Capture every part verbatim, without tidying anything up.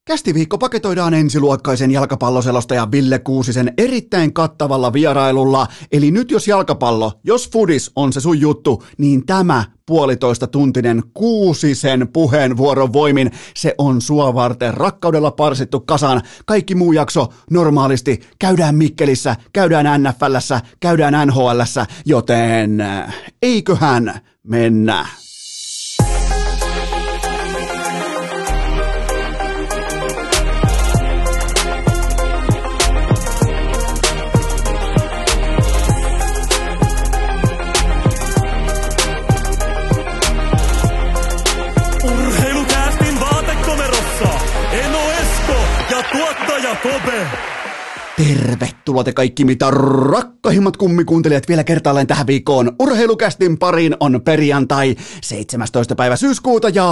Kästiviikko paketoidaan ensiluokkaisen jalkapalloselostajan Ville Kuusisen erittäin kattavalla vierailulla. Eli nyt jos jalkapallo, jos fudis on se sun juttu, niin tämä puolitoista tuntinen Kuusisen puheenvuoron voimin, se on sua varten rakkaudella parsittu kasaan. Kaikki muu jakso normaalisti käydään Mikkelissä, käydään N F L:ssä, käydään N H L:ssä, joten eiköhän mennä. Tuottaja Kope. Tervetuloa te kaikki mitä rakkahimmat kummikuuntelijat vielä kertaalleen tähän viikkoon. Urheilukästin pariin on perjantai seitsemästoista päivä syyskuuta ja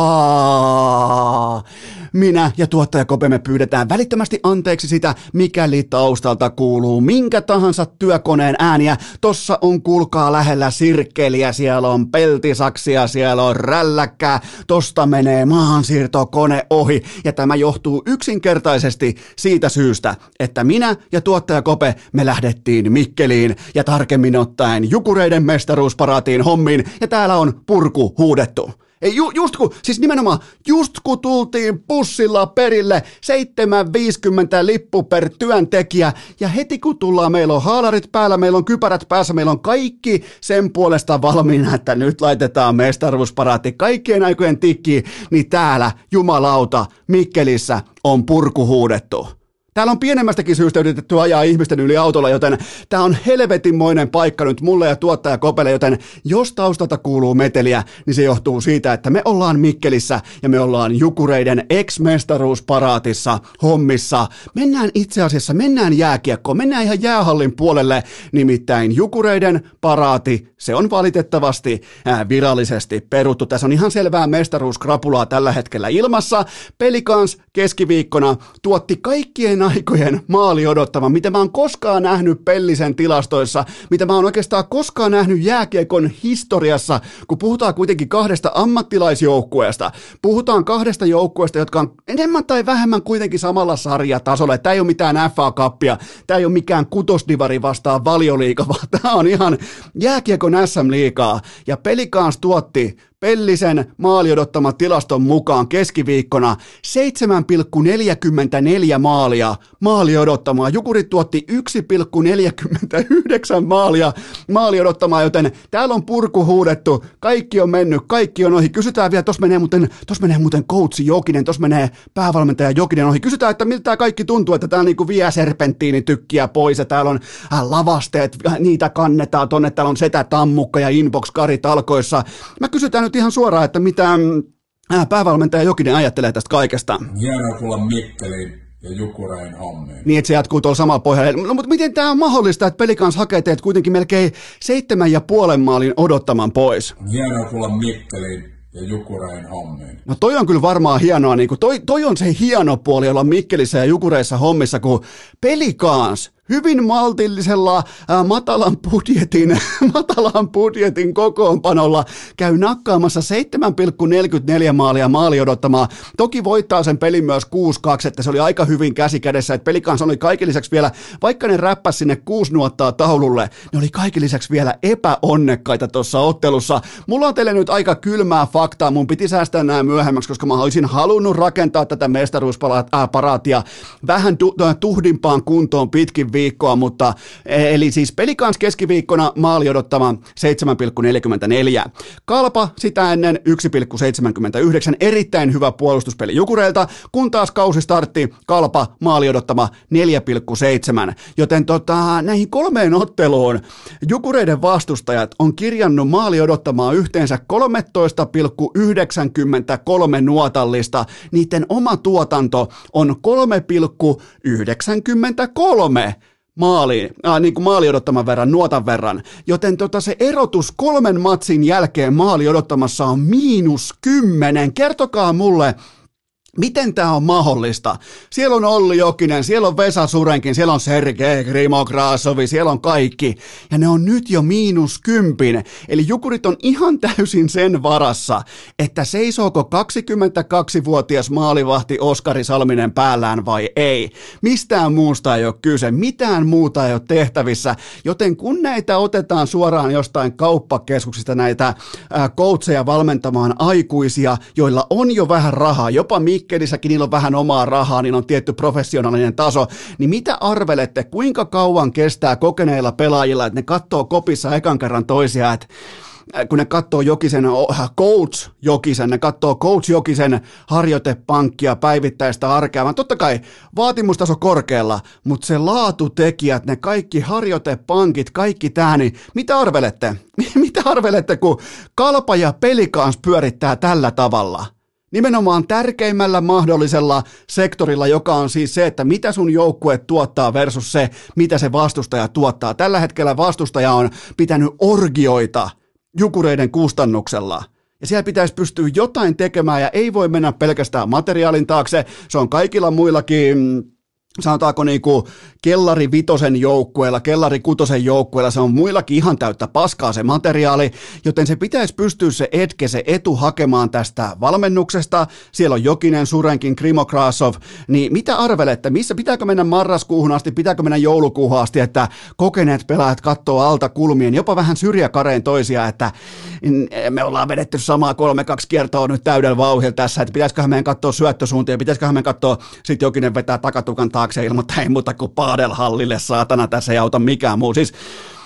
minä ja tuottaja Kope me pyydetään välittömästi anteeksi sitä, mikäli taustalta kuuluu minkä tahansa työkoneen ääniä. Tossa on kuulkaa lähellä sirkkeliä, siellä on peltisaksia, siellä on rälläkkää, tosta menee maansiirtokone ohi ja tämä johtuu yksinkertaisesti siitä syystä, että minä ja tuottaja Kope me lähdettiin Mikkeliin ja tarkemmin ottaen Jukureiden mestaruusparaatiin hommiin ja täällä on purku huudettu. Ei, ju, just kun, siis nimenomaan, just kun tultiin bussilla perille, seitsemän viisikymmentä lippu per työntekijä, ja heti kun tullaan, meillä on haalarit päällä, meillä on kypärät päässä, meillä on kaikki sen puolesta valmiina, että nyt laitetaan mestaruusparaatti kaikkien aikojen tikkiin, niin täällä, jumalauta, Mikkelissä on purku huudettu. Täällä on pienemmästäkin syystä yritetty ajaa ihmisten yli autolla, joten tää on helvetinmoinen paikka nyt mulle ja tuottaja Kopelle, joten jos taustalta kuuluu meteliä, niin se johtuu siitä, että me ollaan Mikkelissä ja me ollaan Jukureiden ex-mestaruusparaatissa hommissa. Mennään itse asiassa, mennään jääkiekkoon, mennään ihan jäähallin puolelle, nimittäin Jukureiden paraati, se on valitettavasti ää, virallisesti peruttu. Tässä on ihan selvää mestaruuskrapulaa tällä hetkellä ilmassa. Pelikans keskiviikkona tuotti kaikkien aikojen maali odottava, mitä mä oon koskaan nähnyt Pellisen tilastoissa, mitä mä oon oikeastaan koskaan nähnyt jääkiekon historiassa, kun puhutaan kuitenkin kahdesta ammattilaisjoukkueesta. Puhutaan kahdesta joukkueesta, jotka on enemmän tai vähemmän kuitenkin samalla sarjatasolla. Tämä ei ole mitään F A-kappia, tämä ei ole mikään kutosdivari vastaan Valioliiga, vaan tämä on ihan jääkiekon S M-liigaa. Ja Pelikans tuotti Pellisen maali odottama tilaston mukaan keskiviikkona seitsemän pilkku neljäkymmentäneljä maalia maali odottamaa. Jukurit tuotti yksi pilkku neljäkymmentäyhdeksän maalia maali odottamaa, joten täällä on purku huudettu, kaikki on mennyt, kaikki on ohi. Kysytään vielä, tos menee muuten, tos menee muuten coachi Jokinen, tos menee päävalmentaja Jokinen ohi. Kysytään, että miltä tämä kaikki tuntuu, että täällä niinku vie serpenttiinitykkiä pois ja täällä on äh, lavasteet, äh, niitä kannetaan tonne, täällä on setä tammukka ja inbox karit alkoissa. Mä kysytään nyt ihan suoraan, että mitä äh, päävalmentaja Jokinen ajattelee tästä kaikesta. Hienoa tulla Mikkeliin ja Jukurein hommiin. Niin, että se jatkuu tuolla samalla pohjalla. No, mutta miten tämä on mahdollista, että Pelikans hakee teet kuitenkin melkein seitsemän ja puolen maalin odottaman pois? Hienoa tulla Mikkeliin ja Jukurein hommiin. No toi on kyllä varmaan hienoa, niin kuin toi, toi on se hieno puoli olla Mikkelissä ja Jukureissa hommissa, kun Pelikans hyvin maltillisella ää, matalan budjetin, matalan budjetin kokoonpanolla käy nakkaamassa seitsemän pilkku neljäkymmentäneljä maalia maali odottamaa. Toki voittaa sen pelin myös kuusi kaksi, että se oli aika hyvin käsikädessä, että Pelikans oli kaiken lisäksi vielä, vaikka ne räppäs sinne kuusi nuottaa taululle, ne oli kaiken lisäksi vielä epäonnekkaita tuossa ottelussa. Mulla on teille nyt aika kylmää faktaa, mun piti säästää nämä myöhemmäksi, koska mä olisin halunnut rakentaa tätä mestaruusparaatia vähän tuhdimpaan kuntoon pitkin viikkoa, mutta eli siis Pelikans keskiviikkona maali odottama seitsemän pilkku neljäkymmentäneljä. Kalpa sitä ennen yksi pilkku seitsemänkymmentäyhdeksän, erittäin hyvä puolustuspeli Jukureilta, kun taas kausi startti Kalpa maali odottama neljä pilkku seitsemän. Joten tota, näihin kolmeen otteluun Jukureiden vastustajat on kirjannut maali odottamaan yhteensä kolmetoista pilkku yhdeksänkymmentäkolme nuotallista. Niiden oma tuotanto on kolme pilkku yhdeksänkymmentäkolme. Maali, äh, niin kuin maali odottaman verran, nuotan verran. Joten tota se erotus kolmen matsin jälkeen maali odottamassa on miinus kymmenen. Kertokaa mulle, Miten tämä on mahdollista? Siellä on Olli Jokinen, siellä on Vesa Surenkin, siellä on Sergei Krimokrasovi, siellä on kaikki. Ja ne on nyt jo miinus kympin. Eli Jukurit on ihan täysin sen varassa, että seisooko kaksikymmentäkaksivuotias maalivahti Oskari Salminen päällään vai ei. Mistään muusta ei ole kyse, mitään muuta ei ole tehtävissä. Joten kun näitä otetaan suoraan jostain kauppakeskuksista, näitä ää, coacheja valmentamaan aikuisia, joilla on jo vähän rahaa, jopa Mikkelissäkin niillä on vähän omaa rahaa, niillä on tietty professionaalinen taso, niin mitä arvelette, kuinka kauan kestää kokeneilla pelaajilla, että ne katsoo kopissa ekan kerran toisiaan, että kun ne katsoo Jokisen, coach Jokisen, ne katsoo coach Jokisen harjoitepankkia, päivittäistä arkea, vaan totta kai vaatimustaso korkealla, mutta se laatutekijät, ne kaikki harjoitepankit, kaikki tää, niin mitä arvelette? Mitä arvelette, kun Kalpa ja Pelicans pyörittää tällä tavalla? Nimenomaan tärkeimmällä mahdollisella sektorilla, joka on siis se, että mitä sun joukkue tuottaa versus se, mitä se vastustaja tuottaa. Tällä hetkellä vastustaja on pitänyt orgioita Jukureiden kustannuksella. Ja siellä pitäisi pystyä jotain tekemään ja ei voi mennä pelkästään materiaalin taakse. Se on kaikilla muillakin, sanotaanko niin kuin kellari vitosen joukkueella, kellari kutosen joukkueella, se on muillakin ihan täyttä paskaa se materiaali, joten se pitäisi pystyä se etke, se etu hakemaan tästä valmennuksesta. Siellä on Jokinen, Surenkin, Krimokrasov, niin mitä arvelette, missä pitääkö mennä marraskuuhun asti, pitääkö mennä joulukuuhun asti, että kokeneet pelaajat katsoo alta kulmien, jopa vähän syrjäkareen toisia, että me ollaan vedetty samaa kolme kaksi kiertoa nyt täydellä vauhdilla tässä, että pitäisiköhän meidän katsoa syöttösuuntia, pitäisiköhän meidän katsoa, sitten Jokinen vetää takatukan taakse ilman, että ei muuta kuin Paadelhallille, saatana, tässä ei auta mikään muu. Siis,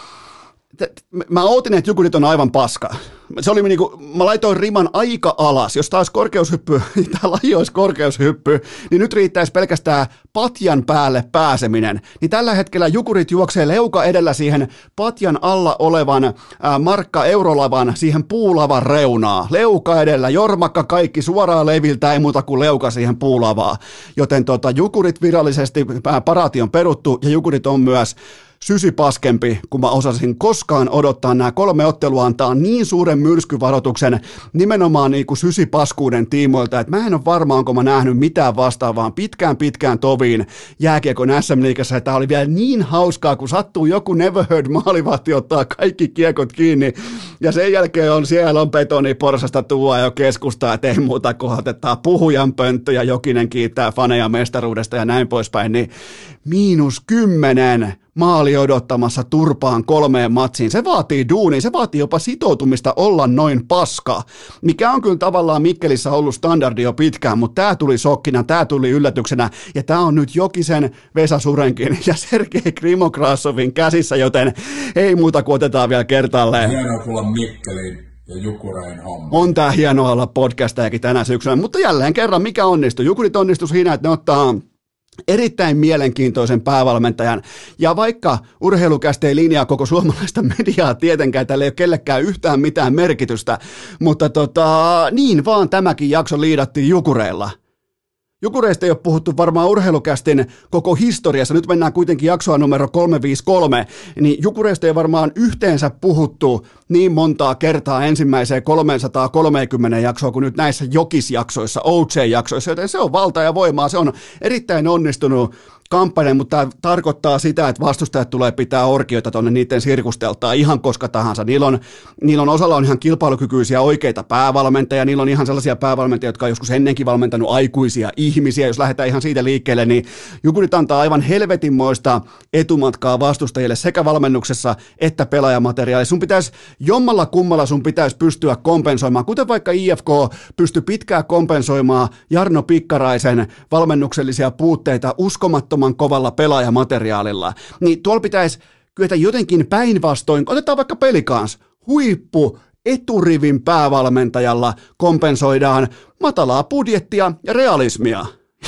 mä ootin, että Jukurit on aivan paska. Se oli niin kuin, mä laitoin riman aika alas. Jos taas korkeushyppy, tämä laji olisi korkeushyppy, niin nyt riittäisi pelkästään patjan päälle pääseminen. Niin tällä hetkellä Jukurit juoksee leuka edellä siihen patjan alla olevan ää, Markka Eurolavan, siihen puulavan reunaa. Leuka edellä, Jormakka kaikki suoraan leviltä, ei muuta kuin leuka siihen puulavaa. Joten tota, Jukurit virallisesti, ää, paraati on peruttu ja Jukurit on myös sysipaskempi, kun mä osasin koskaan odottaa. Nämä kolme ottelua antaa niin suuren myrskyvaroituksen nimenomaan niin kuin sysipaskuuden tiimoilta, että mä en ole varma, onko mä nähnyt mitään vastaavaa pitkään pitkään toviin jääkiekon S M-liigassa. Tämä oli vielä niin hauskaa, kun sattuu joku never heard maalivahti ottaa kaikki kiekot kiinni ja sen jälkeen on siellä on betoniporsasta tuua jo keskustaa, että ei muuta kohotetaan puhujan pönttö ja Jokinen kiittää faneja mestaruudesta ja näin poispäin, niin miinus kymmenen maali odottamassa turpaan kolmeen matsiin. Se vaatii duunia, se vaatii jopa sitoutumista olla noin paska, mikä on kyllä tavallaan Mikkelissä ollut standardi jo pitkään, mutta tämä tuli shokkina, tämä tuli yllätyksenä ja tämä on nyt Jokisen, Vesa Surenkin ja Sergei Krimokrasovin käsissä, joten ei muuta kuin otetaan vielä kertaalleen. Hienoa tulla Mikkeliin ja Jukurein homma. On tää hienoa olla podcastajakin tänä syksynä, mutta jälleen kerran mikä onnistui? Jukurit onnistui siinä, että ne ottaa erittäin mielenkiintoisen päävalmentajan, ja vaikka urheilukästä ei linjaa koko suomalaista mediaa tietenkään, tällä ei ole kellekään yhtään mitään merkitystä, mutta tota, niin vaan tämäkin jakso liidattiin Jukureilla. Jukureista ei ole puhuttu varmaan urheilukästin koko historiassa, nyt mennään kuitenkin jaksoa numero kolmesataaviisikymmentäkolme, niin Jukureista ei varmaan yhteensä puhuttu niin montaa kertaa ensimmäiseen kolmesataakolmekymmentä jaksoa kuin nyt näissä Jokis-jaksoissa, O J-jaksoissa, joten se on valta ja voimaa, se on erittäin onnistunut kampanja, mutta tämä tarkoittaa sitä, että vastustajat tulee pitää orkioita tuonne niiden sirkusteltaan ihan koska tahansa. Niillä on, niillä on osalla on ihan kilpailukykyisiä oikeita päävalmentajia, niillä on ihan sellaisia päävalmentajia, jotka on joskus ennenkin valmentanut aikuisia ihmisiä. Jos lähdetään ihan siitä liikkeelle, niin Jukurit antaa aivan helvetinmoista etumatkaa vastustajille sekä valmennuksessa että pelaajamateriaali. Sun pitäisi jommalla kummalla sun pitäisi pystyä kompensoimaan, kuten vaikka I F K pystyi pitkään kompensoimaan Jarno Pikkaraisen valmennuksellisia puutteita uskomattoman kovalla pelaajamateriaalilla, niin tuolla pitäisi kyetä jotenkin päinvastoin, otetaan vaikka Pelicans, huippu eturivin päävalmentajalla kompensoidaan matalaa budjettia ja realismia.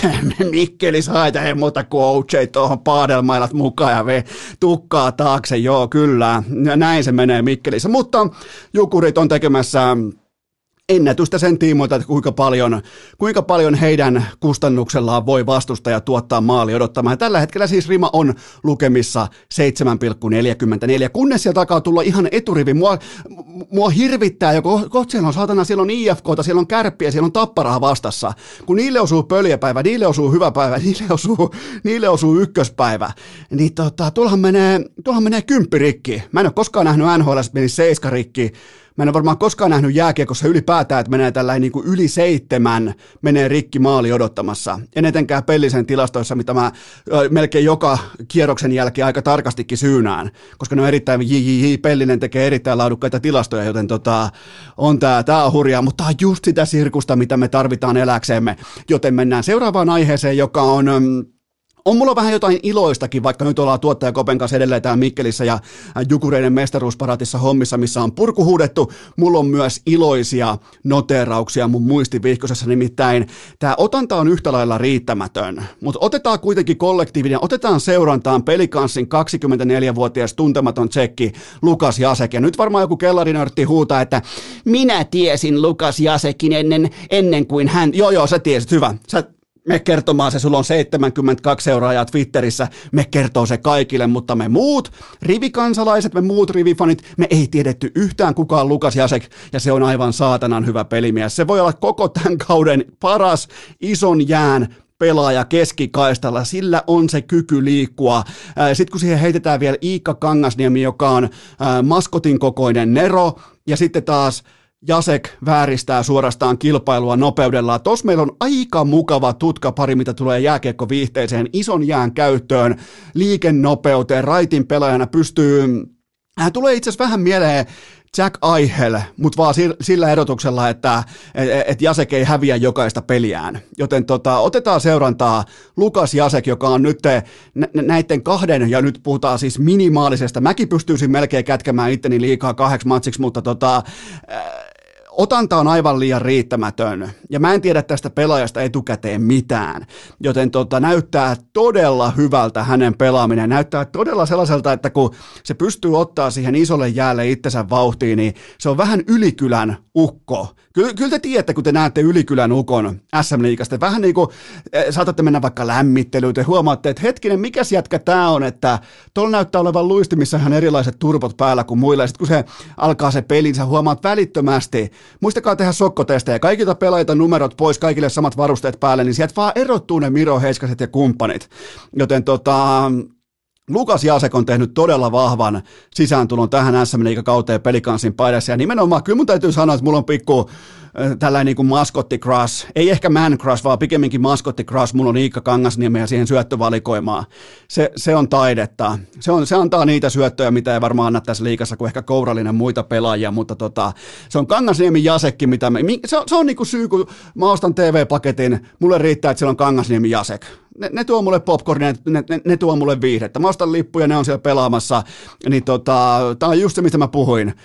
Mikkeli saa, että ei muuta kuin O J tuohon paadelmailat mukaan ja vei tukkaa taakse, joo kyllä, näin se menee Mikkelissä, mutta Jukurit on tekemässä ennätystä sen tiimoilta, että kuinka paljon, kuinka paljon heidän kustannuksellaan voi vastustaja tuottaa maali odottamaan. Tällä hetkellä siis rima on lukemissa seitsemän pilkku neljäkymmentäneljä, kunnes sieltä takaa tulla ihan eturivi. Mua, mua hirvittää, joko kohta siellä on saatana, siellä on I F K:ta, siellä on Kärppiä, siellä on Tapparaa vastassa. Kun niille osuu pöljäpäivä, niille osuu hyvä päivä, niille osuu, niille osuu ykköspäivä, niin tota, tuollahan menee, tuollahan menee kymppirikki. Mä en ole koskaan nähnyt N H L, meni seiska-rikki. Mä en ole varmaan koskaan nähnyt jääkiekossa ylipäätään, että menee tällainen niin kuin yli seitsemän, menee rikki maali odottamassa. En etenkään Pellisen tilastoissa, mitä mä ö, melkein joka kierroksen jälkeen aika tarkastikin syynään, koska ne on erittäin, J J J Pellinen tekee erittäin laadukkaita tilastoja, joten tota, on tää, tää on hurjaa, mutta tää on just sitä sirkusta, mitä me tarvitaan eläksemme. Joten mennään seuraavaan aiheeseen, joka on... On mulla vähän jotain iloistakin, vaikka nyt ollaan tuottaja Kopen kanssa edelleen täällä Mikkelissä ja Jukureiden mestaruusparatissa hommissa, missä on purku huudettu. Mulla on myös iloisia noteerauksia mun muistivihkosessa, nimittäin tämä otanta on yhtä lailla riittämätön, mutta otetaan kuitenkin kollektiivinen, otetaan seurantaan Pelikanssin kaksikymmentäneljävuotias tuntematon tsekki Lukas Jasek, ja nyt varmaan joku kellarinörtti huutaa, että minä tiesin Lukas Jasekin ennen, ennen kuin hän, joo joo sä tiesit, hyvä, sä me kertomaan se, sulla on seitsemänkymmentäkaksi seuraajaa Twitterissä, me kertoo se kaikille, mutta me muut rivikansalaiset, me muut rivifanit, me ei tiedetty yhtään kukaan Lukas Jasek, ja se on aivan saatanan hyvä pelimies. Se voi olla koko tämän kauden paras ison jään pelaaja keskikaistalla, sillä on se kyky liikkua. Sitten kun siihen heitetään vielä Iikka Kangasniemi, joka on maskotin kokoinen nero, ja sitten taas Jasek vääristää suorastaan kilpailua nopeudella. Tuossa meillä on aika mukava tutkapari, mitä tulee jääkiekkoviihteeseen, ison jään käyttöön, liikennopeuteen, raitin pelaajana pystyy... Hän tulee itse asiassa vähän mieleen Jack Eichel, mutta vaan sillä erotuksella, että et Jasek ei häviä jokaista peliään. Joten tota, otetaan seurantaa Lukas Jasek, joka on nyt näiden kahden, ja nyt puhutaan siis minimaalisesta. Mäkin pystyisin melkein kätkemään itteni liikaa kahdeksi matsiksi, mutta tota... Otanta on aivan liian riittämätön, ja mä en tiedä tästä pelaajasta etukäteen mitään, joten tota, näyttää todella hyvältä hänen pelaaminen, näyttää todella sellaiselta, että kun se pystyy ottaa siihen isolle jäälle itsensä vauhtiin, niin se on vähän Ylikylän ukko. Ky- kyllä te tiedätte, kun te näette Ylikylän ukon S M-liigasta, vähän niin kuin saatatte mennä vaikka lämmittelyyn, te huomaatte, että hetkinen, mikäs jätkä tää on, että tuolla näyttää olevan luistimissa ihan erilaiset turpot päällä kuin muilla, ja sitten kun se alkaa se peli, niin sä huomaat välittömästi. Muistakaa tehdä sokkotestejä, kaikilta pelaajilta numerot pois, kaikille samat varusteet päälle, niin sieltä vaan erottuu ne Miro Heiskaset ja kumppanit. Joten tota, Lukas Jasek on tehnyt todella vahvan sisääntulon tähän S M-liigakauteen Pelikanssin paidassa, ja nimenomaan kyllä mun täytyy sanoa, että mulla on pikku tällainen niin kuin maskotti crush, ei ehkä man crush, vaan pikemminkin maskotti crush, mulla on Iikka Kangasniemi ja siihen syöttövalikoimaan. Se, se on taidetta. Se, on, se antaa niitä syöttöjä, mitä ei varmaan anna tässä liigassa kuin ehkä Kourallinen muita pelaajia, mutta tota, se on Kangasniemi Jasekki, mitä me, se on, se on niin kuin syy, kun mä ostan T V-paketin, mulle riittää, että siellä on Kangasniemi Jasek. Ne, ne tuo mulle popcornia, ne, ne, ne tuo mulle viihdettä. Mä ostan lippuja, ne on siellä pelaamassa, niin tota, tää on just se, mistä mä puhuin.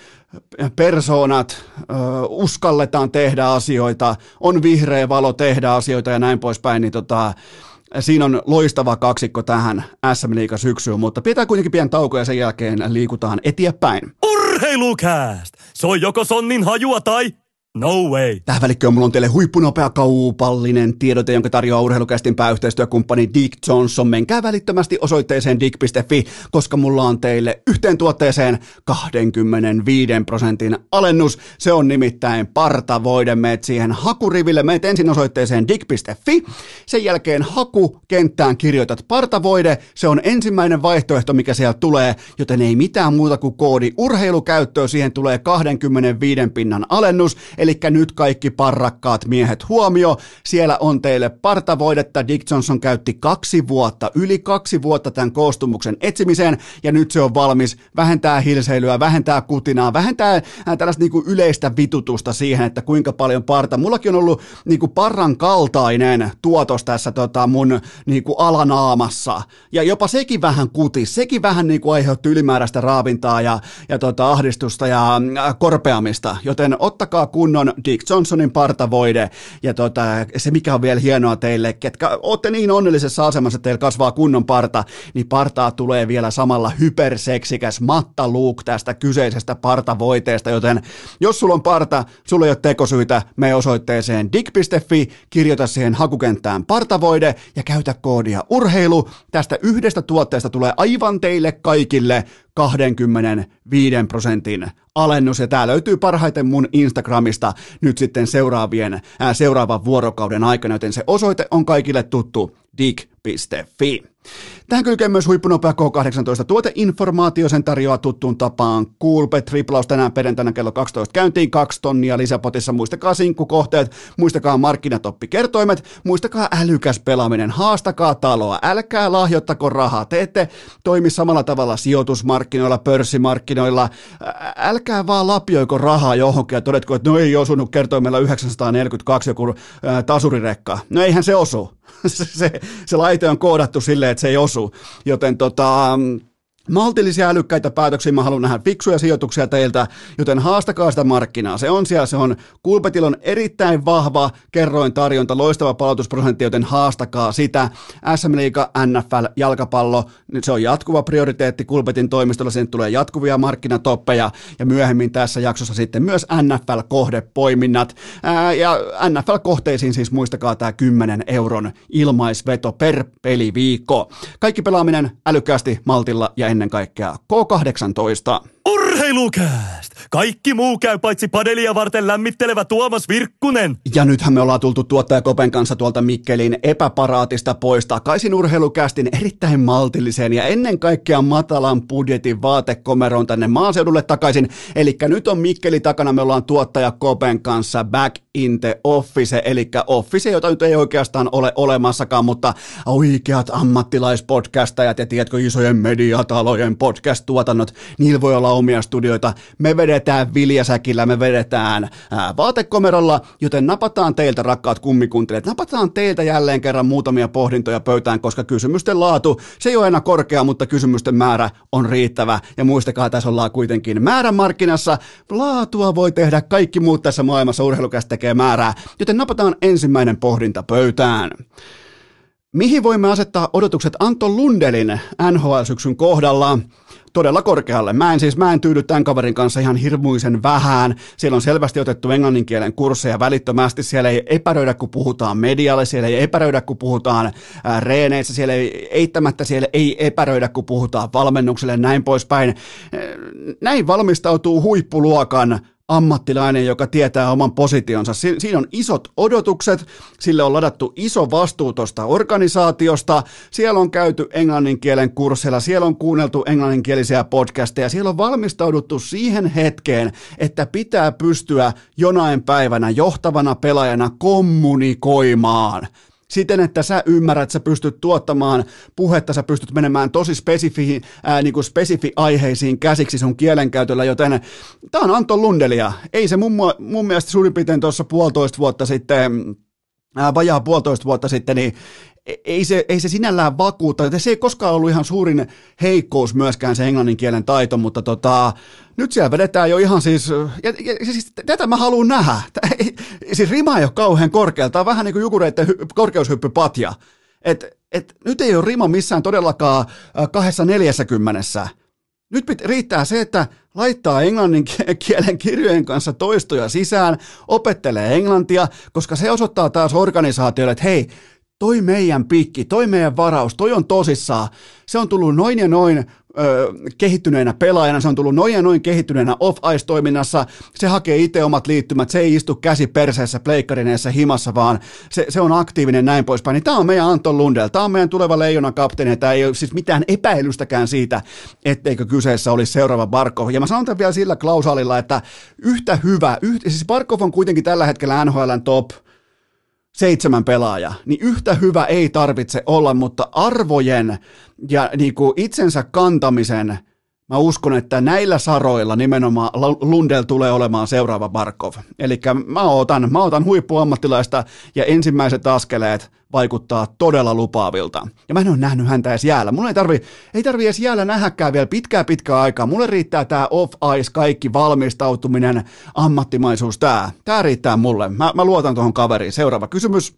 Persoonat, ö, uskalletaan tehdä asioita, on vihreä valo tehdä asioita ja näin poispäin, niin tota, siinä on loistava kaksikko tähän S M-liigan syksyyn, mutta pitää kuitenkin pieni tauko ja sen jälkeen liikutaan eteenpäin. Urheilukääst! Se on joko sonnin hajua tai no way! Tähän välikköön mulla on teille huippunopea kaupallinen tiedote, jonka tarjoaa Urheilukästin pääyhteistyökumppani Dick Johnson. Menkää välittömästi osoitteeseen dick piste fi, koska mulla on teille yhteen tuotteeseen kaksikymmentäviisi prosentin alennus. Se on nimittäin partavoide. Meet siihen hakuriville. Meet ensin osoitteeseen dick piste fi. Sen jälkeen hakukenttään kirjoitat partavoide. Se on ensimmäinen vaihtoehto, mikä sieltä tulee, joten ei mitään muuta kuin koodi urheilukäyttöön. Siihen tulee kaksikymmentäviisi pinnan alennus. Eli nyt kaikki parrakkaat miehet huomio, siellä on teille partavoidetta. Dick Johnson käytti kaksi vuotta, yli kaksi vuotta tämän koostumuksen etsimiseen, ja nyt se on valmis, vähentää hilseilyä, vähentää kutinaa, vähentää tällaista niinku yleistä vitutusta siihen, että kuinka paljon parta. Mullakin on ollut niinku parran kaltainen tuotos tässä tota mun niinku alanaamassa, ja jopa sekin vähän kuti, sekin vähän niinku aiheutti ylimääräistä raavintaa ja, ja tota ahdistusta ja korpeamista, joten ottakaa kun kunnon Dick Johnsonin partavoide. Ja tota, se mikä on vielä hienoa teille, ketkä ootte niin onnellisessa asemassa, että teillä kasvaa kunnon parta, niin partaa tulee vielä samalla hyperseksikäs Matta Luuk tästä kyseisestä partavoiteesta, joten jos sulla on parta, sulla ei ole tekosyitä, mene osoitteeseen dig piste fi, kirjoita siihen hakukenttään partavoide ja käytä koodia urheilu. Tästä yhdestä tuotteesta tulee aivan teille kaikille kaksikymmentäviisi prosentin alennus, ja tämä löytyy parhaiten mun Instagramista nyt sitten seuraavien, ää, seuraavan vuorokauden aikana, joten se osoite on kaikille tuttu, dig piste fi. Tähän kylkeen myös huippunopea K kahdeksantoista tuoteinformaatio, sen tarjoaa tuttuun tapaan Coolbet, triplaus tänään perjantaina kello kaksitoista käyntiin, kaksi tonnia lisäpotissa, muistakaa sinkkukohteet, muistakaa markkinatoppikertoimet, muistakaa älykäs pelaaminen, haastakaa taloa, älkää lahjoittako rahaa, te ette toimi samalla tavalla sijoitusmarkkinoilla, pörssimarkkinoilla, älkää vaan lapioiko rahaa johonkin ja todetko, että no ei osunut kertoimella yhdeksänsataaneljäkymmentäkaksi joku ää, tasurirekka, no eihän se osu. Se, se laite on koodattu silleen, että se ei osu, joten tota, maltillisia älykkäitä päätöksiä, mä haluan nähdä fiksuja sijoituksia teiltä, joten haastakaa sitä markkinaa. Se on siellä, se on, Coolbetilla on erittäin vahva kerroin tarjonta, loistava palautusprosentti, joten haastakaa sitä. S M-liiga, N F L, jalkapallo, nyt se on jatkuva prioriteetti Coolbetin toimistolla, sinne tulee jatkuvia markkinatoppeja ja myöhemmin tässä jaksossa sitten myös N F L-kohdepoiminnat. Ää, ja N F L-kohteisiin siis muistakaa tämä kymmenen euron ilmaisveto per peliviikko. Kaikki pelaaminen älykkäästi, maltilla ja ennen kaikkea K kahdeksantoista. Urheilukääst! Kaikki muu käy paitsi padelia varten lämmittelevä Tuomas Virkkunen. Ja nythän me ollaan tultu tuottaja Kopen kanssa tuolta Mikkelin epäparaatista pois takaisin Urheilukäästin erittäin maltilliseen ja ennen kaikkea matalan budjetin vaatekomeroon tänne maaseudulle takaisin. Eli nyt on Mikkeli takana, me ollaan tuottaja Kopen kanssa back in the office, eli office, jota nyt ei oikeastaan ole olemassakaan, mutta oikeat ammattilaispodcastajat ja tiedätkö isojen mediatalojen podcast-tuotannot, niillä voi olla omia studioita. Me vedetään viljasäkillä, me vedetään ää, vaatekomerolla, joten napataan teiltä, rakkaat kummikuntelijat, napataan teiltä jälleen kerran muutamia pohdintoja pöytään, koska kysymysten laatu, se ei ole aina korkea, mutta kysymysten määrä on riittävä. Ja muistakaa, tässä ollaan kuitenkin määrän markkinassa. Laatua voi tehdä kaikki muut tässä maailmassa, Urheilukästä tekee määrää, joten napataan ensimmäinen pohdinta pöytään. Mihin voimme asettaa odotukset Anton Lundelin N H L-syksyn kohdalla? Todella korkealle. Mä en siis, mä en tyydy tämän kaverin kanssa ihan hirmuisen vähän. Siellä on selvästi otettu englannin kielen kursseja välittömästi. Siellä ei epäröidä, kun puhutaan medialle. Siellä ei epäröidä, kun puhutaan ää, reeneissä. Siellä ei eittämättä siellä ei epäröidä, kun puhutaan valmennukselle näin poispäin. Näin valmistautuu huippuluokan ammattilainen, joka tietää oman positionsa. Siinä on isot odotukset, sille on ladattu iso vastuu tuosta organisaatiosta, siellä on käyty englannin kielen kursseilla, siellä on kuunneltu englanninkielisiä podcasteja, siellä on valmistauduttu siihen hetkeen, että pitää pystyä jonain päivänä johtavana pelaajana kommunikoimaan. Siten, että sä ymmärrät, sä pystyt tuottamaan puhetta, sä pystyt menemään tosi spesifiin, ää, niin kuin spesifi-aiheisiin käsiksi sun kielenkäytöllä, joten tää on Anton Lundelia. Ei se mun, mun mielestä suurin piirtein tuossa puolitoista vuotta sitten, ää, vajaa puolitoista vuotta sitten, niin ei se, ei se sinällään vakuutta, se ei koskaan ollut ihan suurin heikkous myöskään se englannin kielen taito, mutta tota, nyt siellä vedetään jo ihan siis, ja, ja siis tätä mä haluan nähdä, siis rima ei ole kauhean korkealta, tämä on vähän niin kuin jukureiden hy, korkeushyppypatja, että et, nyt ei ole rima missään todellakaan kahdessa neljässäkymmenessä. Nyt pit, riittää se, että laittaa englannin kielen kirjojen kanssa toistoja sisään, opettelee englantia, koska se osoittaa taas organisaatioille, että hei, toi meidän pikki, toi meidän varaus, toi on tosissaan. Se on tullut noin ja noin ö, kehittyneenä pelaajana, se on tullut noin ja noin kehittyneenä off-ice-toiminnassa, se hakee itse omat liittymät, se ei istu käsi perseessä pleikkarineessa himassa, vaan se, se on aktiivinen näin poispäin. Niin tämä on meidän Anton Lundell, tämä on meidän tuleva Leijonan kapteeni, tämä ei ole siis mitään epäilystäkään siitä, etteikö kyseessä olisi seuraava Barkov. Ja mä sanon tämän vielä sillä klausaalilla, että yhtä hyvä, yhtä, siis Barkov on kuitenkin tällä hetkellä N H L:n top seitsemän pelaaja, niin yhtä hyvä ei tarvitse olla, mutta arvojen ja niin kuin itsensä kantamisen mä uskon, että näillä saroilla nimenomaan Lundell tulee olemaan seuraava Barkov. Eli mä otan, mä otan huippuammattilaista ja ensimmäiset askeleet vaikuttaa todella lupaavilta. Ja mä en ole nähnyt häntä edes jäällä. Mun ei tarvi, ei tarvi edes jäällä nähdäkään vielä pitkää pitkää aikaa. Mulle riittää tää off-ice, kaikki valmistautuminen, ammattimaisuus, tää. Tää riittää mulle. Mä, mä luotan tuohon kaveriin. Seuraava kysymys.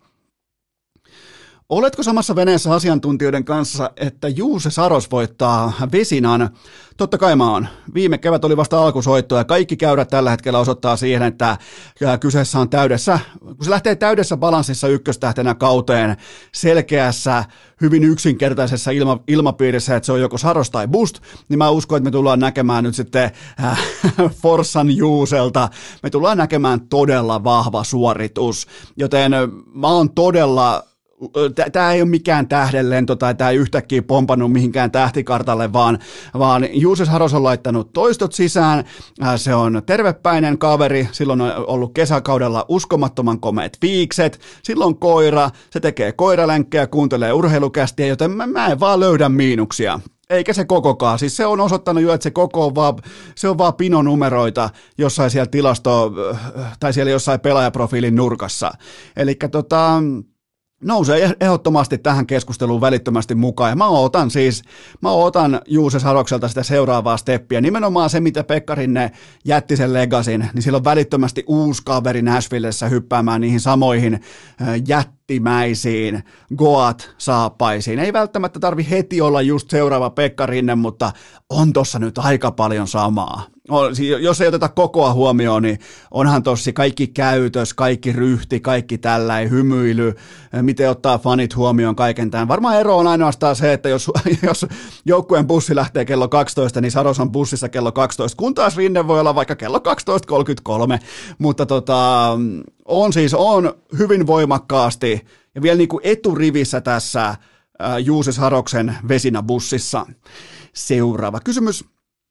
Oletko samassa veneessä asiantuntijoiden kanssa, että Juuse Saros voittaa Vesinan? Totta kai mä oon. Viime kevät oli vasta alkusoitto ja kaikki käyrät tällä hetkellä osoittaa siihen, että kyseessä on täydessä, kun se lähtee täydessä balanssissa ykköstähtenä kauteen selkeässä, hyvin yksinkertaisessa ilma, ilmapiirissä, että se on joko Saros tai Bust, niin mä uskon, että me tullaan näkemään nyt sitten äh, Forssan Juuselta, me tullaan näkemään todella vahva suoritus, joten mä oon todella tämä ei ole mikään tähdenlento tai tämä ei yhtäkkiä pompannut mihinkään tähtikartalle, vaan, vaan Juuse Saros on laittanut toistot sisään, se on tervepäinen kaveri, silloin on ollut kesäkaudella uskomattoman komeet fiikset, silloin koira, se tekee koiralenkkejä, kuuntelee urheilukästiä, joten mä, mä en vaan löydä miinuksia. Eikä se kokokaan, siis se on osoittanut jo, että se koko on vaan, se on vaan pinonumeroita jossain siellä tilasto, tai siellä jossain pelaajaprofiilin nurkassa. Elikkä tota... nousee ehdottomasti tähän keskusteluun välittömästi mukaan, ja mä otan siis, mä otan Juuse Sarokselta sitä seuraavaa steppiä, nimenomaan se, mitä Pekka Rinne jätti sen legasin, niin sillä on välittömästi uusi kaveri Nashvillessä hyppäämään niihin samoihin jättimäisiin Goat-saappaisiin. Ei välttämättä tarvi heti olla just seuraava Pekka Rinne, mutta on tossa nyt aika paljon samaa. Jos ei oteta kokoa huomioon, niin onhan tossi kaikki käytös, kaikki ryhti, kaikki tällainen hymyily, miten ottaa fanit huomioon kaiken tämän. Varmaan ero on ainoastaan se, että jos, jos joukkueen bussi lähtee kello kaksitoista, niin Saros on bussissa kello kaksitoista, kun taas Rinne voi olla vaikka kello kaksitoista kolmekymmentäkolme, mutta tota, on siis on hyvin voimakkaasti ja vielä niin kuin eturivissä tässä äh, Juuse Saroksen Vesina-bussissa. Seuraava kysymys.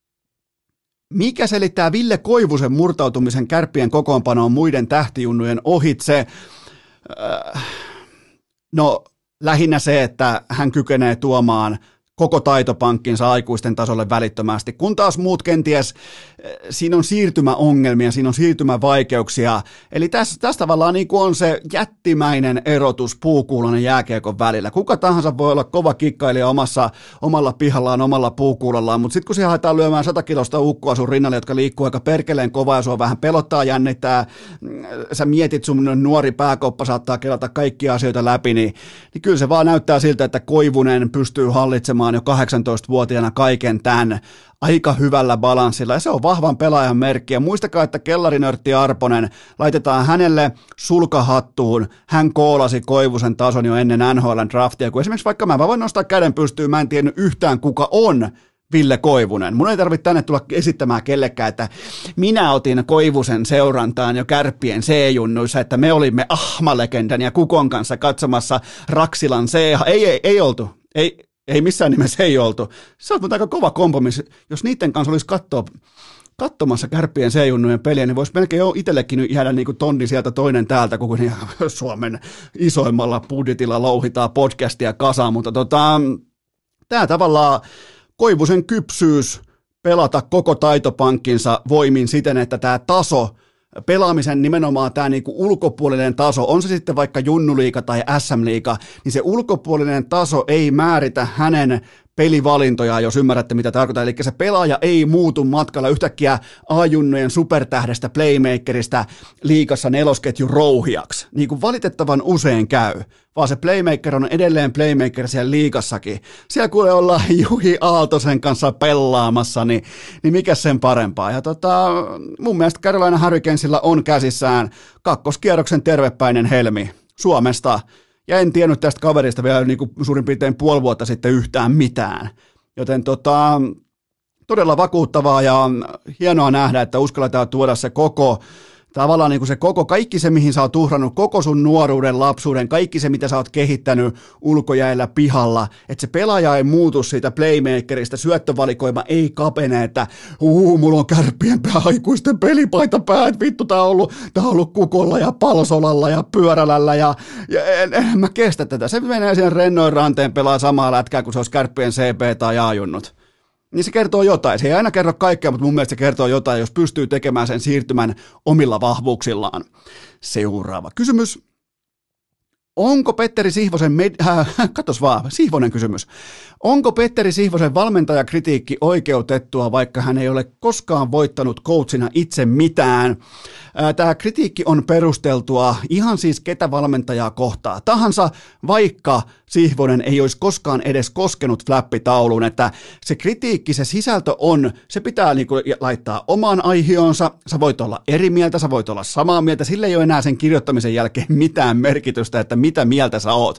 Mikä selittää Ville Koivusen murtautumisen Kärppien kokoonpanoon muiden tähtijunnujen ohitse? No lähinnä se, että hän kykenee tuomaan koko taitopankkinsa aikuisten tasolle välittömästi, kun taas muut kenties, siinä on siirtymäongelmia, siinä on siirtymävaikeuksia, eli tässä, tässä tavallaan niin kuin on se jättimäinen erotus puukuulan ja jääkiekon välillä. Kuka tahansa voi olla kova kikkailija omassa, omalla pihallaan, omalla puukuulallaan, mutta sitten kun siihen haetaan lyömään sata kilosta ukkoa sun rinnalle, jotka liikkuu aika perkeleen kovaa ja sua vähän pelottaa, jännittää, sä mietit sun nuori pääkoppa saattaa kelata kaikkia asioita läpi, niin, niin kyllä se vaan näyttää siltä, että Koivunen pystyy hallitsemaan jo kahdeksantoistavuotiaana kaiken tämän aika hyvällä balanssilla, ja se on vahvan pelaajan merkki, ja muistakaa, että kellarinörtti Arponen, laitetaan hänelle sulkahattuun, hän koolasi Koivusen tason jo ennen N H L:n draftia, kun esimerkiksi vaikka mä voin nostaa käden pystyyn, mä en tiennyt yhtään kuka on Ville Koivunen. Mun ei tarvitse tänne tulla esittämään kellekään, että minä otin Koivusen seurantaan jo Kärppien C-junnuissa, että me olimme Ahma-legendan ja Kukon kanssa katsomassa Raksilan C. Ei, ei, ei oltu. Ei, ei missään nimessä ei oltu. Se on aika kova kompromissi. Jos niiden kanssa olisi katsoa, katsomassa Kärppien C-junnujen peliä, niin voisi melkein jo itsellekin jäädä niin kuin tonni sieltä toinen täältä, kun Suomen isoimmalla budjetilla louhitaan podcastia kasaan, mutta tota, tämä tavallaan Koivusen kypsyys pelata koko taitopankkinsa voimin siten, että tämä taso, pelaamisen nimenomaan tämä niinku ulkopuolinen taso, on se sitten vaikka junnuliiga tai S M-liiga, niin se ulkopuolinen taso ei määritä hänen pelivalintojaan, jos ymmärrätte mitä tarkoittaa. Eli se pelaaja ei muutu matkalla yhtäkkiä A-junnujen supertähdestä playmakerista liigassa nelosketjun rouhiaksi, niin kuin valitettavan usein käy, vaan se playmaker on edelleen playmaker siellä liigassakin. Siellä kuule ollaan Juhi Aaltosen kanssa pelaamassa, niin, niin mikä sen parempaa. Ja tota, mun mielestä Carolina Hurricanesilla on käsissään kakkoskierroksen tervepäinen helmi Suomesta. Ja en tiennyt tästä kaverista vielä niin kuin suurin piirtein puoli vuotta sitten yhtään mitään. Joten tota, todella vakuuttavaa ja hienoa nähdä, että uskalletaan tuoda se koko, tavallaan niin kuin se koko, kaikki se mihin sä oot uhrannut, koko sun nuoruuden, lapsuuden, kaikki se mitä sä oot kehittänyt ulkojäillä pihalla, että se pelaaja ei muutu siitä playmakerista, syöttövalikoima ei kapene, että huu, mulla on Kärppien aikuisten pelipaita pää, että vittu tää on ollut, tää on ollut Kukolla ja Palsolalla ja Pyörälällä ja, ja en, en mä kestä tätä. Se menee siihen rennoin ranteen pelaa samaa lätkää, kun se olisi Kärppien C B tai A-junnut. niin se kertoo jotain. Se ei aina kerro kaikkea, mutta mun mielestä se kertoo jotain, jos pystyy tekemään sen siirtymän omilla vahvuuksillaan. Seuraava kysymys. Onko Petteri Sihvosen, med- äh, katos vaan, Sihvonen kysymys. Onko Petteri Sihvosen valmentajakritiikki oikeutettua, vaikka hän ei ole koskaan voittanut coachina itse mitään? Äh, Tämä kritiikki on perusteltua ihan siis ketä valmentajaa kohtaa tahansa, vaikka Sihvonen ei olisi koskaan edes koskenut flappitauluun, että se kritiikki, se sisältö on, se pitää niinku laittaa omaan aihionsa, sä voit olla eri mieltä, sä voit olla samaa mieltä, sillä ei ole enää sen kirjoittamisen jälkeen mitään merkitystä, että mitä mieltä sä oot,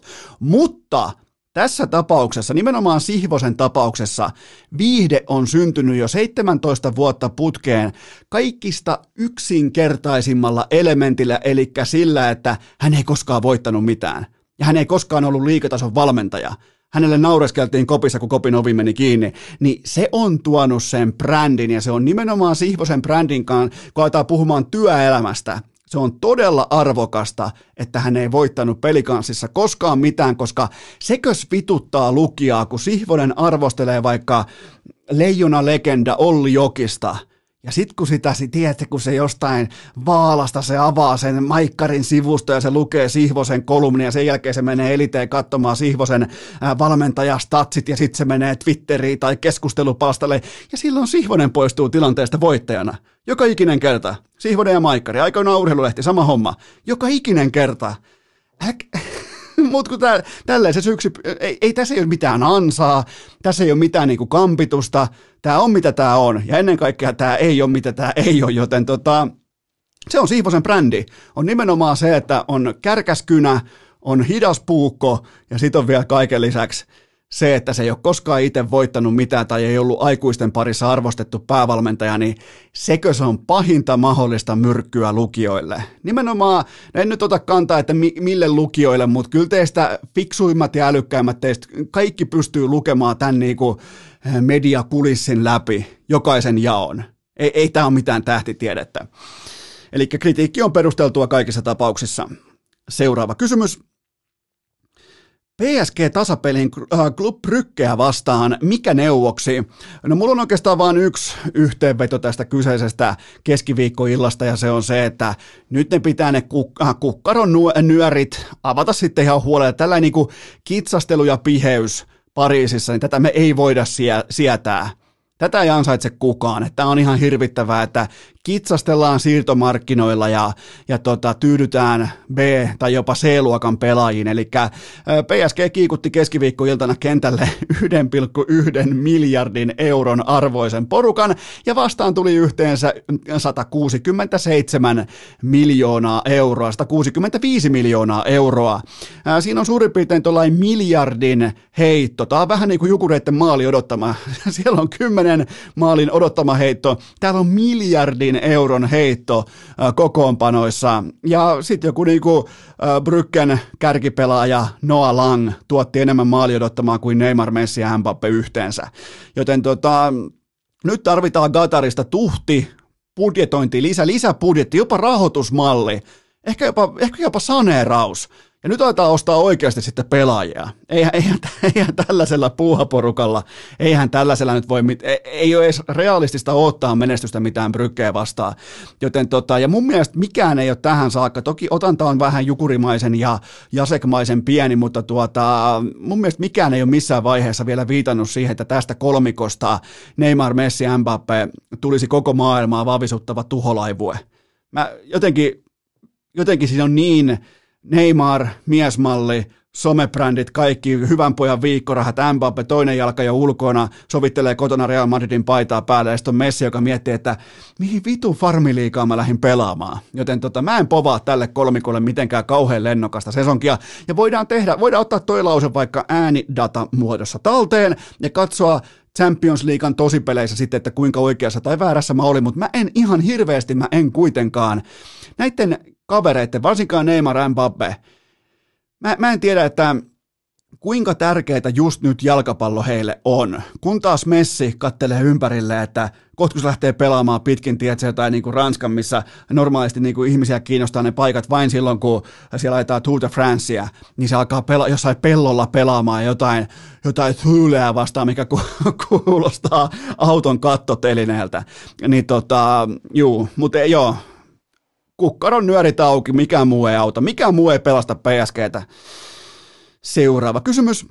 mutta tässä tapauksessa, nimenomaan Sihvosen tapauksessa, viihde on syntynyt jo seitsemäntoista vuotta putkeen kaikista yksinkertaisimmalla elementillä, eli sillä, että hän ei koskaan voittanut mitään. Ja hän ei koskaan ollut liigatason valmentaja. Hänelle naureskeltiin kopissa, kun kopin ovi meni kiinni. Niin se on tuonut sen brändin, ja se on nimenomaan Sihvosen brändin kanssa, kun aletaan puhumaan työelämästä. Se on todella arvokasta, että hän ei voittanut Pelicansissa koskaan mitään, koska sekös vituttaa lukijaa, kun Sihvonen arvostelee vaikka leijona-legenda Olli Jokista. Ja sit kun sitä, tiedätte, kun se jostain Vaalasta se avaa sen Maikkarin sivusto ja se lukee Sihvosen kolumnia ja sen jälkeen se menee Eliteen katsomaan Sihvosen valmentajastatsit ja sitten se menee Twitteriin tai keskustelupalstalle ja silloin Sihvonen poistuu tilanteesta voittajana. Joka ikinen kerta. Sihvonen ja Maikkari, aikoinaan Urheilulehti, sama homma. Joka ikinen kerta. Äk- Mutta kun tää, tälleen se syksy, ei, ei tässä ei ole mitään ansaa, tässä ei ole mitään niinku kampitusta, tämä on mitä tämä on, ja ennen kaikkea tämä ei ole mitä tämä ei ole, joten tota, se on Sihvosen brändi, on nimenomaan se, että on kärkäskynä, on hidas puukko, ja sitten on vielä kaiken lisäksi se, että se ei ole koskaan itse voittanut mitään tai ei ollut aikuisten parissa arvostettu päävalmentaja, niin sekö se on pahinta mahdollista myrkkyä lukijoille. Nimenomaan, en nyt ota kantaa, että mi- mille lukijoille, mutta kyllä teistä fiksuimmat ja älykkäimmät teistä kaikki pystyy lukemaan tämän niinku mediakulissin läpi, jokaisen jaon. Ei, ei tämä ole mitään tähtitiedettä. Eli kritiikki on perusteltua kaikissa tapauksissa. Seuraava kysymys. P S G-tasapelin Club Bryggeä vastaan, mikä neuvoksi? No mulla on oikeastaan vain yksi yhteenveto tästä kyseisestä keskiviikkoillasta ja se on se, että nyt ne pitää ne kuk- kukkaron nyörit avata sitten ihan huolella. Tällainen niin kuin kitsastelu ja piheys Pariisissa, niin tätä me ei voida sietää. Tätä ei ansaitse kukaan, että on ihan hirvittävää, että kitsastellaan siirtomarkkinoilla ja, ja tota, tyydytään B- tai jopa C-luokan pelaajiin. Eli P S G kiikutti keskiviikkoiltana kentälle yksi pilkku yksi miljardin euron arvoisen porukan ja vastaan tuli yhteensä sata kuusikymmentäseitsemän miljoonaa euroa, sata kuusikymmentäviisi miljoonaa euroa. Siinä on suurin piirtein tuollainen miljardin heitto. Tämä on vähän niin kuin Jukureiden maali odottama. Siellä on kymmenen maalin odottama heitto. Täällä on miljardin euron heitto äh, kokoonpanoissa. Ja sitten joku niinku äh, Bryggen kärkipelaaja Noah Lang tuotti enemmän maali odottamaa kuin Neymar, Messi ja Mbappe yhteensä. Joten tota, nyt tarvitaan Qatarista tuhti, budjetointi, lisä, lisäbudjetti, jopa rahoitusmalli, ehkä jopa, ehkä jopa saneeraus. Ja nyt aletaan ostaa oikeasti sitten pelaajia. Eihän, eihän, eihän tällaisella puuhaporukalla, eihän tällaisella nyt voi, mit, ei, ei ole edes realistista odottaa menestystä mitään Bryggeä vastaan. Joten tota, ja mun mielestä mikään ei ole tähän saakka. Toki otanta on vähän jukurimaisen ja jasekmaisen pieni, mutta tuota, mun mielestä mikään ei ole missään vaiheessa vielä viitannut siihen, että tästä kolmikosta Neymar, Messi, Mbappe tulisi koko maailmaa vavisuttava tuholaivue. Mä jotenkin, jotenkin siinä on niin Neymar, miesmalli, somebrändit, kaikki, hyvän pojan viikkorahat, Mbappe, toinen jalka jo ulkona, sovittelee kotona Real Madridin paitaa päälle, ja sitten on Messi, joka miettii, että mihin vitun farmiliigaa mä lähdin pelaamaan. Joten tota, mä en povaa tälle kolmikolle mitenkään kauhean lennokasta sesonkia, ja voidaan tehdä, voidaan ottaa toi lause vaikka äänidata muodossa talteen, ja katsoa Champions Leaguean tosipeleissä sitten, että kuinka oikeassa tai väärässä mä olin, mutta mä en ihan hirveästi, mä en kuitenkaan. Näiden kavereiden, varsinkaan Neymar, Mbappe, mä, mä en tiedä, että kuinka tärkeää just nyt jalkapallo heille on. Kun taas Messi kattelee ympärille, että kohta kun se lähtee pelaamaan pitkin, tiedätkö, jotain niin kuin Ranskan, missä normaalisti niin kuin ihmisiä kiinnostaa ne paikat vain silloin, kun siellä laitetaan Tour de Francea, niin se alkaa pela- jossain pellolla pelaamaan jotain, jotain tyyleä vastaan, mikä ku- kuulostaa auton kattotelineeltä. Niin tota, juu, mutta joo, kukkaron nyörit auki, mikään muu ei auta, mikään muu ei pelasta P S G:tä. Seuraava kysymys.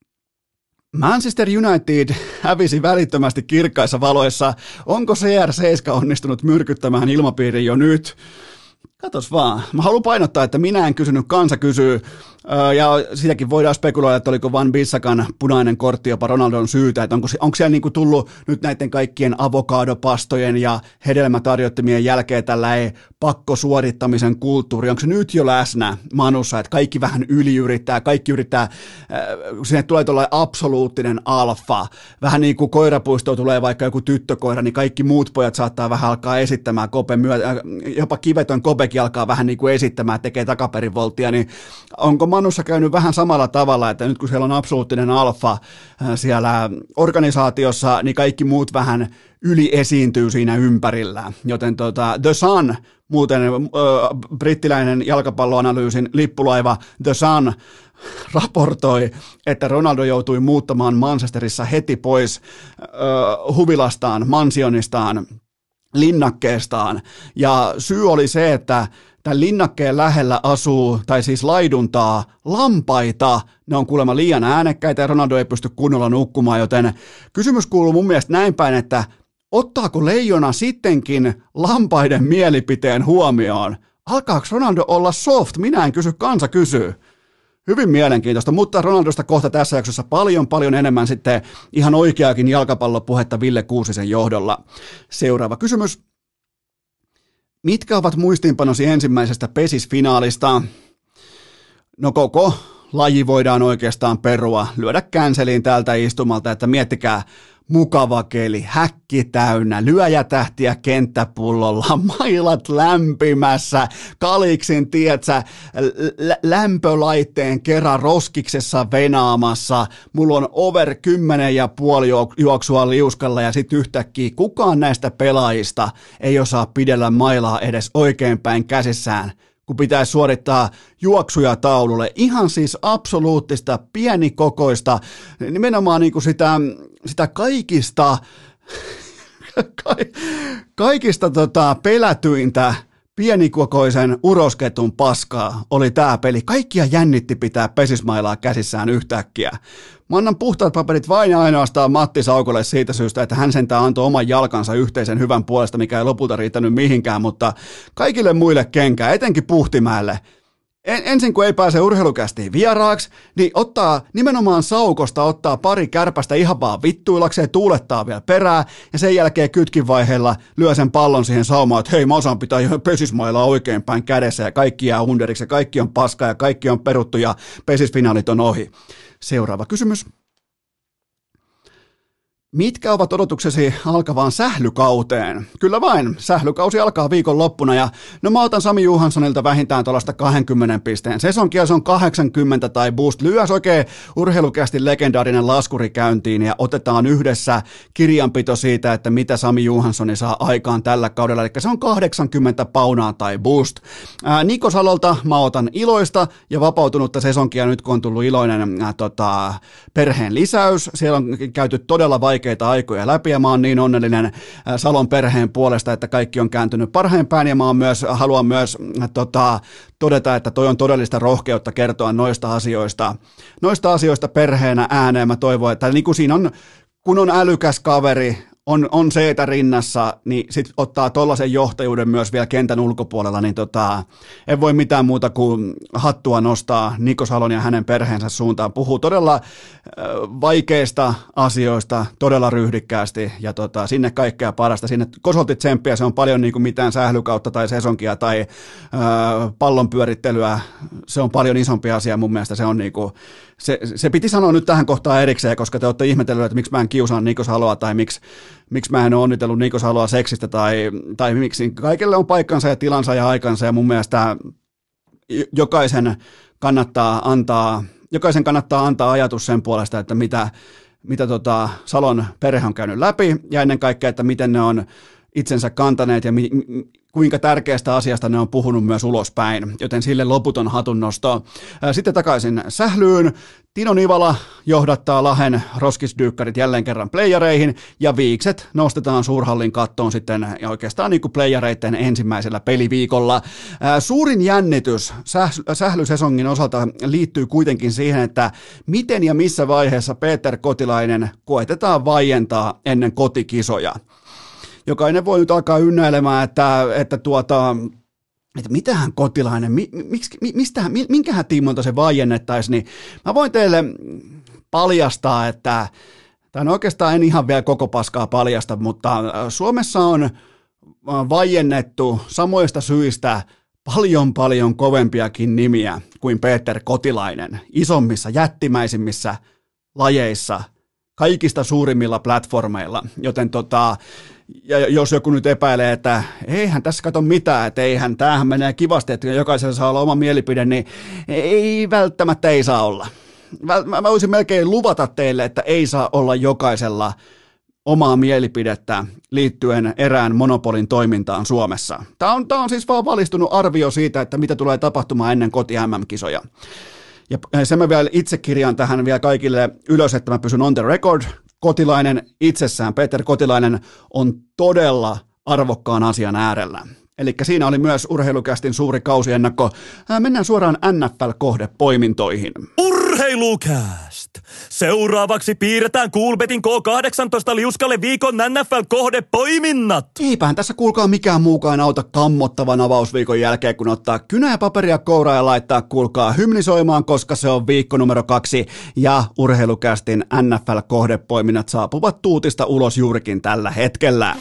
Manchester United hävisi välittömästi kirkkaissa valoissa. Onko C R seitsemän onnistunut myrkyttämään ilmapiirin jo nyt? Katos vaan. Mä haluan painottaa, että minä en kysynyt, kansa kysyy. Ja sitäkin voidaan spekuloida, että oliko Van Bissakan punainen kortti jopa Ronaldon syytä, että onko, onko siellä niinku tullut nyt näiden kaikkien avokadopastojen ja hedelmätarjottimien jälkeen tällainen pakkosuorittamisen kulttuuri, onko se nyt jo läsnä Manussa, että kaikki vähän yliyrittää, kaikki yrittää, kun sinne tulee tuollainen absoluuttinen alfa, vähän niin kuin koirapuistoon tulee vaikka joku tyttökoira, niin kaikki muut pojat saattaa vähän alkaa esittämään, Kope myötä, jopa kivetön Kopekin alkaa vähän niin kuin esittämään, tekee takaperivolttia, niin onko Manussa käynyt vähän samalla tavalla, että nyt kun siellä on absoluuttinen alfa siellä organisaatiossa, niin kaikki muut vähän yliesiintyy siinä ympärillä. Joten tota, The Sun, muuten ö, brittiläinen jalkapalloanalyysin lippulaiva The Sun, raportoi, että Ronaldo joutui muuttamaan Manchesterissa heti pois ö, huvilastaan, mansionistaan, linnakkeestaan. Ja syy oli se, että tämän linnakkeen lähellä asuu, tai siis laiduntaa, lampaita. Ne on kuulemma liian äänekkäitä ja Ronaldo ei pysty kunnolla nukkumaan, joten kysymys kuuluu mun mielestä näin päin, että ottaako leijona sittenkin lampaiden mielipiteen huomioon? Alkaako Ronaldo olla soft? Minä en kysy, kansa kysyy. Hyvin mielenkiintoista, mutta Ronaldosta kohta tässä jaksossa paljon paljon enemmän sitten ihan oikeaakin jalkapallopuhetta Ville Kuusisen johdolla. Seuraava kysymys. Mitkä ovat muistiinpanosi ensimmäisestä pesisfinaalista? No koko laji voidaan oikeastaan perua, lyödä känseliin tältä istumalta, että miettikää, mukava keli, häkki täynnä, lyöjätähtiä kenttäpullolla, mailat lämpimässä, kaliksin, tietsä, lä- lämpölaitteen kerran roskiksessa venaamassa, mulla on over kymmenen ja puoli juoksua liuskalla ja sit yhtäkkiä kukaan näistä pelaajista ei osaa pidellä mailaa edes oikeinpäin käsissään, kun pitäisi suorittaa juoksuja taululle. Ihan siis absoluuttista, pienikokoista, nimenomaan niin kuin sitä, sitä kaikista, ka, kaikista tota, pelätyintä pienikokoisen urosketun paskaa oli tämä peli. Kaikkia jännitti pitää pesismailaa käsissään yhtäkkiä. Mä annan puhtaat paperit vain ja ainoastaan Matti Saukolle siitä syystä, että hän sentään antoi oman jalkansa yhteisen hyvän puolesta, mikä ei lopulta riittänyt mihinkään, mutta kaikille muille kenkää, etenkin Puhtimäelle. En, ensin kun ei pääse urheilukästiin vieraaksi, niin ottaa nimenomaan Saukosta, ottaa pari kärpästä ihan vaan vittuilakseen, tuulettaa vielä perää ja sen jälkeen kytkin vaiheella lyö sen pallon siihen saumaan, että hei mä osaan pitää ihan pesismailla oikeinpäin kädessä ja kaikki jää underiksi ja kaikki on paskaa ja kaikki on peruttu ja pesisfinaalit on ohi. Seuraava kysymys. Mitkä ovat odotuksesi alkavaan sählykauteen? Kyllä vain, sählykausi alkaa viikonloppuna ja no mä otan Sami Johanssonilta vähintään tuollaista kaksikymmentä pisteen sesonkia, se on kahdeksankymmentä tai boost. Lyös oikein urheilukästi legendaarinen laskuri käyntiin ja otetaan yhdessä kirjanpito siitä, että mitä Sami Johanssoni saa aikaan tällä kaudella, eli se on kahdeksankymmentä paunaa tai boost. Ää, Niko Salolta mä otan iloista ja vapautunutta sesonkia nyt kun on tullut iloinen ää, tota, perheen lisäys, siellä on käyty todella vaikea aikoja läpi ja mä oon niin onnellinen Salon perheen puolesta, että kaikki on kääntynyt parhain päin ja mä oon myös, haluan myös tota, todeta, että toi on todellista rohkeutta kertoa noista asioista, noista asioista perheenä ääneen. Mä toivon, että niin kuin siinä on, kun on älykäs kaveri, on, on seetä rinnassa, niin sit ottaa tollaisen johtajuuden myös vielä kentän ulkopuolella, niin tota, en voi mitään muuta kuin hattua nostaa Niko Salon ja hänen perheensä suuntaan. Puhuu todella äh, vaikeista asioista, todella ryhdikkäästi ja tota, sinne kaikkea parasta. Sinne kosolti tsemppiä, se on paljon niin kuin mitään sählykautta tai sesonkia tai äh, pallon pyörittelyä. Se on paljon isompi asia mun mielestä. Se, on niin kuin, se, se piti sanoa nyt tähän kohtaan erikseen, koska te olette ihmetelleet, että miksi mä en kiusaa Niko Saloa tai miksi miksi mä en ole onnitellut Niko Saloa seksistä tai, tai miksi. Kaikille on paikkansa ja tilansa ja aikansa ja mun mielestä jokaisen kannattaa antaa jokaisen kannattaa antaa ajatus sen puolesta, että mitä, mitä tota Salon perhe on käynyt läpi ja ennen kaikkea, että miten ne on itsensä kantaneet ja mi, kuinka tärkeästä asiasta ne on puhunut myös ulospäin, joten sille loputon hatunnosto. Sitten takaisin sählyyn. Tino Nivala johdattaa Lahen roskisdyykkarit jälleen kerran playereihin ja viikset nostetaan suurhallin kattoon sitten ja oikeastaan niin kuin playereiden ensimmäisellä peliviikolla. Suurin jännitys sählysesongin osalta liittyy kuitenkin siihen, että miten ja missä vaiheessa Peter Kotilainen koetetaan vaientaa ennen kotikisoja. Jokainen voi nyt alkaa ynnäilemään, että, että, tuota, että mitähän Kotilainen, mi, miksi, mistähän, minkähän tiimolta se vaiennettaisiin, niin mä voin teille paljastaa, että, tai no oikeastaan en ihan vielä koko paskaa paljasta, mutta Suomessa on vaiennettu samoista syistä paljon paljon kovempiakin nimiä kuin Peter Kotilainen, isommissa, jättimäisimmissä lajeissa, kaikista suurimmilla platformeilla, joten tota, ja jos joku nyt epäilee, että eihän tässä kato mitään, että eihän, tämähän menee kivasti, että jokaisella saa olla oma mielipide, niin ei välttämättä ei saa olla. Mä voisin melkein luvata teille, että ei saa olla jokaisella omaa mielipidettä liittyen erään monopolin toimintaan Suomessa. Tämä on, tämä on siis vaan valistunut arvio siitä, että mitä tulee tapahtumaan ennen koti-M M-kisoja. Ja sen mä vielä itse kirjaan tähän vielä kaikille ylös, että mä pysyn on the record. Kotilainen itsessään, Peter Kotilainen, on todella arvokkaan asian äärellä. Eli siinä oli myös Urheilukästin suuri kausiennakko. Mennään suoraan N F L-kohdepoimintoihin. Urheilukäst! Seuraavaksi piirretään Coolbetin K kahdeksantoista liuskalle viikon N F L-kohdepoiminnat. Eipähän tässä kuulkaa mikään muukaan auta kammottavan avausviikon jälkeen, kun ottaa kynä ja paperia kouraa ja laittaa kuulkaa hymnisoimaan, koska se on viikko numero kaksi ja Urheilukästin N F L-kohdepoiminnat saapuvat tuutista ulos juurikin tällä hetkellä.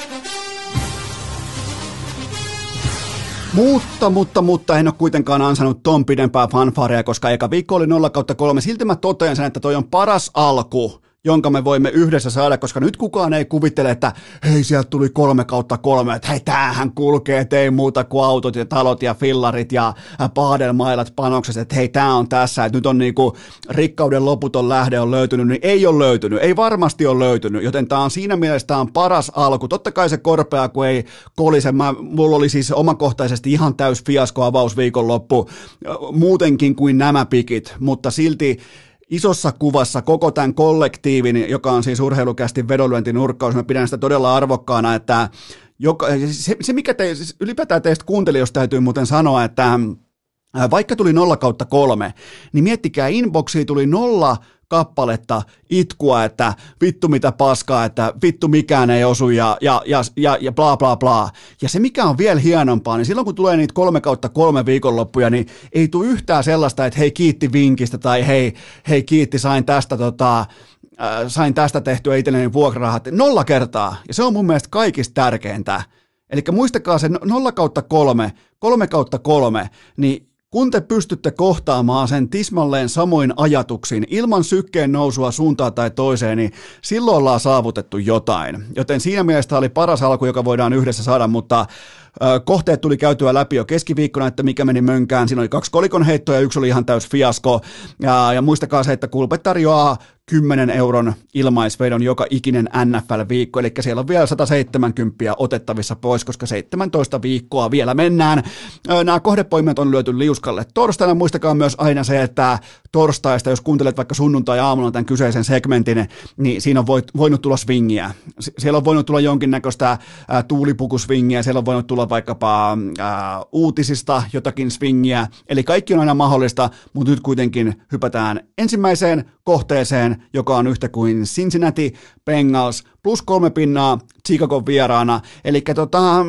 Mutta, mutta, mutta en ole kuitenkaan ansainnut ton pidempää fanfaaria, koska eka viikko oli nolla kautta kolme. Silti mä totean sen, että toi on paras alku, jonka me voimme yhdessä saada, koska nyt kukaan ei kuvittele, että hei, sieltä tuli kolme kautta kolme, että hei, tämähän kulkee, että ei muuta kuin autot ja talot ja fillarit ja paadelmailat panokset, että hei, tää on tässä, että nyt on niinku rikkauden loputon lähde on löytynyt, niin ei ole löytynyt, ei varmasti ole löytynyt, joten tää on siinä mielessä tää on paras alku. Totta kai se korpea, kun ei kolise, mä, mulla oli siis omakohtaisesti ihan täys fiasko avausviikonloppu, muutenkin kuin nämä pikit, mutta silti isossa kuvassa koko tämän kollektiivin, joka on siis Urheilukästin vedonlyöntinurkkaus, mä pidän sitä todella arvokkaana, että joka, se, se mikä te, ylipäätään teistä kuuntelijoista täytyy muuten sanoa, että vaikka tuli nolla kautta kolme, niin miettikää, inboxiin tuli nolla kappaletta itkua, että vittu mitä paskaa, että vittu mikään ei osu ja, ja, ja, ja, ja bla bla bla. Ja se mikä on vielä hienompaa, niin silloin kun tulee niitä kolme kautta kolme viikonloppuja, niin ei tule yhtään sellaista, että hei kiitti vinkistä tai hei, hei kiitti sain tästä tota, äh, sain tästä tehtyä itselleni vuokrarahat. Nolla kertaa. Ja se on mun mielestä kaikista tärkeintä. Eli muistakaa se nolla kautta kolme, kolme kautta kolme, niin kun te pystytte kohtaamaan sen tismalleen samoin ajatuksin ilman sykkeen nousua suuntaan tai toiseen, niin silloin ollaan saavutettu jotain. Joten siinä mielessä oli paras alku, joka voidaan yhdessä saada, mutta kohteet tuli käytyä läpi jo keskiviikkona, että mikä meni mönkään. Siinä oli kaksi kolikon heittoa ja yksi oli ihan täys fiasko. Ja, ja muistakaa se, että Coolbet tarjoaa kymmenen euron ilmaisvedon joka ikinen N F L-viikko, eli siellä on vielä sata seitsemänkymmentä otettavissa pois, koska seitsemäntoista viikkoa vielä mennään. Nämä kohdepoiminnat on lyöty liuskalle torstaina. Muistakaa myös aina se, että torstaista, jos kuuntelet vaikka sunnuntai-aamuna tämän kyseisen segmentin, niin siinä on voinut tulla swingiä. Siellä on voinut tulla jonkinnäköistä tuulipukuswingiä, siellä on voinut tulla vaikkapa ää, uutisista jotakin swingiä, eli kaikki on aina mahdollista, mutta nyt kuitenkin hypätään ensimmäiseen kohteeseen, joka on yhtä kuin Cincinnati Bengals, plus kolme pinnaa Chicagon vieraana, eli tota,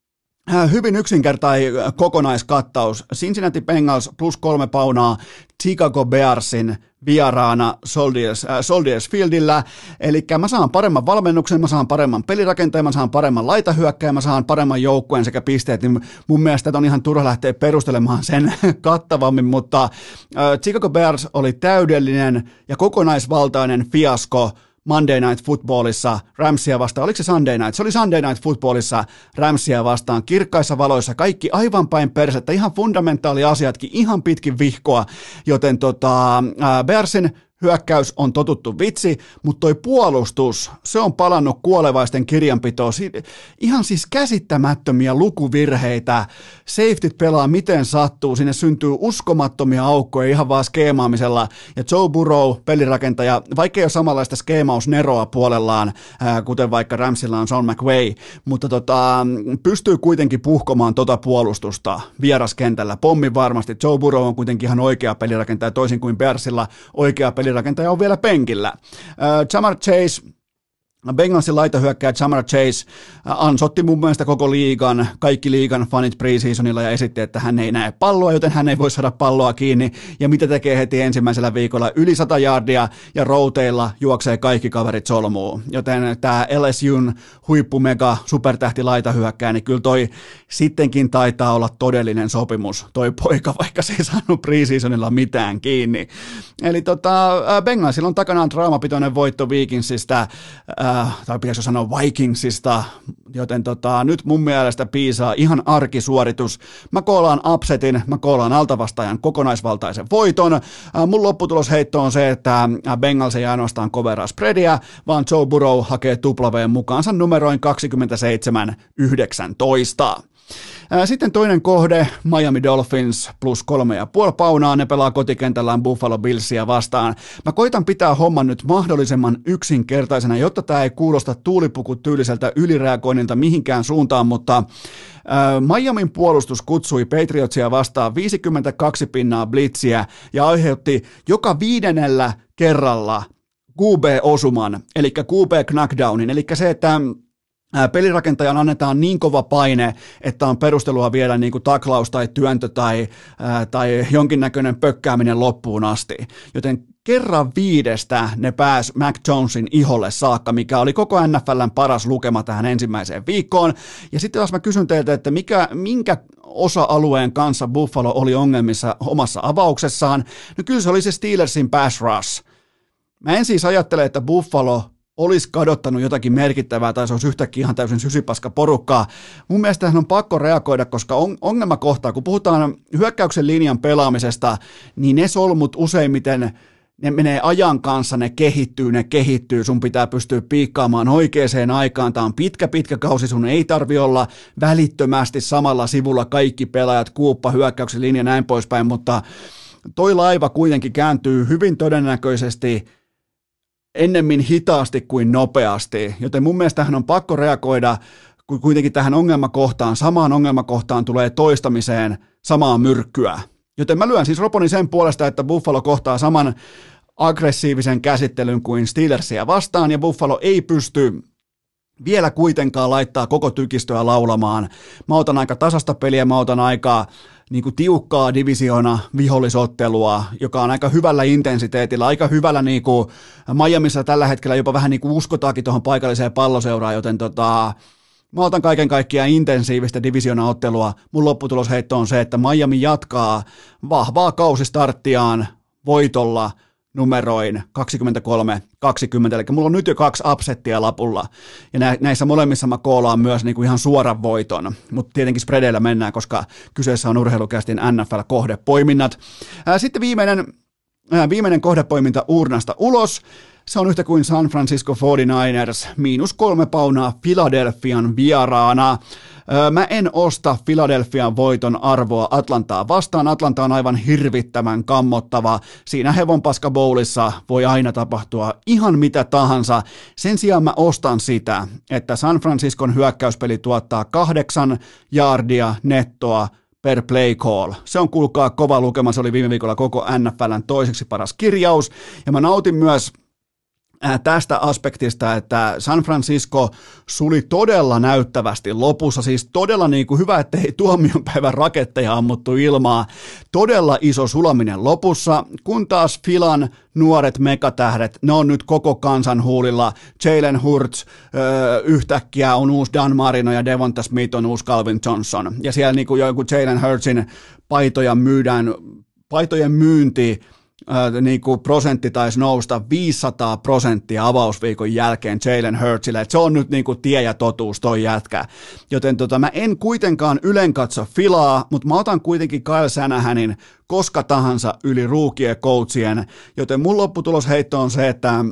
hyvin yksinkertainen kokonaiskattaus, Cincinnati Bengals plus kolme paunaa Chicago Bearsin vieraana Soldiers, äh, Soldiers Fieldillä, eli mä saan paremman valmennuksen, mä saan paremman pelirakentajan, mä saan paremman laitahyökkäjän, mä saan paremman joukkueen sekä pisteet, niin mun mielestä on ihan turha lähteä perustelemaan sen kattavammin, mutta äh, Chicago Bears oli täydellinen ja kokonaisvaltainen fiasko Monday Night Footballissa Ramsia vastaan, oliko se Sunday Night? Se oli Sunday Night Footballissa Ramsia vastaan, kirkkaissa valoissa, kaikki aivan päin persettä, ihan fundamentaaliasiatkin, ihan pitkin vihkoa, joten tota, Bearsin hyökkäys on totuttu vitsi, mutta toi puolustus, se on palannut kuolevaisten kirjanpitoon. Ihan siis käsittämättömiä lukuvirheitä. Safetyt pelaa miten sattuu, sinne syntyy uskomattomia aukkoja ihan vaan skeemaamisella. Ja Joe Burrow, pelirakentaja, vaikka ei ole samanlaista skeemausneroa puolellaan, ää, kuten vaikka Ramsilla on Sean McVay, mutta tota, pystyy kuitenkin puhkomaan tota puolustusta vieraskentällä. Pommin varmasti. Joe Burrow on kuitenkin ihan oikea pelirakentaja, toisin kuin Bearsilla oikea pelirakentaja. Rakentaja on vielä penkillä. Uh, Jamar Chase, Bengalsin laitahyökkääjä Jamar Chase ansotti mun mielestä koko liigan, kaikki liigan fanit preseasonilla ja esitti, että hän ei näe palloa, joten hän ei voi saada palloa kiinni. Ja mitä tekee heti ensimmäisellä viikolla? Yli sata yardia ja routeilla juoksee kaikki kaverit solmuun. Joten tämä L S U:n huippumega supertähti laitahyökkääjä, niin kyllä toi sittenkin taitaa olla todellinen sopimus, toi poika, vaikka se ei saanut preseasonilla mitään kiinni. Eli tota, Bengalsilla on takanaan draamapitoinen voitto Vikingsistä, tai pitäisikö sanoa Vikingsista, joten tota, nyt mun mielestä piisaa ihan arkisuoritus. Mä koolaan upsetin, mä koolaan altavastaajan kokonaisvaltaisen voiton. Mun lopputulosheitto on se, että Bengals ei ainoastaan coveraa spreadia, vaan Joe Burrow hakee tuplaveen mukaansa numeroin kaksikymmentäseitsemän yhdeksäntoista. Sitten toinen kohde, Miami Dolphins plus kolme ja puoli paunaa, ne pelaa kotikentällään Buffalo Billsia vastaan. Mä koitan pitää homman nyt mahdollisimman yksinkertaisena, jotta tää ei kuulosta tuulipukutyyliseltä ylireagoinnilta mihinkään suuntaan, mutta äh, Miamin puolustus kutsui Patriotsia vastaan viisikymmentäkaksi pinnaa blitsiä ja aiheutti joka viidennellä kerralla Q B-osuman, eli Q B-knockdownin, eli se, että pelirakentajan annetaan niin kova paine, että on perustelua vielä niin kuin taklaus tai työntö tai, ää, tai jonkinnäköinen pökkääminen loppuun asti. Joten kerran viidestä ne pääs Mac Jonesin iholle saakka, mikä oli koko N F L:n paras lukema tähän ensimmäiseen viikkoon. Ja sitten jos mä kysyn teiltä, että mikä, minkä osa-alueen kanssa Buffalo oli ongelmissa omassa avauksessaan, no kyllä se oli se Steelersin pass rush. Mä en siis ajattele, että Buffalo olisi kadottanut jotakin merkittävää tai se olisi yhtäkkiä ihan täysin sysipaska porukkaa. Mun mielestä hän on pakko reagoida, koska on, ongelma kohtaa, kun puhutaan hyökkäyksen linjan pelaamisesta, niin ne solmut useimmiten, ne menee ajan kanssa, ne kehittyy, ne kehittyy, sun pitää pystyä piikkaamaan oikeaan aikaan, tämä on pitkä, pitkä kausi, sun ei tarvi olla välittömästi samalla sivulla kaikki pelaajat, kuuppa, hyökkäyksen linja, näin poispäin, mutta toi laiva kuitenkin kääntyy hyvin todennäköisesti ennemmin hitaasti kuin nopeasti, joten mun mielestä hän on pakko reagoida, kun kuitenkin tähän ongelmakohtaan, samaan ongelmakohtaan tulee toistamiseen samaa myrkkyä. Joten mä lyön siis roponi sen puolesta, että Buffalo kohtaa saman aggressiivisen käsittelyn kuin Steelersia vastaan, ja Buffalo ei pysty vielä kuitenkaan laittaa koko tykistöä laulamaan. Mä otan aika tasasta peliä, mä otan aika niin kuin tiukkaa divisioona vihollisottelua, joka on aika hyvällä intensiteetillä, aika hyvällä niin kuin Miamissa tällä hetkellä jopa vähän niin kuin uskotaankin tuohon paikalliseen palloseuraan, joten tota, mä otan kaiken kaikkiaan intensiivistä divisionaottelua. Mun lopputulosheitto on se, että Miami jatkaa vahvaa kausistarttiaan voitolla numeroin kaksikymmentäkolme kaksikymmentä, eli mulla on nyt jo kaksi upsettia lapulla, ja näissä molemmissa mä koolaan myös niinku ihan suoran voiton, mutta tietenkin spreadeillä mennään, koska kyseessä on urheilukästin N F L-kohdepoiminnat. Sitten viimeinen, viimeinen kohdepoiminta urnasta ulos, se on yhtä kuin San Francisco forty-niners, miinus kolme paunaa Philadelphian vieraana. Mä en osta Philadelphian voiton arvoa Atlantaa vastaan. Atlanta on aivan hirvittävän kammottava. Siinä hevonpaska bowlissa voi aina tapahtua ihan mitä tahansa. Sen sijaan mä ostan sitä, että San Franciscon hyökkäyspeli tuottaa kahdeksan yardia nettoa per play call. Se on kuulkaa kova lukema. Se oli viime viikolla koko N F L:n toiseksi paras kirjaus. Ja mä nautin myös tästä aspektista, että San Francisco suli todella näyttävästi lopussa, siis todella niin kuin hyvä, ettei tuomionpäivän raketteja ammuttu ilmaa, todella iso sulaminen lopussa, kun taas Philan nuoret megatähdet, ne on nyt koko kansan huulilla, Jalen Hurts öö, yhtäkkiä on uusi Dan Marino ja Devonta Smith on uusi Calvin Johnson, ja siellä niin kuin joku Jalen Hurtsin paitoja myydään, paitojen myynti äh, niin kuin prosentti taisi nousta viisisataa prosenttia avausviikon jälkeen Jalen Hurtsille, että se on nyt niin kuin tie ja totuus toi jätkä. Joten tota, mä en kuitenkaan ylenkatso Filaa, mutta mä otan kuitenkin Kyle Shanahanin koska tahansa yli ruukien coachien, joten mun lopputulosheitto on se, että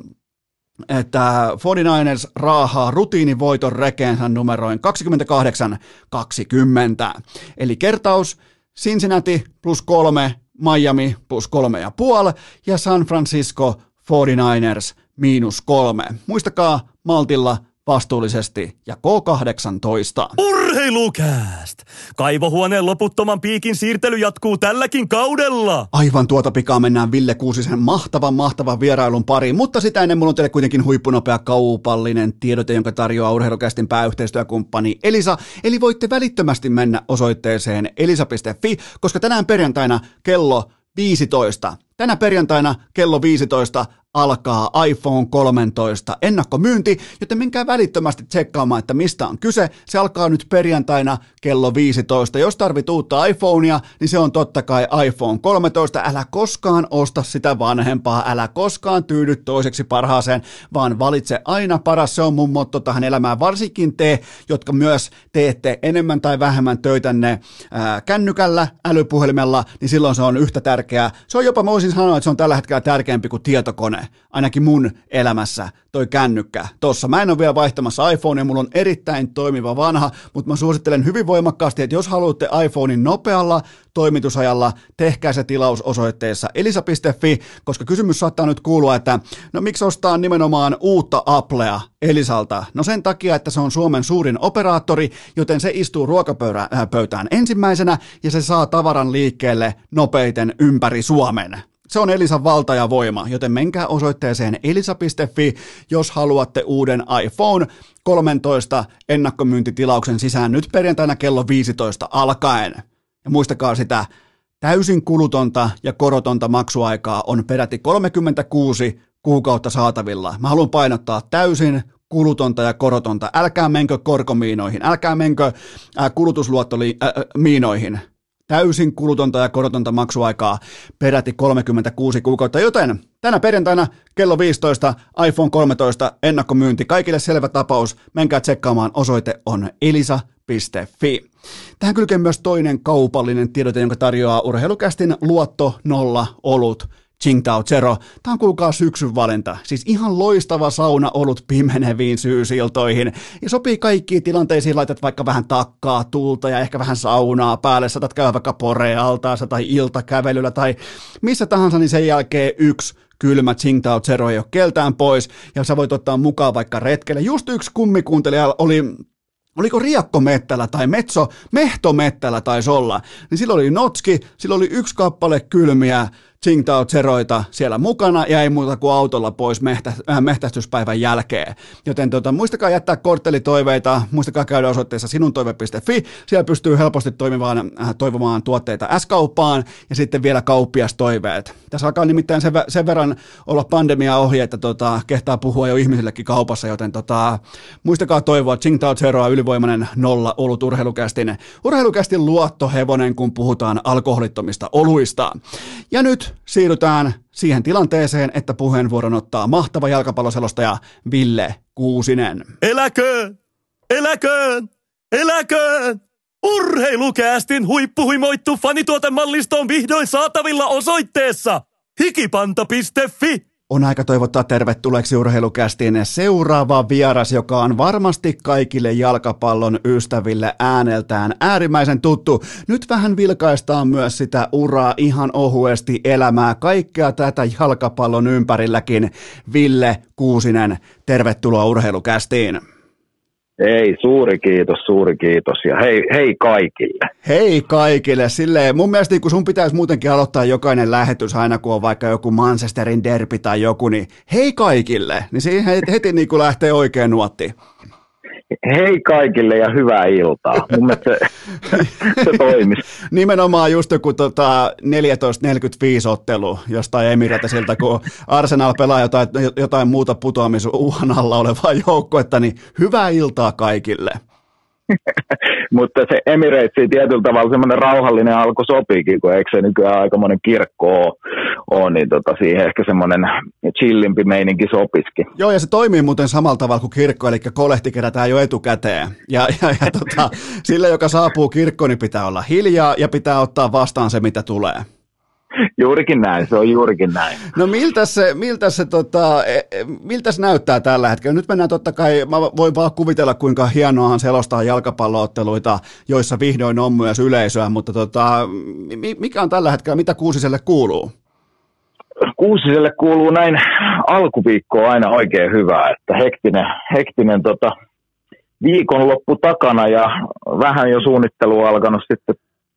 että neljäkymmentäyhdeksän ers raahaa rutiinivoiton rekeensä numeroin kaksikymmentäkahdeksan kaksikymmentä. Eli kertaus Cincinnati plus kolme, Miami plus kolme ja puoli ja San Francisco neljäkymmentäyhdeksän ers miinus kolme. Muistakaa maltilla, vastuullisesti ja K kahdeksantoista. Urheilukääst! Kaivohuoneen loputtoman piikin siirtely jatkuu tälläkin kaudella. Aivan tuota pikaa mennään Ville Kuusisen mahtavan mahtavan vierailun pariin, mutta sitä ennen mulla on teille kuitenkin huippunopea kaupallinen tiedote, jonka tarjoaa Urheilukästin pääyhteistyökumppani Elisa. Eli voitte välittömästi mennä osoitteeseen elisa piste fi, koska tänään perjantaina kello viisitoista. Tänä perjantaina kello viisitoista alkaa iPhone kolmetoista ennakkomyynti, joten menkää välittömästi tsekkaamaan, että mistä on kyse. Se alkaa nyt perjantaina kello viisitoista. Jos tarvit uutta iPhonea, niin se on totta kai iPhone kolmetoista. Älä koskaan osta sitä vanhempaa, älä koskaan tyydy toiseksi parhaaseen, vaan valitse aina paras. Se on mun motto tähän elämään, varsinkin te, jotka myös teette enemmän tai vähemmän töitänne ää, kännykällä, älypuhelimella, niin silloin se on yhtä tärkeää. Se on jopa, mä voisin sanoa, että se on tällä hetkellä tärkeämpi kuin tietokone. Ainakin mun elämässä toi kännykkä. Tossa mä en ole vielä vaihtamassa iPhonea, mulla on erittäin toimiva vanha, mutta mä suosittelen hyvin voimakkaasti, että jos haluatte iPhonein nopealla toimitusajalla, tehkää se tilaus osoitteessa elisa piste fi, koska kysymys saattaa nyt kuulua, että no miksi ostaa nimenomaan uutta Applea Elisalta? No sen takia, että se on Suomen suurin operaattori, joten se istuu ruokapöytään ensimmäisenä ja se saa tavaran liikkeelle nopeiten ympäri Suomen. Se on Elisan valta ja voima, joten menkää osoitteeseen elisa piste fi, jos haluatte uuden iPhone kolmetoista ennakkomyyntitilauksen sisään nyt perjantaina kello viisitoista alkaen. Ja muistakaa sitä, täysin kulutonta ja korotonta maksuaikaa on peräti kolmekymmentäkuusi kuukautta saatavilla. Mä haluan painottaa täysin kulutonta ja korotonta. Älkää menkö korkomiinoihin, älkää menkö äh, kulutusluottomiinoihin. Täysin kulutonta ja korotonta maksuaikaa peräti kolmekymmentäkuusi kuukautta, joten tänä perjantaina kello viisitoista iPhone kolmetoista ennakkomyynti. Kaikille selvä tapaus, menkää tsekkaamaan, osoite on elisa piste fi. Tähän kylkee myös toinen kaupallinen tiedote, jonka tarjoaa Urheilukästin Luotto nolla olut. Tsingtao Zero. Tämä on kuulkaa syksyn valinta. Siis ihan loistava sauna olut pimeneviin syysiltoihin. Ja sopii kaikkiin tilanteisiin, laitat vaikka vähän takkaa, tulta ja ehkä vähän saunaa päälle. Saatat käydä vaikka Pore-altaassa tai iltakävelyllä tai missä tahansa, niin sen jälkeen yksi kylmä Tsingtao Zero ei ole keltään pois. Ja sä voit ottaa mukaan vaikka retkelle. Just yksi kummikuuntelija oli... Oliko Riakkomettälä tai Metso, Mehtomettälä taisi olla, niin sillä oli notski, sillä oli yksi kappale kylmiä Tsingtao Zeroita siellä mukana ja ei muuta kuin autolla pois mehtä, äh, mehtästyspäivän jälkeen. Joten tota, muistakaa jättää korttelitoiveita, muistakaa käydä osoitteessa sinuntoive piste fi, siellä pystyy helposti toimimaan, äh, toivomaan tuotteita S-kauppaan ja sitten vielä kauppiastoiveet. Tässä alkaa nimittäin sen, sen verran olla pandemia ohi, että tota, kehtaa puhua jo ihmisillekin kaupassa, joten tota, muistakaa toivoa Tsingtao Zeroa ylivoimainen nolla olut urheilukästin, urheilukästin luottohevonen, kun puhutaan alkoholittomista oluista. Ja nyt siirrytään siihen tilanteeseen, että puheenvuoron ottaa mahtava jalkapalloselostaja Ville Kuusinen. Eläköön! Eläköön! Eläköön! Urheilukäästin huippuhimoittu fanituotemallisto on vihdoin saatavilla osoitteessa hikipanta piste fi. On aika toivottaa tervetulleeksi Urheilukästiin seuraava vieras, joka on varmasti kaikille jalkapallon ystäville ääneltään äärimmäisen tuttu. Nyt vähän vilkaistaan myös sitä uraa ihan ohuesti elämää, kaikkea tätä jalkapallon ympärilläkin. Ville Kuusinen, tervetuloa Urheilukästiin. Ei, suuri kiitos, suuri kiitos ja hei, hei kaikille. Hei kaikille. Silleen, mun mielestä niin kun sun pitäisi muutenkin aloittaa jokainen lähetys aina kun on vaikka joku Manchesterin derby tai joku, niin hei kaikille. Niin siihen heti niin kuin lähtee oikein nuotti. Hei kaikille ja hyvää iltaa. Mun mielestä se, se toimisi. Nimenomaan just joku tota, neljätoista neljäkymmentäviisi ottelu jostain Emiratesilta, kun Arsenal pelaa jotain, jotain muuta putoamisuhan alla olevaa joukkuetta, niin hyvää iltaa kaikille. Mutta se Emiratesiin tietyllä tavalla semmoinen rauhallinen alku sopiikin, kun eikö se nykyään aikamoinen kirkko ole, on, niin tota, siihen ehkä semmoinen chillimpi meininki sopisikin. Joo, ja se toimii muuten samalla tavalla kuin kirkko, eli kolehti kerätään jo etukäteen. Ja, ja, ja tota, sillä, joka saapuu kirkkoon, niin pitää olla hiljaa ja pitää ottaa vastaan se, mitä tulee. Juurikin näin, se on juurikin näin. No miltä se, miltä se, tota, miltä se näyttää tällä hetkellä? Nyt mennään totta kai, mä voin vaan kuvitella, kuinka hienoahan selostaa jalkapallootteluita, joissa vihdoin on myös yleisöä, mutta tota, mikä on tällä hetkellä, mitä Kuusiselle kuuluu? Kuusiselle kuuluu näin alkuviikkoa aina oikein hyvää, että hektinen, hektinen tota, viikonloppu takana ja vähän jo suunnittelu alkanut sitten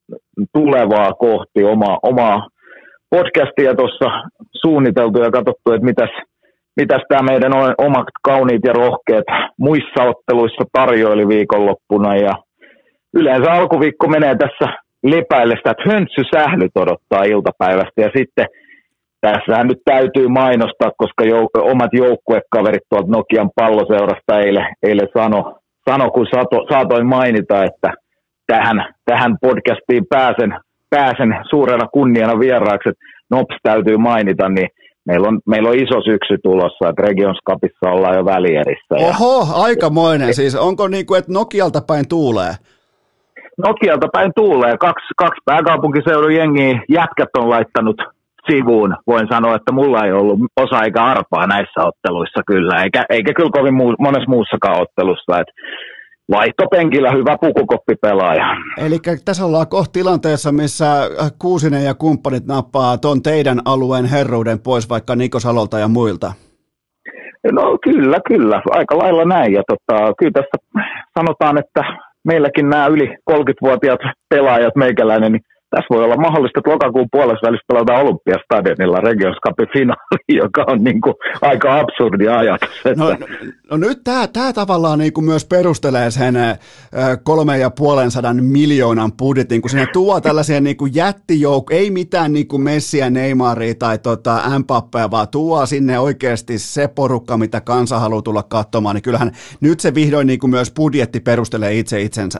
tulevaa kohti oma, omaa podcastia tuossa suunniteltu ja katsottu, että mitäs, mitäs tämä meidän omat kauniit ja rohkeat muissa otteluissa tarjoili viikonloppuna. Ja yleensä alkuviikko menee tässä lepäille sitä, että höntsysählyt odottaa iltapäivästä. Ja sitten tässähän nyt täytyy mainostaa, koska jouk- omat joukkuekaverit tuolta Nokian palloseurasta eilen, eilen sano, sano, kun sato, saatoin mainita, että tähän, tähän podcastiin pääsen, pääsen suurena kunniana vieraaksi, että Nops täytyy mainita, niin meillä on, meillä on iso syksy tulossa, että Regions Cupissa ollaan jo välierissä. Oho, aikamoinen. Siis onko niin kuin, että Nokialta päin tuulee? Nokialta päin tuulee. Kaksi, kaksi pääkaupunkiseudun jengiä jätkät on laittanut sivuun. Voin sanoa, että mulla ei ollut osa eikä arpaa näissä otteluissa kyllä, eikä, eikä kyllä kovin muu, monessa muussakaan ottelussa, että vaihtopenkillä hyvä pukukoppipelaaja. Eli tässä ollaan kohta tilanteessa, missä Kuusinen ja kumppanit nappaa ton teidän alueen herruuden pois vaikka Niko Salolta ja muilta. No kyllä, kyllä. Aika lailla näin. Ja tota, kyllä tässä sanotaan, että meilläkin nämä yli kolmekymmentävuotiaat pelaajat, meikäläinen, niin tässä voi olla mahdollista, että lokakuun puolessa välissä pelataan Olympiastadionilla Regions Cupin finaali, joka on niin kuin aika absurdi ajatus. No, no, no nyt tämä, tämä tavallaan niin kuin myös perustelee sen kolme ja puolen sadan miljoonan budjetin, kun sinne tuo tällaisia niin kuin jättijoukkoja, ei mitään niin kuin Messiä, Neymaria tai tota Mbappea, vaan tuo sinne oikeasti se porukka, mitä kansa haluaa tulla katsomaan, niin kyllähän nyt se vihdoin niin kuin myös budjetti perustelee itse itsensä.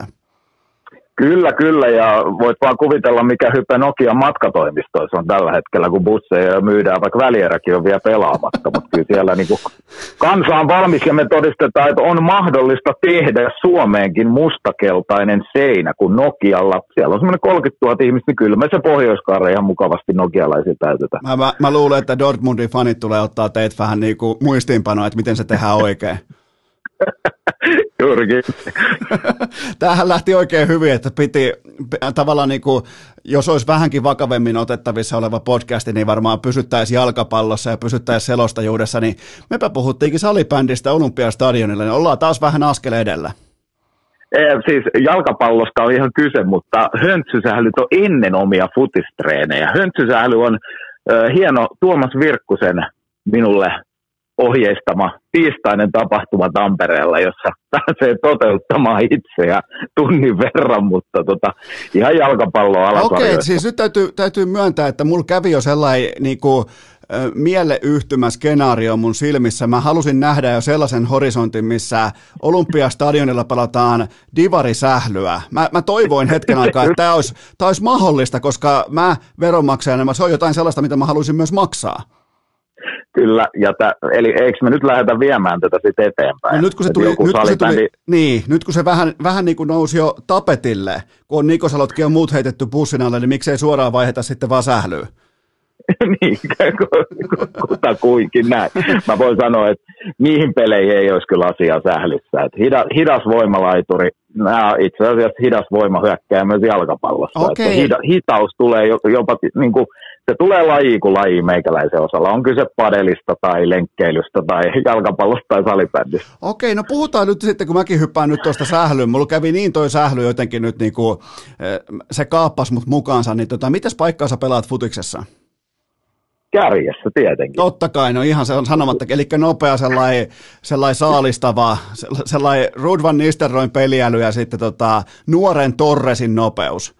Kyllä, kyllä, ja voit vaan kuvitella, mikä hype Nokian matkatoimistoissa on tällä hetkellä, kun busseja myydään, vaikka välieräkin on vielä pelaamatta, mutta kyllä siellä niin kuin kansa on valmis, ja me todistetaan, että on mahdollista tehdä Suomeenkin mustakeltainen seinä, kun Nokialla, siellä on semmoinen kolmekymmentätuhatta ihmistä, niin kyllä me se Pohjois-Karja ihan mukavasti nokialaisia täytetään. Mä, mä, mä luulen, että Dortmundin fanit tulee ottaa teitä vähän niin kuin muistiinpanoa, että miten se tehdään oikein. Juurikin. Tämähän lähti oikein hyvin, että piti tavallaan niin kuin, jos olisi vähänkin vakavemmin otettavissa oleva podcasti, niin varmaan pysyttäisiin jalkapallossa ja pysyttäisiin selostajuudessa, niin mepä puhuttiinkin salibändistä Olympiastadionilla, niin ollaan taas vähän askel edellä. Ee, siis jalkapallosta on ihan kyse, mutta höntsysählyt on ennen omia futistreenejä. Höntsysähly on ö, hieno Tuomas Virkkusen minulle ohjeistama tiistainen tapahtuma Tampereella, jossa pääsee toteuttamaan itseä tunnin verran, mutta tota, ihan jalkapalloa alasarjoista. Okei, siis nyt täytyy, täytyy myöntää, että mulla kävi jo sellainen niin kuin, mieleyhtymä skenaario mun silmissä. Mä halusin nähdä jo sellaisen horisontin, missä Olympiastadionilla pelataan divarisählyä. Mä, mä toivoin hetken aikaa, että tämä olisi, tämä olisi mahdollista, koska mä veronmaksajana, se on jotain sellaista, mitä mä haluaisin myös maksaa. Kyllä, ja tä, eli eikö me nyt lähdetä viemään tätä sitten eteenpäin? No nyt kun se tuli, nyt kun se tuli niin, nyt kun se vähän, vähän niin kuin nousi jo tapetille, kun on Niko Salotkin ja muut heitetty bussin alle, niin miksei suoraan vaiheta sitten vaan sählyä? Niin, kutakuinkin näin. Mä voin sanoa, että niihin peleihin ei olisi kyllä asiaa sählyssä. Että hidas, hidas voimalaituri, nämä itse asiassa hidas voima hyökkää myös jalkapallossa. Okay. Hita, hitaus tulee jopa, niin kuin, se tulee laji kuin laji meikäläisen osalla. On kyse padelista tai lenkkeilystä tai jalkapallosta tai salibändistä. Okei, no puhutaan nyt sitten, kun mäkin hyppään nyt tuosta sählyyn. Mulla kävi niin toi sähly jotenkin nyt, niin kuin, se kaappas mut mukaansa. Niin tota, mitäs paikkaa sä pelaat futiksessa? Kärjessä tietenkin. Totta kai, no ihan se on sanomatta, eli nopea sellainen, sellainen saalistava, sellainen Ruud van Nistelrooyn peliäly ja sitten tota, nuoren Torresin nopeus.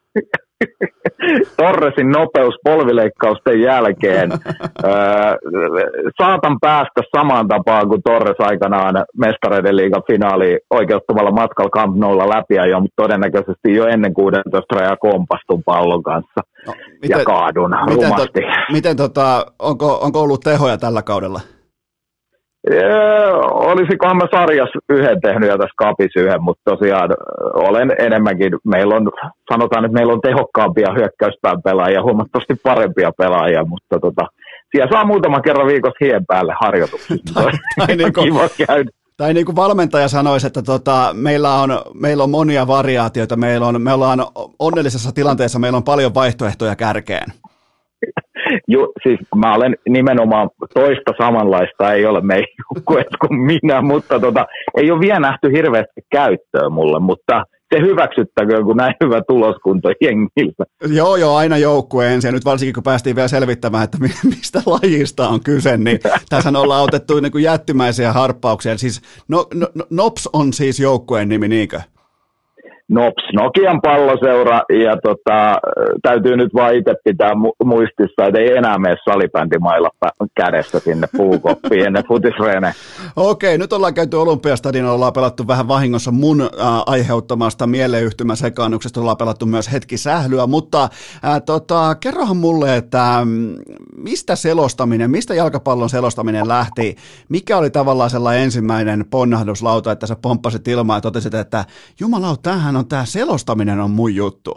Torresin nopeus polvileikkausten jälkeen. öö, saatan päästä samaan tapaan kuin Torres aikanaan Mestareiden liigan finaali oikeuttamalla matkalla Camp Noulla läpi, jo, mutta todennäköisesti jo ennen kuusitoista rajaa kompastun pallon kanssa. No, miten, ja kaadun miten, rumasti. To, miten tota, onko, onko ollut tehoja tällä kaudella? Öö, olisikohan mä sarjassa yhden tehnyt ja tässä kapissa yhden, mutta tosiaan olen enemmänkin, meillä on, sanotaan, että meillä on tehokkaampia hyökkäyspään pelaajia, huomattavasti parempia pelaajia, mutta tota, siellä saa muutaman kerran viikossa hien päälle harjoituksissa. tai, tai, niin kuin, kiva käydä. Tai niin kuin valmentaja sanoisi, että tota, meillä, on, meillä on monia variaatioita, meillä on, me ollaan onnellisessa tilanteessa, meillä on paljon vaihtoehtoja kärkeen. Jo, siis mä olen nimenomaan toista samanlaista, ei ole meidän joukkueet kuin minä, mutta tota, ei ole vielä nähty hirveästi käyttöä mulle, mutta se hyväksyttäköön, kun näin hyvä tuloskunto jengiltä. Joo, joo, aina joukkue ensin, ja nyt varsinkin kun päästiin vielä selvittämään, että mistä lajista on kyse, niin tässä ollaan otettu niin kuin jättimäisiä harppauksia. Siis no, no, Nops on siis joukkueen nimi, niinkö? Nops, Nokian palloseura, ja tota, täytyy nyt vaan itse pitää mu- muistissa, että ei enää mene salibändimailla kädessä sinne puukoppiin ennen futisreeneen. Okei, nyt ollaan käyty Olympiastadionilla, ollaan pelattu vähän vahingossa mun äh, aiheuttamasta mieleyhtymäsekaannuksesta, ollaan pelattu myös hetki sählyä, mutta äh, tota, kerrohan mulle, että äh, mistä selostaminen, mistä jalkapallon selostaminen lähti, mikä oli tavallaan sellainen ensimmäinen ponnahduslauta, että sä pomppasit ilmaa ja totesit, että jumalauta, tämähän on tämä selostaminen on mun juttu.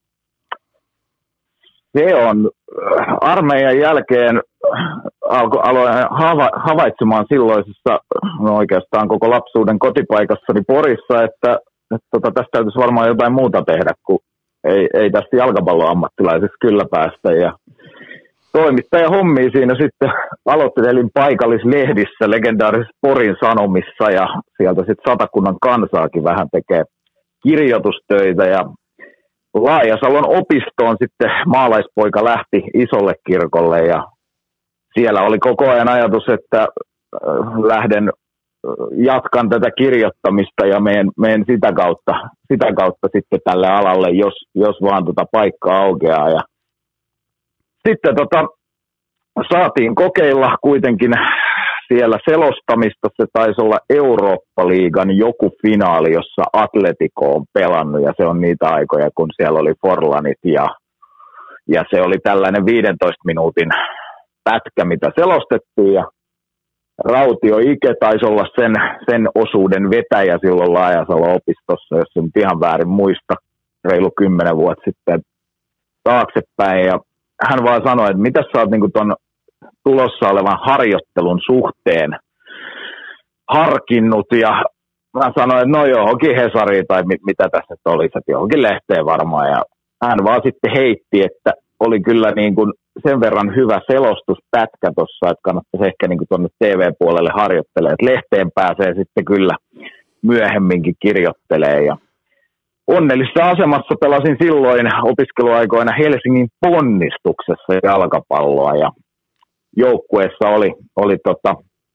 Se on armeijan jälkeen alko, aloin hava, havaitsemaan silloisessa, no oikeastaan koko lapsuuden kotipaikassani Porissa, että, että tota, tästä täytyisi varmaan jotain muuta tehdä, kun ei, ei tästä jalkapallon ammattilaiseksi kyllä päästä. Ja toimittaja hommia siinä sitten aloittelin paikallislehdissä, legendaarisessa Porin Sanomissa, ja sieltä sitten Satakunnan Kansaakin vähän tekee kirjoitustöitä, ja Laajasalon opistoon sitten maalaispoika lähti isolle kirkolle, ja siellä oli koko ajan ajatus, että lähden jatkan tätä kirjoittamista ja menen, menen sitä, kautta, sitä kautta sitten tälle alalle, jos, jos vaan tota paikkaa aukeaa. Ja sitten tota, saatiin kokeilla kuitenkin siellä selostamista. Se taisi olla Eurooppa-liigan joku finaali, jossa Atletico on pelannut, ja se on niitä aikoja, kun siellä oli Forlanit, ja, ja se oli tällainen viidentoista minuutin pätkä, mitä selostettiin, ja Rautio Ike taisi olla sen, sen osuuden vetäjä silloin Laajasalo-opistossa, jos en ihan väärin muista, reilu kymmenen vuotta sitten taaksepäin, ja hän vaan sanoi, että mitä sä oot niin tuon tulossa olevan harjoittelun suhteen harkinnut, ja mä sanoin, että no johonkin Hesariin tai mit, mitä tässä nyt olisi, että johonkin lehteen varmaan, ja hän vaan sitten heitti, että oli kyllä niin kuin sen verran hyvä selostuspätkä tuossa, että kannattaisi ehkä niin kuin tuonne T V-puolelle harjoittelemaan, että lehteen pääsee sitten kyllä myöhemminkin kirjoittelemaan, ja onnellisessa asemassa pelasin silloin opiskeluaikoina Helsingin Ponnistuksessa jalkapalloa, ja joukkueessa oli, oli tota,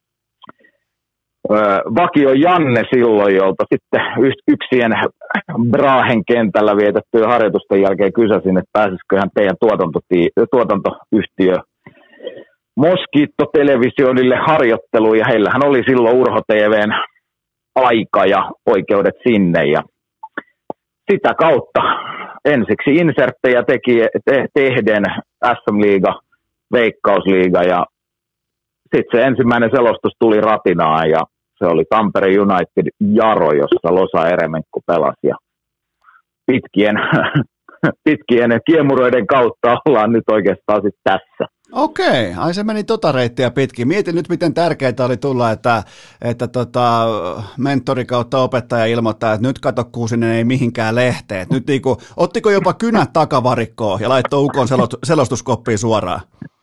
ö, vakio Janne silloin, jolta sitten yksien Brahen kentällä vietettyä harjoitusten jälkeen kysäsin, että pääsisikö hän teidän tuotantoyhtiö Moskitto-televisioonille harjoitteluun, ja heillähän oli silloin Urho T V:n aika ja oikeudet sinne, ja sitä kautta ensiksi inserttejä teki, te, tehden S M-liiga, Veikkausliiga, ja sitten se ensimmäinen selostus tuli ratinaan, ja se oli Tampere United Jaro, jossa Losa Eremenko pelasi, ja pitkien, pitkien kiemuroiden kautta ollaan nyt oikeastaan sitten tässä. Okei, ai se meni tota reittiä pitkin. Mietin nyt, miten tärkeää oli tulla, että, että tota, mentori kautta opettaja ilmoittaa, että nyt kato Kuusinen ei mihinkään lehteen. Nyt niinku, ottiko jopa kynät takavarikkoon ja laittoi ukon selostuskoppiin suoraan?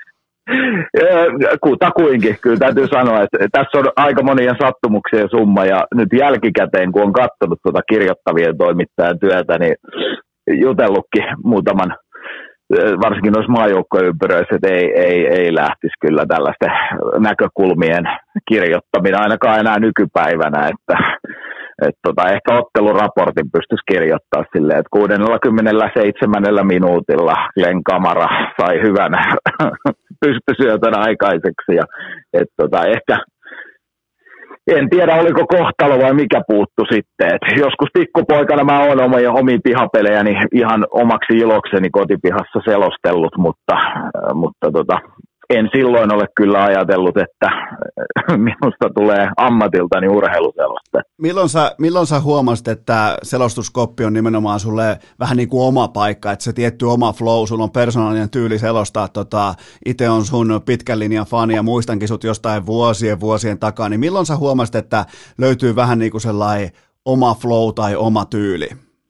Kutakuinkin, kyllä täytyy sanoa, että tässä on aika monia sattumuksia summa, ja nyt jälkikäteen, kun on katsonut tuota kirjoittavien toimittajan työtä, niin jutellutkin muutaman, varsinkin noissa maajoukkoympyröissä, että ei, ei, ei lähtisi kyllä tällaisten näkökulmien kirjoittaminen ainakaan enää nykypäivänä, että et tota, ehkä otteluraportin pystyisi kirjoittaa silleen, että kuusikymmentäseitsemän minuutilla Glenn Kamara sai hyvän pystysyötön aikaiseksi, ja et tota, ehkä en tiedä, oliko kohtalo vai mikä puuttu sitten. Et joskus pikkupoikana mä oon omia, omia pihapelejäni ihan omaksi ilokseni kotipihassa selostellut, mutta, mutta tota, en silloin ole kyllä ajatellut, että minusta tulee ammatiltani urheiluselostaja. Milloin sä, milloin sä huomasit, että selostuskoppi on nimenomaan sulle vähän niin kuin oma paikka, että se tietty oma flow, sulla on persoonallinen tyyli selostaa, tota, itse on sun pitkän linjan fani ja muistankin sut jostain vuosien vuosien takaa, niin milloin sä huomasit, että löytyy vähän niin kuin sellainen oma flow tai oma tyyli?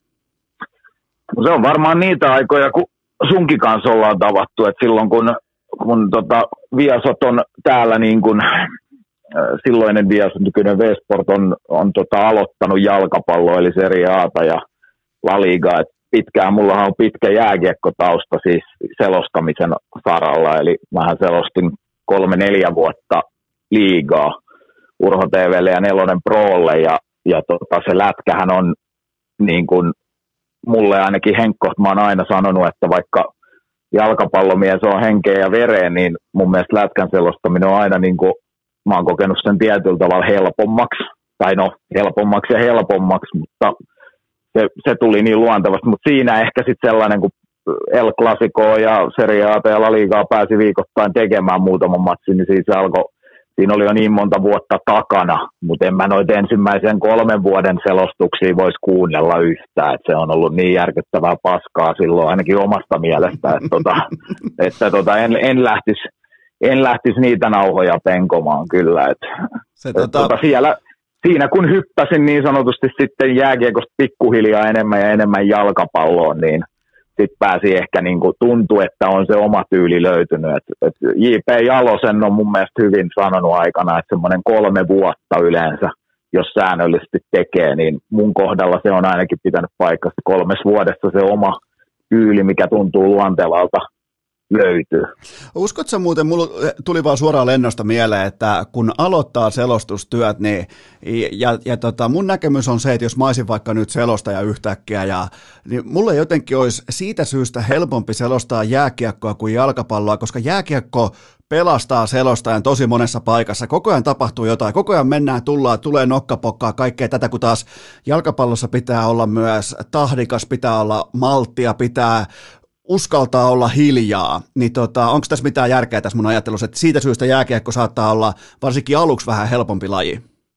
No se on varmaan niitä aikoja, kun sunkin kanssa ollaan tavattu, että silloin kun kun tota, Viasat on täällä, niin kun, äh, silloinen Viasat, nykyinen V-Sport on, on tota, aloittanut jalkapalloa, eli Serie A:ta ja La Ligaa. Et pitkään, mullahan on pitkä jääkiekkotausta siis selostamisen saralla, eli mähän selostin kolme neljä vuotta liigaa Urho T V:lle ja Nelonen Prolle, ja, ja tota, se lätkähän on niin kun, mulle ainakin Henkko, mä oon aina sanonut, että vaikka jalkapallomies on henkeä ja vereen, niin mun mielestä lätkän selostaminen on aina, niin kuin, mä oon kokenut sen tietyllä tavalla helpommaksi, tai no helpommaksi ja helpommaksi, mutta se, se tuli niin luontevasti, mutta siinä ehkä sitten sellainen, kun El Clasicoa ja Serie A:ta ja La Ligaa pääsi viikoittain tekemään muutaman matsin, niin siinä se alkoi. Siinä oli jo niin monta vuotta takana, mutta en mä noita ensimmäisen kolmen vuoden selostuksia voisi kuunnella yhtään. Että se on ollut niin järkyttävää paskaa silloin ainakin omasta mielestä, että, tota, että tota, en, en, lähtisi, en lähtisi niitä nauhoja penkomaan kyllä. Että, se, että, tota... tota, siellä, siinä kun hyppäsin niin sanotusti sitten jääkiekosta pikkuhiljaa enemmän ja enemmän jalkapalloon, niin sitten pääsi ehkä niin kuin tuntuu, että on se oma tyyli löytynyt. Et, et J P Jalosen on mun mielestä hyvin sanonut aikana, että semmoinen kolme vuotta yleensä, jos säännöllisesti tekee, niin mun kohdalla se on ainakin pitänyt paikassa. Kolmes vuodessa se oma tyyli, mikä tuntuu luontevalta, löytyy. Uskotko muuten, mulla tuli vaan suoraan lennosta mieleen, että kun aloittaa selostustyöt, niin ja, ja tota, mun näkemys on se, että jos mä olisin vaikka nyt selostaja yhtäkkiä, ja, niin mulle jotenkin olisi siitä syystä helpompi selostaa jääkiekkoa kuin jalkapalloa, koska jääkiekko pelastaa selostajan tosi monessa paikassa. Koko ajan tapahtuu jotain, koko ajan mennään, tullaan, tulee nokkapokkaa, kaikkea tätä, kun taas jalkapallossa pitää olla myös tahdikas, pitää olla malttia, pitää uskaltaa olla hiljaa, niin tota, onko tässä mitään järkeä tässä mun ajattelussa, että siitä syystä jääkiekko saattaa olla varsinkin aluksi vähän helpompi laji?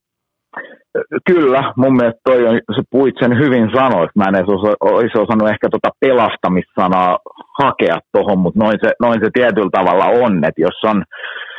Kyllä, mun mielestä toi on, se puhuit sen hyvin sanoit, mä en edes osa, olisi osannut ehkä tota pelastamissanaa hakea tohon, mutta noin se, noin se tietyllä tavalla on, että jos on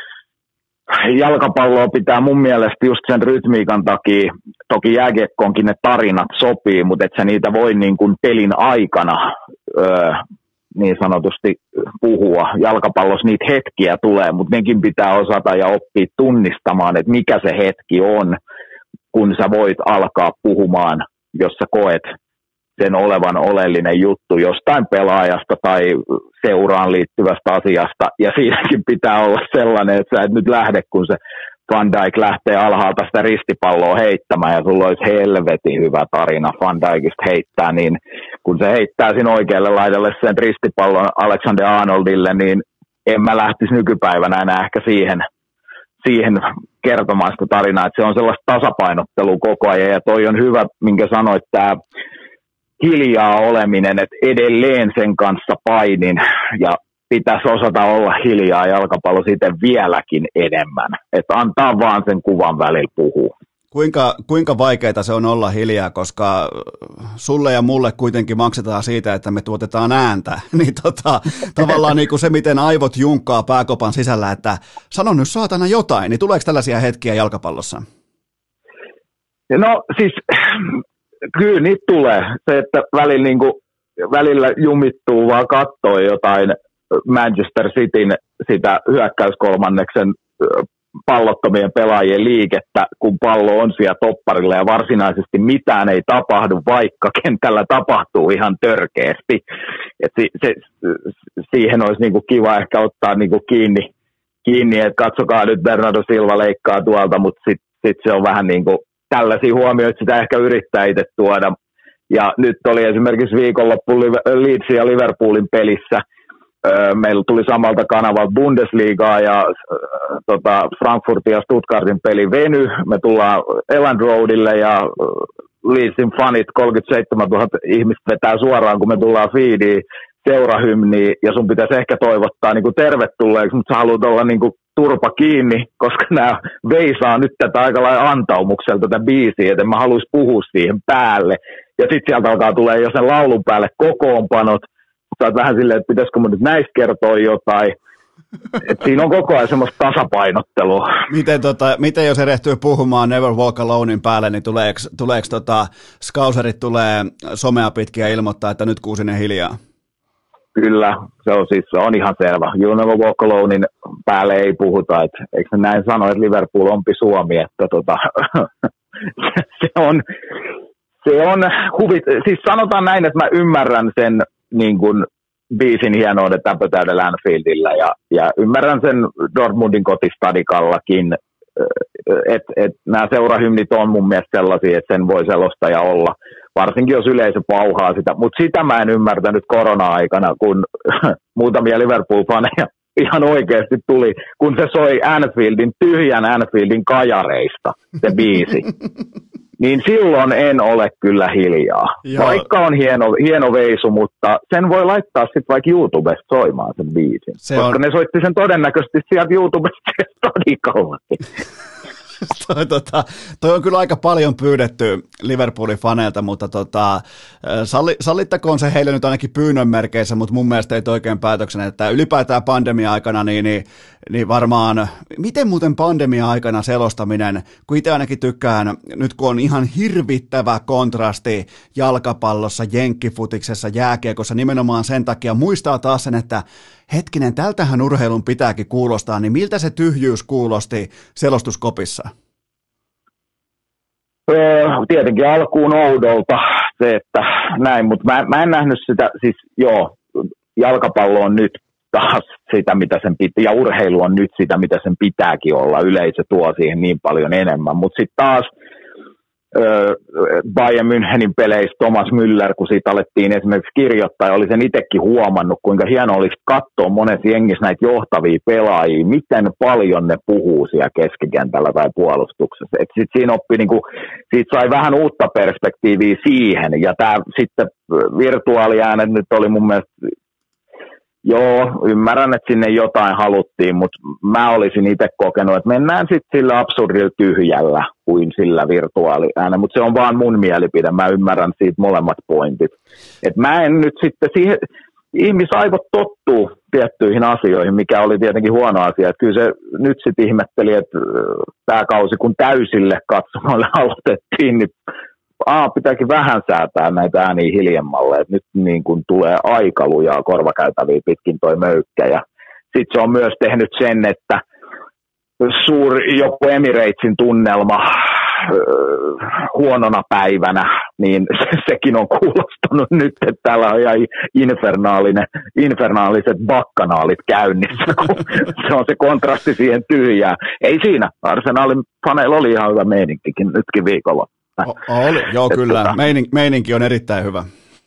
jalkapalloa pitää mun mielestä just sen rytmiikan takia, toki jääkiekkoonkin ne tarinat sopii, mutta et sä niitä voi niin kuin pelin aikana öö, niin sanotusti puhua. Jalkapallossa niitä hetkiä tulee, mutta nekin pitää osata ja oppia tunnistamaan, että mikä se hetki on, kun sä voit alkaa puhumaan, jos sä koet sen olevan oleellinen juttu jostain pelaajasta tai seuraan liittyvästä asiasta. Ja siinäkin pitää olla sellainen, että sä et nyt lähde, kun se Van Dijk lähtee alhaalta sitä ristipalloa heittämään ja sulla olisi helvetin hyvä tarina Van Dijkista heittää, niin kun se heittää sinne oikealle laidalle sen ristipallon Alexander Arnoldille, niin en mä lähtisi nykypäivänä enää ehkä siihen, siihen kertomaan sitä tarinaa, että se on sellaista tasapainottelua koko ajan ja toi on hyvä, minkä sanoit, tämä hiljaa oleminen, että edelleen sen kanssa painin ja pitäisi osata olla hiljaa jalkapallo sitten vieläkin enemmän, että antaa vaan sen kuvan välillä puhua. Kuinka, kuinka vaikeaa se on olla hiljaa, koska sulle ja mulle kuitenkin maksetaan siitä, että me tuotetaan ääntä, niin tota, tavallaan niin kuin se, miten aivot junkkaa pääkopan sisällä, että sano nyt saatana jotain, niin tuleeko tällaisia hetkiä jalkapallossa? No siis kyllä niitä tulee, se että välillä, niin kuin, välillä jumittuu vaan kattoo jotain Manchester Cityn sitä hyökkäyskolmanneksen pallottomien pelaajien liikettä, kun pallo on siellä topparilla ja varsinaisesti mitään ei tapahdu, vaikka kentällä tapahtuu ihan törkeästi. Et si, se, siihen olisi niinku kiva ehkä ottaa niinku kiinni, kiinni että katsokaa nyt Bernardo Silva leikkaa tuolta, mutta sitten sit se on vähän niin kuin tällaisia huomioita, sitä ehkä yrittää itse tuoda. Ja nyt oli esimerkiksi viikonloppu Leedsin ja Liverpoolin pelissä, Meillä tuli samalta kanavalta Bundesligaa ja äh, tota Frankfurtin ja Stuttgartin peli veny. Me tullaan Elland Roadille ja Leedsin fanit kolmekymmentäseitsemäntuhatta ihmistä vetää suoraan, kun me tullaan feediin seurahymniin ja sun pitäisi ehkä toivottaa niin kuin tervetulleeksi, mutta sä haluat olla niin kuin turpa kiinni, koska nämä veisaa nyt tätä aika lailla antaumuksella tätä biisiä, että en mä haluaisi puhua siihen päälle. Ja sitten sieltä alkaa tulee jo sen laulun päälle kokoonpanot. Sä oot vähän silleen, että pitäisikö mun nyt näistä kertoa jotain. Et siinä on koko ajan semmoista tasapainottelua. Miten, tota, miten jos erehtyy puhumaan Never Walk Alonein päälle, niin tuleeko, tuleeko tota, skauserit tulee somea pitkin ja ilmoittaa, että nyt Kuusinen hiljaa? Kyllä, se on siis se on ihan selvä. You Never Walk Alonein päälle ei puhuta. Et, eikö ne näin sano, että Liverpool ompi Suomi, että tota, se on, se on huvit. Siis sanotaan näin, että mä ymmärrän sen niin kuin biisin hienouden täpötäydellä Anfieldillä ja, ja ymmärrän sen Dortmundin kotistadikallakin, että et nämä seurahymnit on mun mielestä sellaisia, että sen voi selostaja olla, varsinkin jos yleisö pauhaa sitä, mutta sitä mä en ymmärtänyt korona-aikana, kun muutamia Liverpool-faneja ihan oikeasti tuli, kun se soi Anfieldin, tyhjän Anfieldin kajareista, se biisi. Niin silloin en ole kyllä hiljaa. Joo. Vaikka on hieno, hieno veisu, mutta sen voi laittaa sitten vaikka YouTubesta soimaan sen biisin. Se koska on... ne soitti sen todennäköisesti sieltä YouTubesta stadikallakin. toi, tota, toi on kyllä aika paljon pyydetty Liverpoolin faneilta, mutta tota, salli, sallittakoon se heille nyt ainakin pyynnön merkeissä, mutta mun mielestä ei oikein päätöksen, että ylipäätään pandemia-aikana, niin, niin, niin varmaan, miten muuten pandemia-aikana selostaminen, kun itse ainakin tykkään, nyt kun on ihan hirvittävä kontrasti jalkapallossa, jenkkifutiksessa, jääkiekossa, nimenomaan sen takia muistaa taas sen, että hetkinen, tältähän urheilun pitääkin kuulostaa, niin miltä se tyhjyys kuulosti selostuskopissa? Öö, tietenkin alkuun oudolta se, että näin, mutta mä, mä en nähnyt sitä, siis joo, jalkapallo on nyt taas sitä, mitä sen pitää, ja urheilu on nyt sitä, mitä sen pitääkin olla, yleisö tuo siihen niin paljon enemmän, mutta sitten taas Bayern Münchenin peleissä Thomas Müller, kun siitä alettiin esimerkiksi kirjoittaa, ja oli sen itsekin huomannut, kuinka hieno olisi katsoa monessa jengissä näitä johtavia pelaajia, miten paljon ne puhuu siellä keskikentällä tai puolustuksessa. Et sit siinä oppi, niinku, siitä sai vähän uutta perspektiiviä siihen, ja tämä sitten virtuaaliäänet nyt oli mun mielestä, joo, ymmärrän, että sinne jotain haluttiin, mutta mä olisin itse kokenut, että mennään sitten sillä absurdilla tyhjällä kuin sillä virtuaaliäänellä, mutta se on vaan mun mielipide, mä ymmärrän siitä molemmat pointit. Et mä en nyt sitten siihen, ihmisaivot tottuu tiettyihin asioihin, mikä oli tietenkin huono asia, että kyllä se nyt sitten ihmetteli, että tämä kausi kun täysille katsomalle aloitettiin, niin Aa, pitääkin vähän säätää näitä ääniä hiljemmalle, että nyt niin kuin tulee aika lujaa korvakäytäviä pitkin toi möykkä. Ja sitten se on myös tehnyt sen, että suuri joku Emiratesin tunnelma öö, huonona päivänä, niin sekin on kuulostanut nyt, että täällä on ihan infernaaliset bakkanaalit käynnissä, kun se on se kontrasti siihen tyhjään. Ei siinä, Arsenalin faneilla oli ihan hyvä meininkikin nytkin viikolla. O, oli, joo, kyllä. Tota... Meinin, meininki on erittäin hyvä.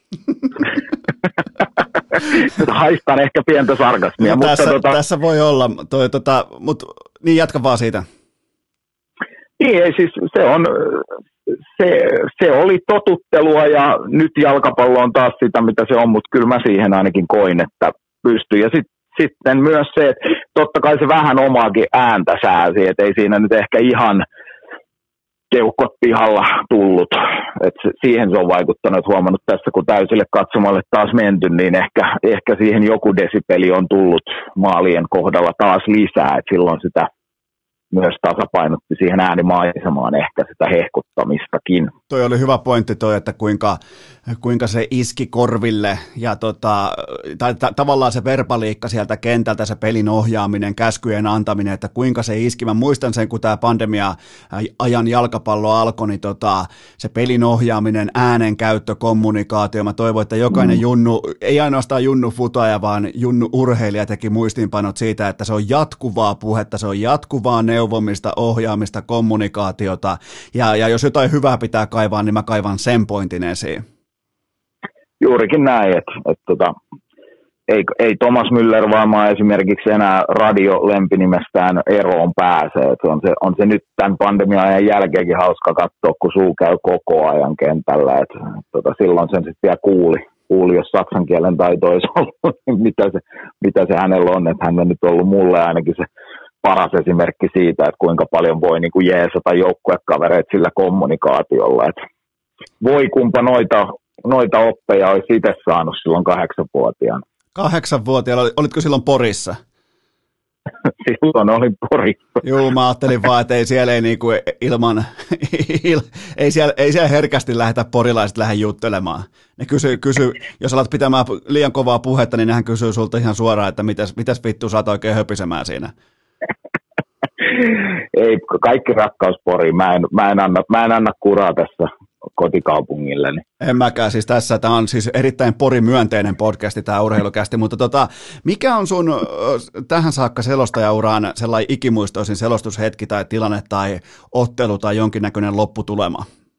Haistan ehkä pientä sarkasmia. No, mutta tässä, tota... tässä voi olla, toi, tota, mutta niin jatka vaan siitä. Niin, ei, siis se, on, se, se oli totuttelua ja nyt jalkapallo on taas sitä, mitä se on, mutta kyllä mä siihen ainakin koin, että pystyy. Ja sit, sitten myös se, että totta kai se vähän omaakin ääntä sääsi, että ei siinä nyt ehkä ihan keuhkot pihalla tullut. Et siihen se on vaikuttanut, että huomannut tässä, kun täysille katsomalle taas menty, niin ehkä, ehkä siihen joku desibeli on tullut maalien kohdalla taas lisää, että silloin sitä myös tasapainotti siihen äänimaisemaan ehkä sitä hehkuttamistakin. Toi oli hyvä pointti toi, että kuinka, kuinka se iski korville ja tota, tai ta, tavallaan se verbaliikka sieltä kentältä, se pelin ohjaaminen, käskyjen antaminen, että kuinka se iski. Mä muistan sen, kun tämä pandemia-ajan jalkapallo alkoi, niin tota, se pelin ohjaaminen, äänen käyttö, kommunikaatio. Mä toivon, että jokainen mm. junnu, ei ainoastaan junnu futaja, vaan junnu urheilija teki muistiinpanot siitä, että se on jatkuvaa puhetta, se on jatkuvaa neuvomista, ohjaamista, kommunikaatiota, ja, ja jos jotain hyvää pitää kaivaa, niin mä kaivan sen pointin esiin. Juurikin näin, että et, tota, ei, ei Thomas Müller varmaan esimerkiksi enää radiolempinimestään eroon pääse. Et on, se, on se nyt tämän pandemian jälkeenkin hauska katsoa, kun suu käy koko ajan kentällä. Et, tota, silloin sen sitten vielä kuuli, kuuli, jos saksan kielen taito olisi ollut, niin mitä se, mitä se hänellä on. Että hän on nyt ollut mulle ainakin se paras esimerkki siitä, että kuinka paljon voi niin kuin jeesata joukkuekavereita sillä kommunikaatiolla. Et voi kumpa noita, noita oppeja olisi itse saanut silloin kahdeksanvuotiaana. Kahdeksanvuotiaana, olitko silloin Porissa? Silloin olin Porissa. Joo, mä ajattelin vaan, että ei siellä ei niinku ilman, il, ei, siellä, ei siellä herkästi lähdetä porilaiset lähde juttelemaan. Ne kysyy, kysyy, jos alat pitämään liian kovaa puhetta, niin nehän kysyy sulta ihan suoraan, että mitäs, mitäs vittu sä oot oikein höpisemään siinä. Ei, kaikki rakkaus Poriin. Mä en, mä en, anna, mä en anna kuraa tässä kotikaupungilleni. En mäkään, siis tässä tämä on siis erittäin Pori-myönteinen podcasti, tämä urheilukästi, mutta tota, mikä on sun tähän saakka selostajauraan sellainen ikimuistoisin selostushetki tai tilanne tai ottelu tai jonkinnäköinen lopputulema?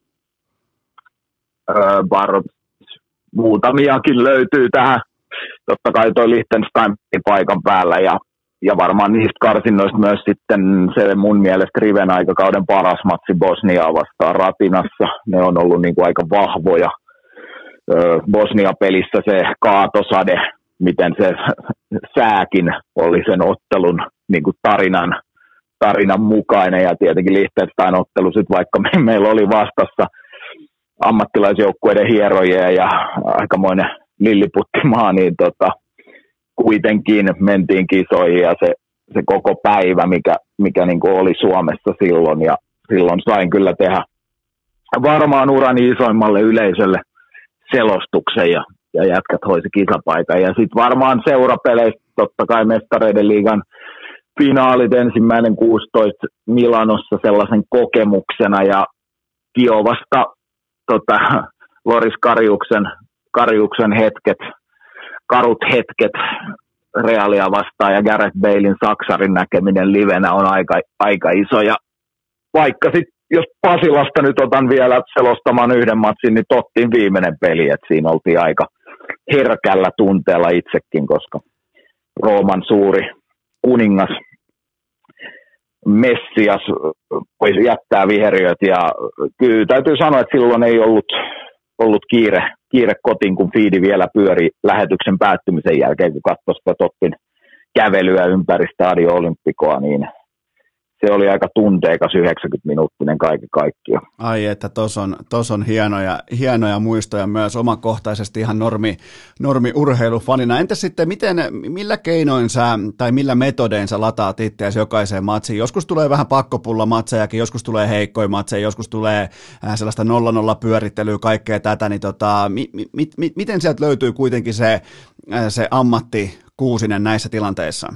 Öö, var, muutamiakin löytyy tähän. Totta kai toi Liechtenstein paikan päällä ja Ja varmaan niistä karsinnoista myös sitten se mun mielestä Riven aikakauden paras matsi Bosniaa vastaan Ratinassa. Ne on ollut niin kuin aika vahvoja. Bosnia-pelissä se kaatosade, miten se sääkin oli sen ottelun niin kuin tarinan, tarinan mukainen. Ja tietenkin Liechtenstein-ottelu sitten, vaikka me, meillä oli vastassa ammattilaisjoukkueiden hierojia ja aikamoinen lilliputtimaa, niin tota, kuitenkin mentiin kisoihin ja se, se koko päivä, mikä, mikä niin kuin oli Suomessa silloin, ja silloin sain kyllä tehdä varmaan urani isoimmalle yleisölle selostuksen, ja, ja jätkät hoisi kisapaikan. Ja sitten varmaan seurapeleistä, totta kai Mestareiden liigan finaalit ensimmäinen kuusitoista Milanossa sellaisen kokemuksena, ja Kiovasta tota, Loris Kariuksen, Kariuksen hetket, karut hetket Realia vastaan ja Gareth Balein saksarin näkeminen livenä on aika, aika iso. Ja vaikka sitten, jos Pasilasta nyt otan vielä selostamaan yhden matsin, niin tottiin viimeinen peli, että siinä oltiin aika herkällä tunteella itsekin, koska Rooman suuri kuningas Messias voisi jättää viheriöt. Ja kyllä täytyy sanoa, että silloin ei ollut, ollut kiire. kiire kotiin, kun fiidi vielä pyöri lähetyksen päättymisen jälkeen, kun katsoi sitä Tottin kävelyä ympäri Stadio Olympikoa, niin se oli aika tunteikas yhdeksänkymmentä-minuuttinen kaiken kaikkiaan. Ai että tos on, tos on hienoja, hienoja muistoja myös omakohtaisesti ihan normi, normi urheilufanina. Entäs sitten, miten, millä keinoin sä, tai millä metodein sä lataat itseäsi jokaiseen matsiin? Joskus tulee vähän pakkopulla matsejakin, joskus tulee heikkoja matseja, joskus tulee sellaista nolla nolla pyörittelyä, kaikkea tätä, niin tota, mi, mi, mi, miten sieltä löytyy kuitenkin se, se ammatti kuusinen näissä tilanteissa?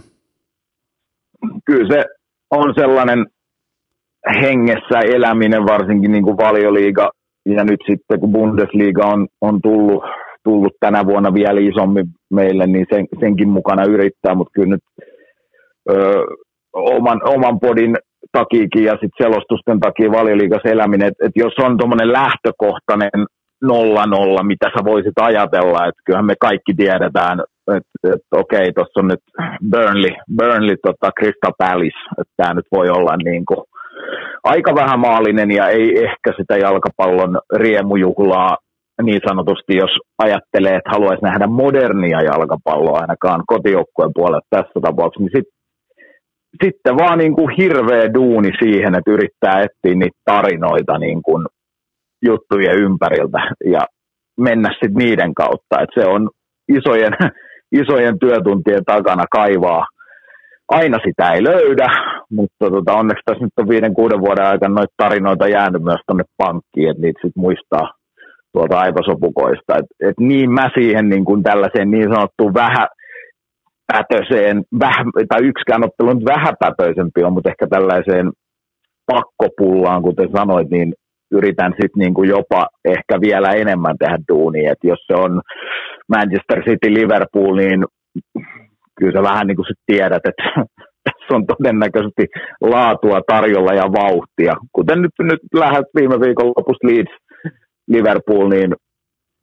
Kyllä se on sellainen hengessä eläminen, varsinkin niin kuin Valioliiga, ja nyt sitten kun Bundesliga on, on tullut, tullut tänä vuonna vielä isommin meille, niin sen, senkin mukana yrittää, mutta kyllä nyt ö, oman, oman podin takiakin ja sitten selostusten takia Valioliigassa eläminen, että et jos on tuommoinen lähtökohtainen nolla nolla, mitä sä voisit ajatella, että kyllähän me kaikki tiedetään, että et, okei, tuossa on nyt Burnley, Burnley tota Crystal Palace, että tämä nyt voi olla niin kuin aika vähämaalinen ja ei ehkä sitä jalkapallon riemujuhlaa niin sanotusti, jos ajattelee, että haluaisi nähdä modernia jalkapalloa ainakaan kotijoukkueen puolella tässä tapauksessa, niin sit, sitten vaan niin kuin hirveä duuni siihen, että yrittää etsiä niitä tarinoita niin kuin juttujen ympäriltä ja mennä sitten niiden kautta, että se on isojen, isojen työtuntien takana kaivaa. Aina sitä ei löydä, mutta tota, onneksi tässä nyt on viiden, kuuden vuoden aikana noita tarinoita jäänyt myös tuonne pankkiin, että niitä sitten muistaa tuolta aivosopukoista. Et, et niin mä siihen niin kuin tällaiseen niin sanottuun vähäpätöiseen, väh, tai yksikään ottelu nyt vähäpätöisempi on, mutta ehkä tällaiseen pakkopullaan, kuten sanoit, niin yritän sitten niinku jopa ehkä vielä enemmän tehdä duunia, että jos se on Manchester City Liverpool, niin kyllä sä vähän niin kuin sit tiedät, että tässä on todennäköisesti laatua tarjolla ja vauhtia. Kuten nyt, nyt lähdet viime viikon lopussa Leeds Liverpool, niin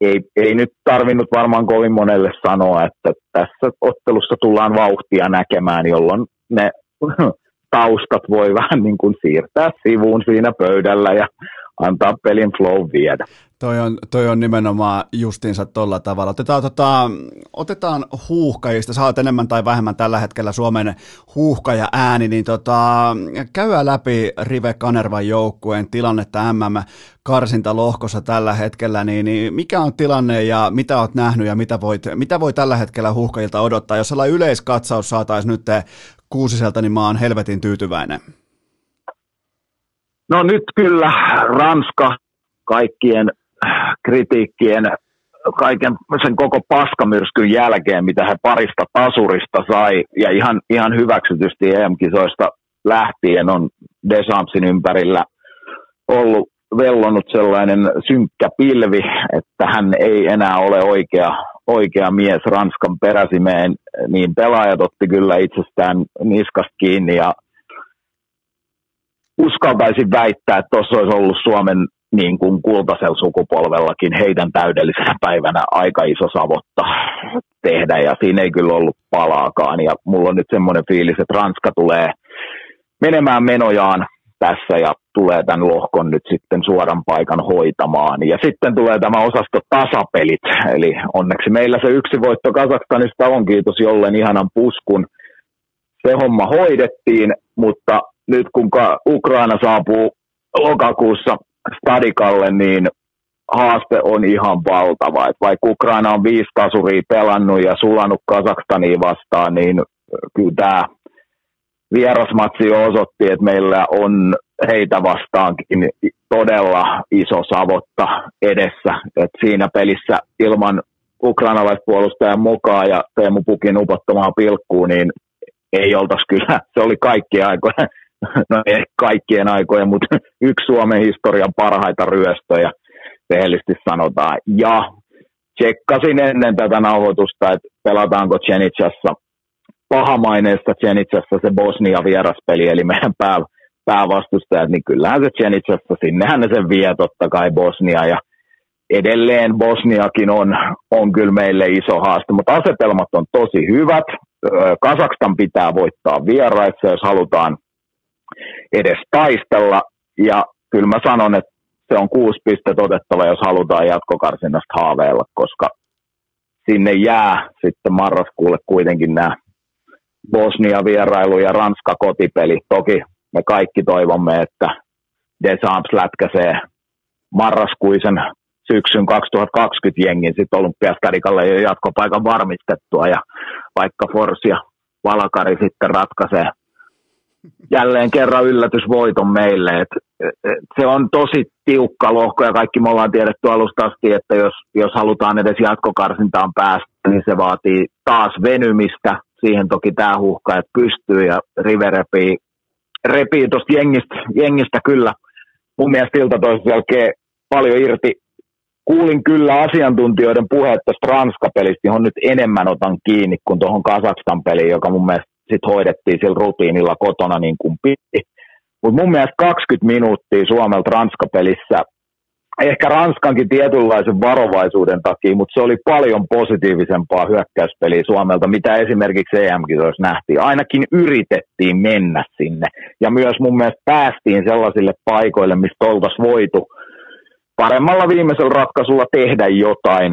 ei, ei nyt tarvinnut varmaan kovin monelle sanoa, että tässä ottelussa tullaan vauhtia näkemään, jolloin ne taustat voi vähän niin kuin siirtää sivuun siinä pöydällä ja antaa pelin flow viedä. Toi on, toi on nimenomaan justiinsa tolla tavalla. Otetaan, tota, otetaan huuhkajista, sä oot enemmän tai vähemmän tällä hetkellä Suomen huuhkaja ääni, niin tota, käydään läpi Rive Kanervan joukkueen tilannetta M M-karsintalohkossa tällä hetkellä, niin, niin mikä on tilanne ja mitä oot nähnyt ja mitä, voit, mitä voi tällä hetkellä huuhkajilta odottaa? Jos sellainen yleiskatsaus saataisiin nyt Kuusiselta, niin mä oon helvetin tyytyväinen. No nyt kyllä Ranska kaikkien kritiikkien, kaiken sen koko paskamyrskyn jälkeen, mitä he parista tasurista sai, ja ihan, ihan hyväksytysti E M-kisoista lähtien on Deschampsin ympärillä ollut vellonut sellainen synkkä pilvi, että hän ei enää ole oikea, oikea mies Ranskan peräsimeen, niin pelaajat otti kyllä itsestään niskasta kiinni, ja uskaltaisin väittää, että tuossa olisi ollut Suomen niin kuin kultaisella sukupolvellakin heidän täydellisenä päivänä aika iso savotta tehdä, ja siinä ei kyllä ollut palaakaan, ja mulla on nyt semmoinen fiilis, että Ranska tulee menemään menojaan tässä ja tulee tämän lohkon nyt sitten suoran paikan hoitamaan, ja sitten tulee tämä osasto tasapelit, eli onneksi meillä se yksi voitto Kazakstanista on, kiitos jolleen ihanan puskun, se homma hoidettiin, mutta nyt kun Ukraina saapuu lokakuussa Stadikalle, niin haaste on ihan valtava. Et vaikka Ukraina on viisi tasuria pelannut ja sulannut Kazakstania vastaan, niin kyllä tämä vierasmatsi jo osoitti, että meillä on heitä vastaankin todella iso savotta edessä. Et siinä pelissä ilman ukrainalaispuolustajan mukaan ja Teemu Pukin upottomaa pilkkuun, niin ei oltaisi kyllä, se oli kaikkien aikojen, no ei kaikkien aikojen, mutta yksi Suomen historian parhaita ryöstöjä, rehellisesti sanotaan. Ja tsekkasin ennen tätä nauhoitusta, että pelataanko Tšenitsassa, pahamaineesta Tšenitsassa se Bosnia-vieraspeli, eli meidän pää, päävastustajat, niin kyllähän se Tšenitsassa, sinnehän ne sen vie totta kai Bosnia, ja edelleen Bosniakin on, on kyllä meille iso haaste, mutta asetelmat on tosi hyvät. Kazakstan pitää voittaa vieraissa, jos halutaan edes taistella, ja kyllä mä sanon, että se on kuusi pistettä otettava, jos halutaan jatkokarsinnasta haaveilla, koska sinne jää sitten marraskuulle kuitenkin nämä Bosnia-vierailu ja Ranska-kotipeli. Toki me kaikki toivomme, että Deschamps lätkäsee marraskuisen syksyn kaksituhattakaksikymmentä jengin sitten Olympiastadikalle jo jatkopaikan varmistettua, ja vaikka Fors ja Valkari sitten ratkaisee jälleen kerran yllätysvoiton meille. Et, et, se on tosi tiukka lohko, ja kaikki me ollaan tiedetty alusta asti, että jos, jos halutaan edes jatkokarsintaan päästä, niin se vaatii taas venymistä. Siihen toki tämä huuhka, että pystyy, ja Rive repii, repii tuosta jengistä, jengistä kyllä mun mielestä ilta toisen jälkeen paljon irti. Kuulin kyllä asiantuntijoiden puheet tästä Ranska-pelistä, johon nyt enemmän otan kiinni kuin tuohon Kazakstan-peliin, joka mun mielestä sitten hoidettiin sillä rutiinilla kotona niin kuin piti. Mutta mun mielestä kaksikymmentä minuuttia Suomelta Ranska-pelissä, ehkä Ranskankin tietynlaisen varovaisuuden takia, mutta se oli paljon positiivisempaa hyökkäyspeliä Suomelta, mitä esimerkiksi E M-kisoissa nähtiin. Ainakin yritettiin mennä sinne, ja myös mun mielestä päästiin sellaisille paikoille, mistä oltaisiin voitu paremmalla viimeisellä ratkaisulla tehdä jotain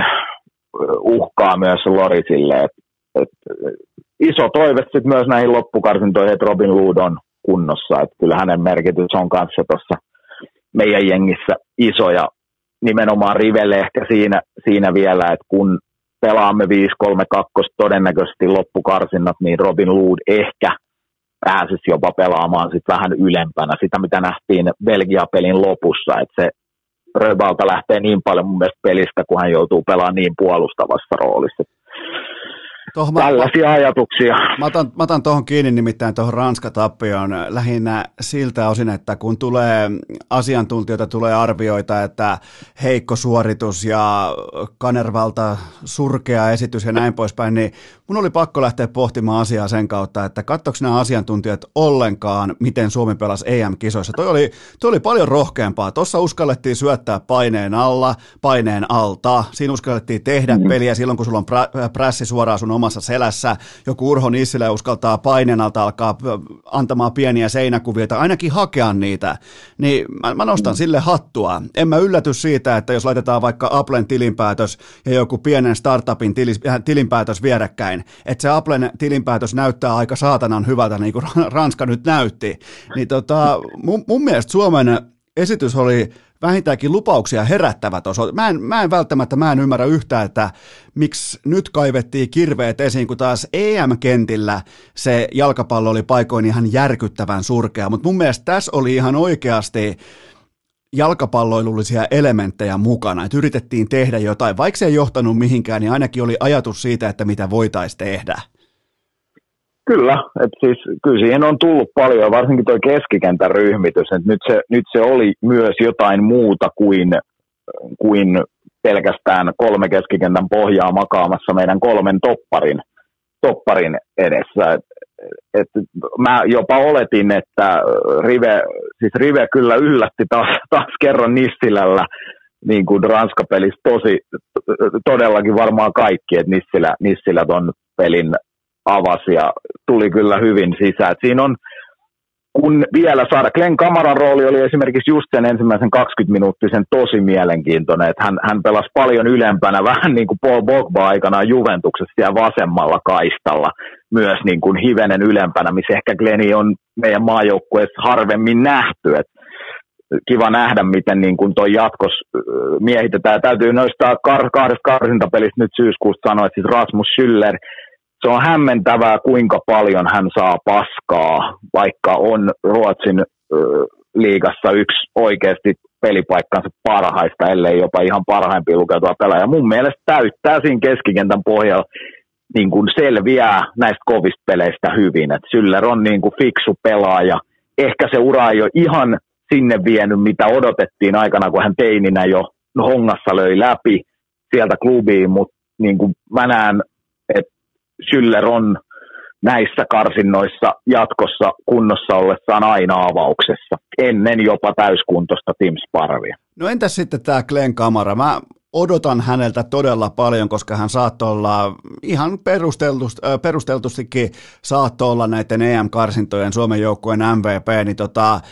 uhkaa myös Lorisille. Et, et, iso toive sitten myös näihin loppukarsintoihin, että Robin Lod on kunnossa. Et kyllä hänen merkitys on kanssa tuossa meidän jengissä iso, ja nimenomaan Rivelle ehkä siinä, siinä vielä, että kun pelaamme viisi kolme kaksi todennäköisesti loppukarsinnat, niin Robin Lod ehkä pääsisi jopa pelaamaan sit vähän ylempänä sitä, mitä nähtiin Belgia-pelin lopussa, että se Röbalta lähtee niin paljon mun mielestä pelistä, kun hän joutuu pelaamaan niin puolustavassa roolissa. Toh mä, tällaisia mä, ajatuksia. Mä otan, mä otan tuohon kiinni nimittäin tuohon Ranska-tappioon lähinnä siltä osin, että kun tulee asiantuntijoita, tulee arvioita, että heikko suoritus ja Kanervalta surkea esitys ja näin poispäin, niin mun oli pakko lähteä pohtimaan asiaa sen kautta, että katsoiko nämä asiantuntijat ollenkaan, miten Suomi pelasi E M-kisoissa. Toi oli, toi oli paljon rohkeampaa. Tuossa uskallettiin syöttää paineen alla, paineen alta. Siinä uskallettiin tehdä mm. peliä silloin, kun sulla on prä, prässi suoraan sun omassa selässä. Joku Urho Nissilä uskaltaa paineen alta alkaa antamaan pieniä seinäkuvia, ainakin hakea niitä. Niin mä, mä nostan mm. sille hattua. En mä ylläty siitä, että jos laitetaan vaikka Applen tilinpäätös ja joku pienen startupin tilis, tilinpäätös vierekkäin, että se Applen tilinpäätös näyttää aika saatanan hyvältä, niin kuin Ranska nyt näytti. Niin tota, mun, mun mielestä Suomen esitys oli vähintäänkin lupauksia herättävä tuossa. Mä en, mä en välttämättä, mä en ymmärrä yhtään, että miksi nyt kaivettiin kirveet esiin, kun taas E M-kentillä se jalkapallo oli paikoin ihan järkyttävän surkea, mutta mun mielestä tässä oli ihan oikeasti jalkapalloilullisia elementtejä mukana, että yritettiin tehdä jotain, vaikka se ei johtanut mihinkään, niin ainakin oli ajatus siitä, että mitä voitaisiin tehdä. Kyllä, että siis kyllä siihen on tullut paljon, varsinkin tuo keskikentän ryhmitys, että nyt se, nyt se oli myös jotain muuta kuin, kuin pelkästään kolme keskikentän pohjaa makaamassa meidän kolmen topparin, topparin edessä. Et, et mä jopa oletin, että Rive, siis Rive kyllä yllätti taas, taas kerran Nissilällä, niin kuin Ranska-pelissä tosi, todellakin varmaan kaikki, että Nissilä, Nissilä ton pelin avasi ja tuli kyllä hyvin sisään. Et siinä on, kun vielä saada, Glenn Kamaran rooli oli esimerkiksi just sen ensimmäisen kaksikymmentä-minuuttisen tosi mielenkiintoinen, että hän, hän pelasi paljon ylempänä, vähän niin kuin Paul Pogba aikanaan Juventuksessa siellä vasemmalla kaistalla, myös niin kuin hivenen ylempänä, missä ehkä Glenni on meidän maajoukkueessa harvemmin nähty. Et kiva nähdä, miten niin kuin toi jatkos miehitetään. Täytyy noista kar- kahdesta karsintapelistä nyt syyskuusta sanoa, että siis Rasmus Schüller, se on hämmentävää, kuinka paljon hän saa paskaa, vaikka on Ruotsin ö, liigassa yksi oikeasti pelipaikkansa parhaista, ellei jopa ihan parhaimpia lukeutua pelaaja. Mun mielestä täyttää siinä keskikentän pohjalla, niin kuin selviää näistä kovista peleistä hyvin. Et Schüller on niin kuin fiksu pelaaja. Ehkä se ura ei ole ihan sinne vienyt, mitä odotettiin aikana, kun hän teininä jo hongassa löi läpi sieltä klubiin, mutta niin kuin mä näen, että Schüller on näissä karsinnoissa jatkossa kunnossa ollessaan aina avauksessa, ennen jopa täyskuntoista Tim Sparvia. No entäs sitten tämä Glenn Kamara? Mä odotan häneltä todella paljon, koska hän saattoi olla ihan perusteltust, perusteltustikin saattoi olla näiden E M-karsintojen Suomen joukkueen M V P, niin tota,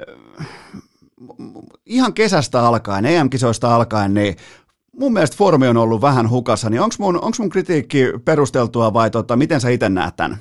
ihan kesästä alkaen, E M-kisoista alkaen, niin mun mielestä formi on ollut vähän hukassa, niin onko mun, mun kritiikki perusteltua vai tota, miten sä itse näet tämän?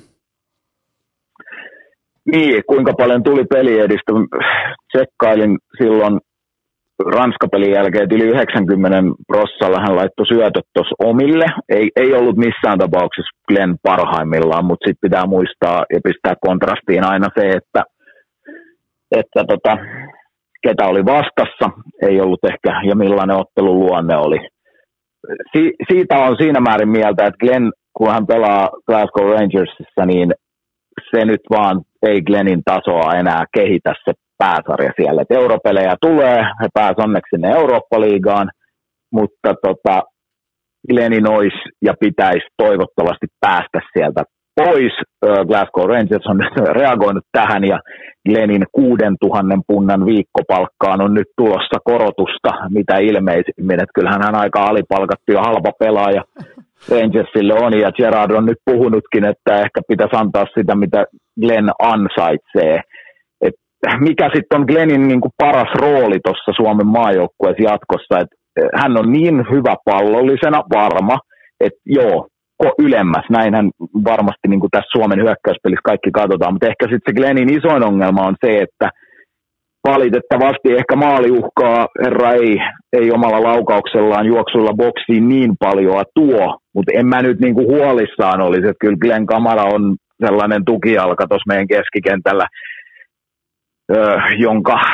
Niin, kuinka paljon tuli peliedistä. Tsekkailin silloin Ranska-pelin jälkeen yli yhdeksänkymmentä prossalla hän laittoi syötöt tuossa omille. Ei, ei ollut missään tapauksessa Glenn parhaimmillaan, mutta sitten pitää muistaa ja pistää kontrastiin aina se, että, että tota, ketä oli vastassa, ei ollut ehkä, ja millainen ottelun luonne oli. Si- siitä on siinä määrin mieltä, että Glenn, kun hän pelaa Glasgow Rangersissa, niin se nyt vaan ei Glennin tasoa enää kehitä se pääsarja siellä. Et europelejä tulee, he pääsivät onneksi sinne Eurooppa-liigaan, mutta tota, Glennin olisi ja pitäisi toivottavasti päästä sieltä pois. Glasgow Rangers on nyt reagoinut tähän ja Glennin kuudentuhannen punnan viikkopalkkaan on nyt tulossa korotusta, mitä ilmeisimmin. Että kyllähän hän aika alipalkattu ja halpa pelaaja Rangersille on ja Gerard on nyt puhunutkin, että ehkä pitäisi antaa sitä, mitä Glenn ansaitsee. Et mikä sitten on Glennin niinku paras rooli tuossa Suomen maajoukkueessa jatkossa, että hän on niin hyvä pallollisena varma, että joo, ylemmäs. Näinhän varmasti niin kuin tässä Suomen hyökkäyspelissä kaikki katsotaan, mutta ehkä sitten se Glennin isoin ongelma on se, että valitettavasti ehkä maaliuhkaa herra ei, ei omalla laukauksellaan juoksulla boksiin niin paljon tuo, mutta en mä nyt niin kuin huolissaan olisi, että kyllä Glenn Kamara on sellainen tukijalka tuossa meidän keskikentällä, öö, jonka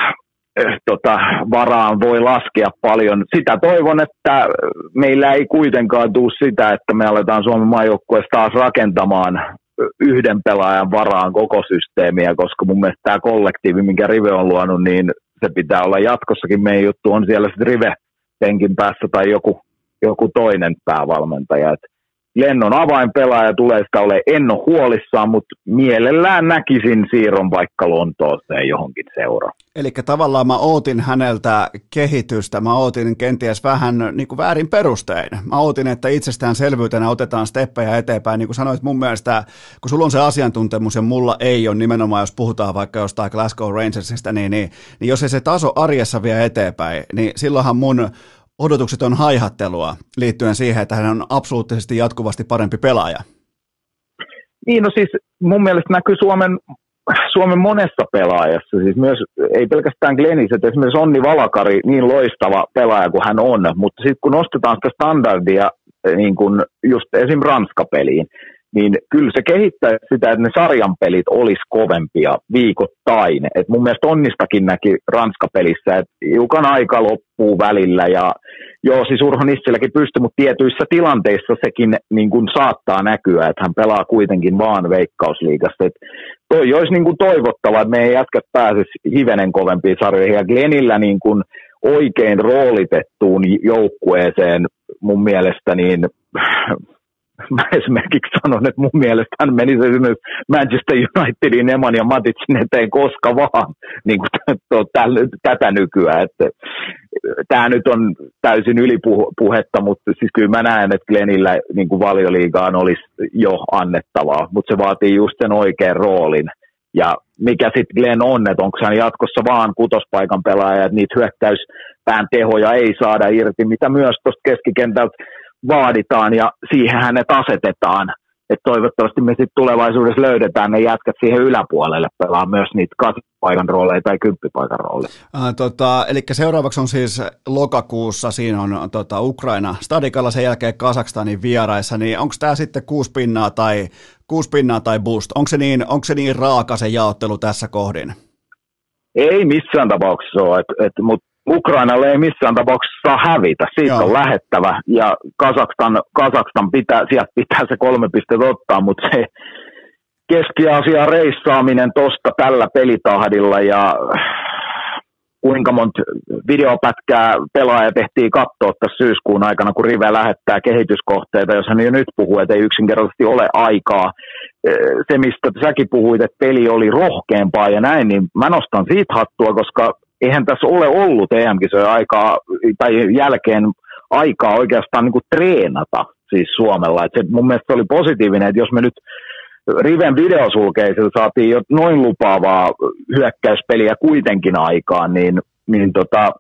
tota, varaan voi laskea paljon. Sitä toivon, että meillä ei kuitenkaan tule sitä, että me aletaan Suomen maajoukkueessa taas rakentamaan yhden pelaajan varaan koko systeemiä, koska mun mielestä tämä kollektiivi, minkä Rive on luonut, niin se pitää olla jatkossakin. Meidän juttu on siellä sitten Rive penkin päässä tai joku, joku toinen päävalmentaja. Et Glenn on avainpelaaja, tulee sitä ole, en ole huolissaan, mutta mielellään näkisin siirron vaikka Lontooseen johonkin seuraan. Eli tavallaan mä ootin häneltä kehitystä, mä ootin kenties vähän niin kuin väärin perustein. Mä ootin, että itsestäänselvyytenä otetaan steppejä eteenpäin, niin kuin sanoit mun mielestä, kun sulla on se asiantuntemus ja mulla ei ole nimenomaan, jos puhutaan vaikka jostain Glasgow Rangersista, niin, niin, niin jos ei se taso arjessa vie eteenpäin, niin silloinhan mun odotukset on haihattelua liittyen siihen, että hän on absoluuttisesti jatkuvasti parempi pelaaja. Niin, no siis mun mielestä näkyy Suomen, Suomen monessa pelaajassa, siis myös ei pelkästään Glenissä, että esimerkiksi Onni Valakari, niin loistava pelaaja kuin hän on, mutta sitten kun nostetaan sitä standardia niin kun just esim. Ranska-peliin, niin kyllä se kehittää sitä, että ne sarjan pelit olisi kovempia viikoittain. Et mun mielestä Onnistakin näki Ranska-pelissä, että hiukan aika loppuu välillä. Ja joo, siis Urho Nissilläkin pystyy, mutta tietyissä tilanteissa sekin niin kuin saattaa näkyä, että hän pelaa kuitenkin vaan Veikkausliigassa. Et toi olisi niin kuin toivottava, että meidän jätkät pääsisi hivenen kovempiin sarjoihin. Ja Glenillä niin kuin oikein roolitettuun joukkueeseen mun mielestä niin... Mä esimerkiksi sanon, että mun mielestä hän menisi esimerkiksi Manchester Unitedin, Neman ja Maticin eteen koska vaan niin kuin tätä nykyään. Tämä nyt on täysin ylipuhetta, mutta siis kyllä mä näen, että Glenillä niin kuin Valioliigaan olisi jo annettavaa, mutta se vaatii just sen oikean roolin. Ja mikä sitten Glenn on, että onko hän jatkossa vaan kutospaikan pelaaja, että niitä hyökkäyspään tehoja ei saada irti, mitä myös tuosta keskikentältä vaaditaan ja siihen hänet asetetaan. Että toivottavasti me sitten tulevaisuudessa löydetään ne jätkät siihen yläpuolelle pelaa myös niitä kasvupaikan rooleja tai kymppipaikan rooleja. Äh, tota, eli seuraavaksi on siis lokakuussa, siinä on tota, Ukraina Stadikalla, sen jälkeen Kazakstanin vieraissa, niin onko tämä sitten kuusi pinnaa tai, kuusi pinnaa tai boost? Onko se, niin, onko se niin raaka se jaottelu tässä kohdin? Ei missään tapauksessa ole, et, et, mutta Ukrainalle ei missään tapauksessa saa hävitä, siitä Joo. on lähettävä, ja Kazakstan, Kazakstan pitää, sieltä pitää se kolme pistettä ottaa, mutta se Keski-Aasian reissaaminen tosta tällä pelitahdilla, ja kuinka monta videopätkää pelaaja tehtiin katsoa tässä syyskuun aikana, kun Rive lähettää kehityskohteita, jos hän jo nyt puhuu, että ei yksinkertaisesti ole aikaa. Se, mistä säkin puhuit, että peli oli rohkeampaa ja näin, niin mä nostan siitä hattua, koska eihän tässä ole ollut E M-kisojen aikaa tai jälkeen aikaa oikeastaan niin kuin treenata siis Suomella. Et se mun mielestä oli positiivinen, että jos me nyt Riven videosulkeisilla saatiin jo noin lupaavaa hyökkäyspeliä kuitenkin aikaan, niin, niin tota,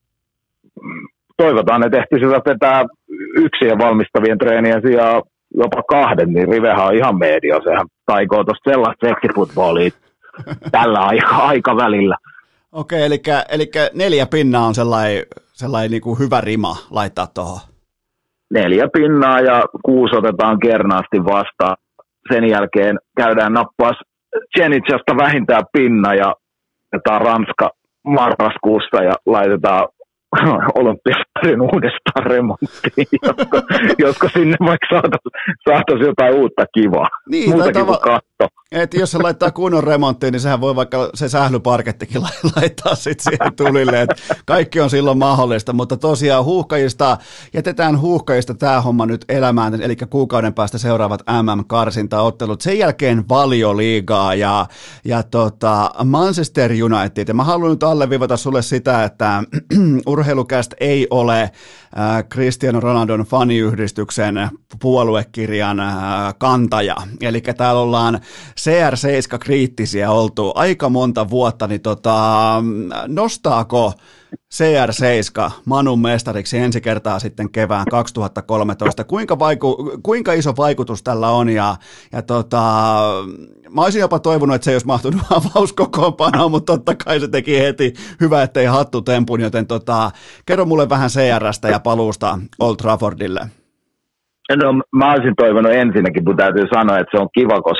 toivotaan, että ehtisivät vetää yksien valmistavien treenien sijaan jopa kahden, niin Rivehän on ihan media. Sehän taikoo tuosta sellaista seksifutbolia tällä aika, aikavälillä. Okei, eli, eli neljä pinnaa on sellainen, sellainen niin kuin hyvä rima laittaa tuohon. Neljä pinnaa ja kuusi otetaan kernaasti vastaan. Sen jälkeen käydään nappaas Tsenitsasta vähintään pinna ja otetaan Ranska marraskuussa ja laitetaan Olympiastarin uudestaan remonttiin, josko, josko sinne vaikka saataisiin saatais jotain uutta kivaa. Niin, muutakin kuin katto. Että jos se laittaa kunnon remonttiin, niin sehän voi vaikka se sählyparkettikin laittaa sitten siihen tulille, että kaikki on silloin mahdollista, mutta tosiaan huuhkajista, jätetään huuhkajista tämä homma nyt elämään, eli kuukauden päästä seuraavat M M-karsintaottelut, sen jälkeen Valioliigaa ja, ja tota Manchester United, ja mä haluan nyt alleviivata sulle sitä, että Urheilucast ei ole äh, Cristiano Ronaldon faniyhdistyksen puoluekirjan äh, kantaja, eli täällä ollaan C R seitsemän kriittisiä oltu aika monta vuotta, niin tota, nostaako C R seitsemän Manun mestariksi ensi kertaa sitten kevään kaksituhattakolmetoista? Kuinka, vaiku, kuinka iso vaikutus tällä on? Ja, ja tota, mä olisin jopa toivonut, että se ei olisi mahtunut avauskokoonpanoon, mutta totta kai se teki heti hyvä, ettei hattu tempun, joten tota, kerro mulle vähän C R:stä ja paluusta Old Traffordille. No mä olisin toivonut ensinnäkin, kun täytyy sanoa, että se on kiva, koska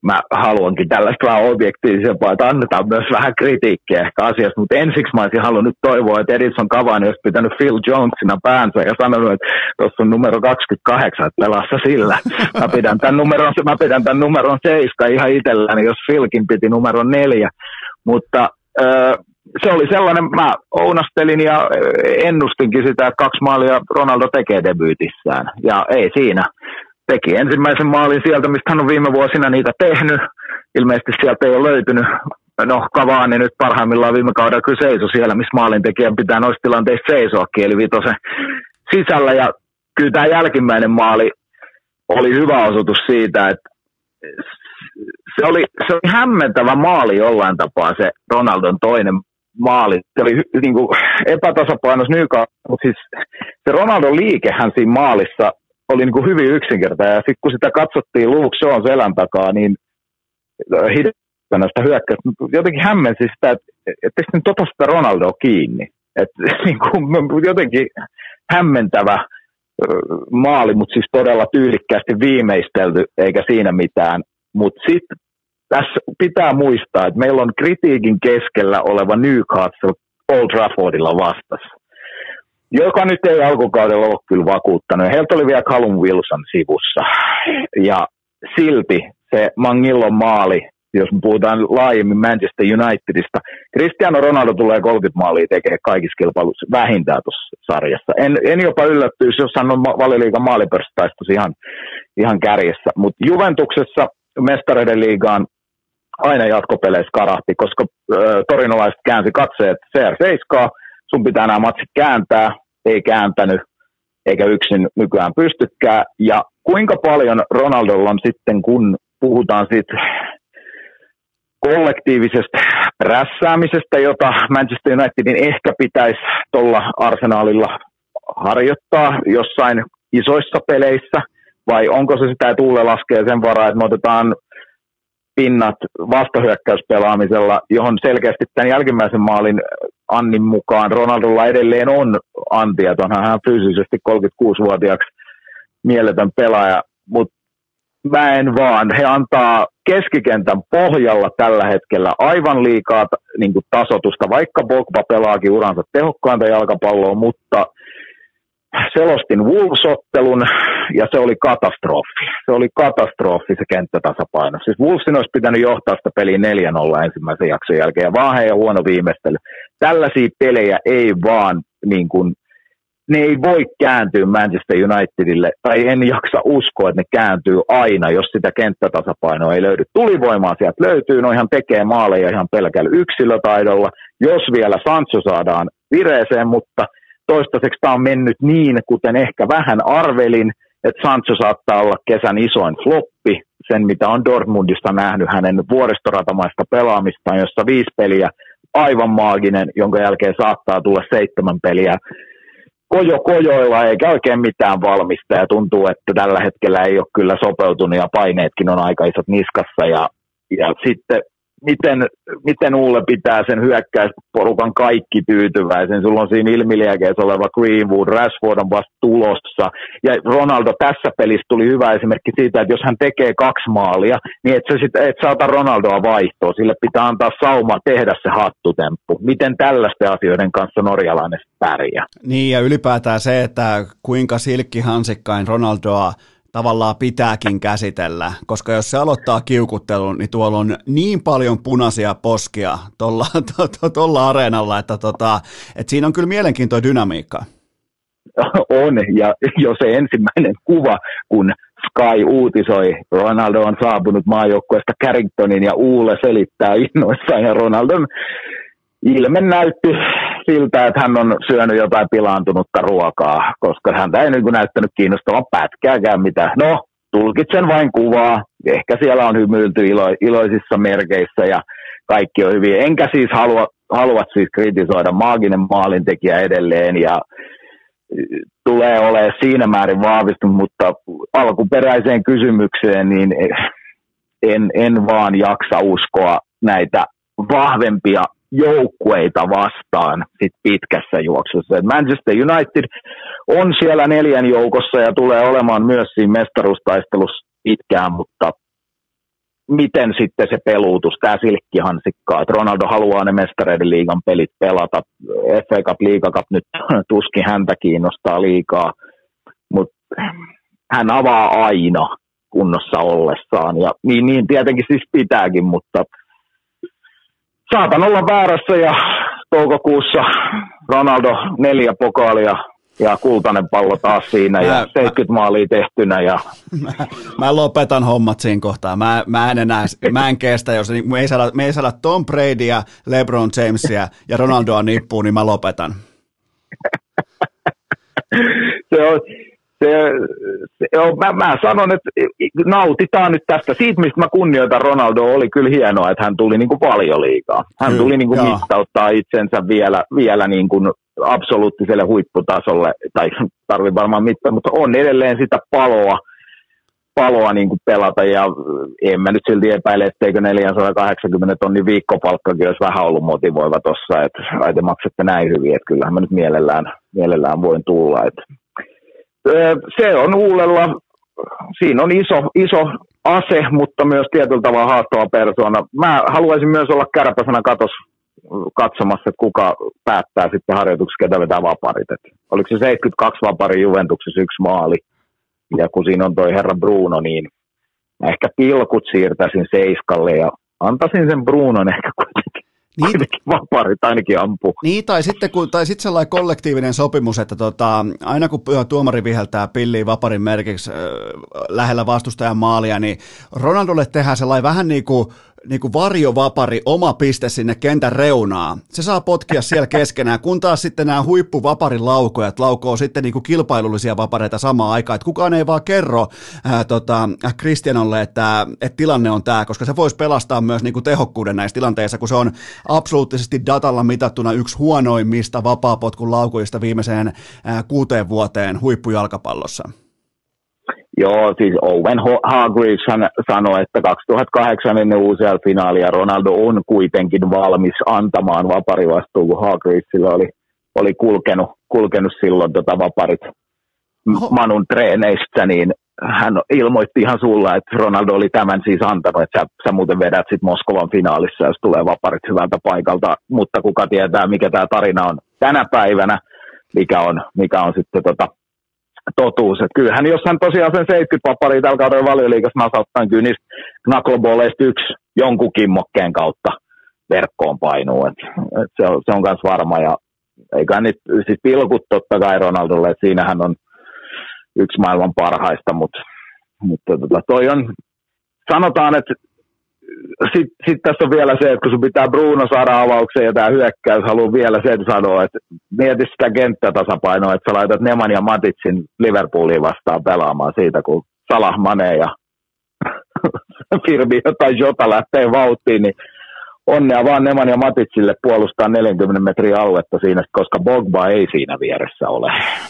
mä haluankin tällaista vähän objektiivisempaa, että annetaan myös vähän kritiikkiä ehkä asiasta, mutta ensiksi mä olisin halunnut toivoa, että Edison Cavani olisi pitänyt Phil Jonesina päänsä ja sanonut, että tuossa on numero kaksikymmentäkahdeksan, että pelassa sillä. Mä pidän tämän numeron, mä pidän tämän numeron seiska ihan itselläni, jos Philkin piti numeron neljä, mutta öö, se oli sellainen, mä ounastelin ja ennustinkin sitä, että kaksi maalia Ronaldo tekee debyytissään, ja ei siinä. Teki ensimmäisen maalin sieltä, mistä hän on viime vuosina niitä tehnyt. Ilmeisesti sieltä ei ole löytynyt. No, Cavani nyt parhaimmillaan viime kaudella kyllä seisoi siellä, missä maalintekijän pitää noissa tilanteissa seisoakin, eli vitosen sisällä. Ja kyllä tämä jälkimmäinen maali oli hyvä osoitus siitä, että se oli, se oli hämmentävä maali jollain tapaa se Ronaldon toinen maali. Se oli niin kuin epätasapainos Newcastle, mutta siis se Ronaldon liikehän siinä maalissa oli niin kuin hyvin yksinkertainen, ja sitten kun sitä katsottiin Luke Shawn selän takaa, niin hidettä sitä hyökkäystä, jotenkin hämmensi sitä, että etteikö nyt ota sitä Ronaldoa kiinni. Että niin kuin, jotenkin hämmentävä maali, mutta siis todella tyylikkäästi viimeistelty, eikä siinä mitään. Mutta sitten tässä pitää muistaa, että meillä on kritiikin keskellä oleva Newcastle Old Traffordilla vastassa, joka nyt ei alkukaudella ole kyllä vakuuttanut. Heiltä oli vielä Callum Wilson sivussa. Ja silti se Mangillon maali, jos me puhutaan laajemmin Manchester Unitedista, Cristiano Ronaldo tulee kolmekymmentä maalia tekemään kaikissa kilpailuissa vähintään tuossa sarjassa. En, en jopa yllättyisi, jos hän on Valioliigan maalipörssitaistossa ihan, ihan kärjessä. Mutta Juventuksessa Mestareiden liigaan aina jatkopeleissä karahti, koska äh, torinolaiset käänsi katseet C R seitsemän, sun pitää nämä matsit kääntää, ei kääntänyt, eikä yksin nykyään pystykään. Ja kuinka paljon Ronaldolla on sitten, kun puhutaan siitä kollektiivisesta rässäämisestä, jota Manchester Unitedin ehkä pitäisi tuolla Arsenalilla harjoittaa jossain isoissa peleissä, vai onko se sitä, että Ulle laskee sen varaa, että me otetaan pinnat vastahyökkäyspelaamisella, johon selkeästi tämän jälkimmäisen maalin Annin mukaan Ronaldolla edelleen on antia, että onhan hän fyysisesti kolmekymmentäkuusivuotiaaksi mieletön pelaaja, mutta mä en vaan, he antaa keskikentän pohjalla tällä hetkellä aivan liikaa niin kuin tasotusta, vaikka Pogba pelaakin uransa tehokkainta jalkapalloa, mutta selostin Wolves-ottelun ja se oli katastrofi. Se oli katastrofi se kenttätasapaino. Siis Wolvesin olisi pitänyt johtaa sitä peliä neljä nolla ensimmäisen jakson jälkeen ja vaan heidän huono viimeistely. Tällaisia pelejä ei vaan, niin kuin, ne ei voi kääntyä Manchester Unitedille, tai en jaksa uskoa, että ne kääntyy aina, jos sitä kenttätasapainoa ei löydy. Tulivoimaa sieltä löytyy, noihan tekee maaleja ihan pelkällä yksilötaidolla, jos vielä Sancho saadaan vireeseen, mutta toistaiseksi tämä on mennyt niin, kuten ehkä vähän arvelin, että Sancho saattaa olla kesän isoin floppi, sen mitä on Dortmundista nähnyt hänen vuoristoratamaista pelaamistaan, jossa viisi peliä, aivan maaginen, jonka jälkeen saattaa tulla seitsemän peliä kojo kojoilla, eikä oikein mitään valmista, ja tuntuu, että tällä hetkellä ei ole kyllä sopeutunut, ja paineetkin on aika isot niskassa, ja, ja sitten Miten, miten Ulle pitää sen hyökkäysporukan kaikki tyytyväisen? Sulla on siinä ilmiliäkeessä oleva Greenwood, Rashford on vasta tulossa. Ja Ronaldo tässä pelissä tuli hyvä esimerkki siitä, että jos hän tekee kaksi maalia, niin et sä, sit, et sä ota Ronaldoa vaihtoa. Sille pitää antaa sauma tehdä se hattutemppu. Miten tällaisten asioiden kanssa norjalainen pärjää? Niin, ja ylipäätään se, että kuinka silkkihansikkain Ronaldoa tavallaan pitääkin käsitellä, koska jos se aloittaa kiukuttelun, niin tuolla on niin paljon punaisia poskia tuolla to, to, to, areenalla, että, tota, että siinä on kyllä mielenkiintoinen dynamiikka. On, ja jo se ensimmäinen kuva, kun Sky uutisoi, Ronaldo on saapunut maajoukkueesta Carringtonin ja Uule selittää innoissaan, ja Ronaldon ilme näytti siltä, että hän on syönyt jotain pilaantunutta ruokaa, koska häntä ei niin kuin näyttänyt kiinnostavan pätkääkään mitään. No, tulkitsen vain kuvaa. Ehkä siellä on hymyilty ilo- iloisissa merkeissä ja kaikki on hyvin. Enkä siis halua, halua siis kritisoida, maaginen maalintekijä edelleen ja tulee olemaan siinä määrin vahvistunut, mutta alkuperäiseen kysymykseen niin en, en vaan jaksa uskoa näitä vahvempia joukkueita vastaan sit pitkässä juoksussa. Et Manchester United on siellä neljän joukossa ja tulee olemaan myös siinä mestaruustaistelussa pitkään, mutta miten sitten se peluutus, tämä silkkihansikkaa, että Ronaldo haluaa ne mestareiden liigan pelit pelata, F A Cup, Liiga Cup nyt tuskin häntä kiinnostaa liikaa, mutta hän avaa aina kunnossa ollessaan, ja niin, niin tietenkin siis pitääkin, mutta saatan olla väärässä, ja toukokuussa Ronaldo neljä pokaalia, ja kultainen pallo taas siinä, mä, ja seitsemänkymmentä mä, maalia tehtynä. Ja... Mä, mä lopetan hommat siinä kohtaa. Mä, mä en enää, mä en kestä, jos me ei saada, me ei saada Tom Bradya, LeBron Jamesia ja Ronaldoa nippuun, niin mä lopetan. se on, se, se on, mä, mä sanon, että nautitaan nyt tästä. Siitä, mistä mä kunnioitan Ronaldoa, oli kyllä hienoa, että hän tuli niin kuin paljon liigaa. Hän kyllä, tuli niin kuin mittauttaa itsensä vielä, vielä niin kuin absoluuttiselle huipputasolle, tai tarvii varmaan mittaa, mutta on edelleen sitä paloa, paloa niin kuin pelata, ja en mä nyt silti epäile, etteikö neljäsataakahdeksankymmentä tonnin viikkopalkkakin olisi vähän ollut motivoiva tuossa, että ai te maksatte näin hyvin, että kyllähän mä nyt mielellään, mielellään voin tulla. Että se on Uulella, siinä on iso, iso ase, mutta myös tietyllä tavalla haastava persoona. Mä haluaisin myös olla kärpäsenä katossa katsomassa, että kuka päättää sitten harjoituksessa, ketä vetää vaparit. Et oliko se seitsemänkymmentäkaksi vapari Juventuksessa yksi maali, ja kun siinä on toi herra Bruno, niin ehkä pilkut siirtäisin seiskalle ja antaisin sen Brunon ehkä kuitenkin. Niin, ainakin vaparit ainakin ampuu. Niin, tai sitten, kun, tai sitten sellainen kollektiivinen sopimus, että tota, aina kun tuomari viheltää pilliin vaparin merkiksi äh, lähellä vastustajan maalia, niin Ronaldolle tehdään sellainen vähän niin kuin niin kuin varjovapari, oma piste sinne kentän reunaa. Se saa potkia siellä keskenään, kun taas sitten nämä huippuvaparin laukojat laukoo sitten niin kuin kilpailullisia vapareita samaan aikaan. Että kukaan ei vaan kerro ää, tota, Cristianolle, että, että tilanne on tämä, koska se voisi pelastaa myös niin kuin tehokkuuden näissä tilanteissa, kun se on absoluuttisesti datalla mitattuna yksi huonoimmista vapaapotkun laukujista viimeiseen ää, kuuteen vuoteen huippujalkapallossa. Joo, siis Owen Hargreaves sanoi, että kaksituhattakahdeksan ennen U C L-finaalia Ronaldo on kuitenkin valmis antamaan vaparivastuun, kun Hargreavesilla oli, oli kulkenut, kulkenut silloin tota vaparit Manun treeneistä, niin hän ilmoitti ihan sulla, että Ronaldo oli tämän siis antanut, että sä, sä muuten vedät sit Moskovan finaalissa, jos tulee vaparit hyvältä paikalta, mutta kuka tietää, mikä tämä tarina on tänä päivänä, mikä on, mikä on sitten tota totuus. Että kyllähän, jos hän tosiaan sen seitsemänkymmentä vaparia tällä kaudella Valioliigassa nasauttaa, kyllä niistä knuckleballeista yksi jonkun kimmokkeen kautta verkkoon painuu. Et, et se on, se on myös varma. Ja eikä nyt siis pilkut totta kai Ronaldolle, että siinähän on yksi maailman parhaista, mutta, mutta tota, toi on, sanotaan, että sitten sit tässä on vielä se, että kun sun pitää Bruno saada avaukseen ja tämä hyökkäys haluaa vielä sen sanoa, että mieti sitä kenttätasapainoa, että sä laitat Neman ja Matitsin Liverpooliin vastaan pelaamaan siitä, kun Salah, Mane ja Firmi tai Jota lähtee vauhtiin, niin onnea vaan Neman ja Matitsille puolustaa neljänkymmenen metrin aluetta siinä, koska Pogba ei siinä vieressä ole.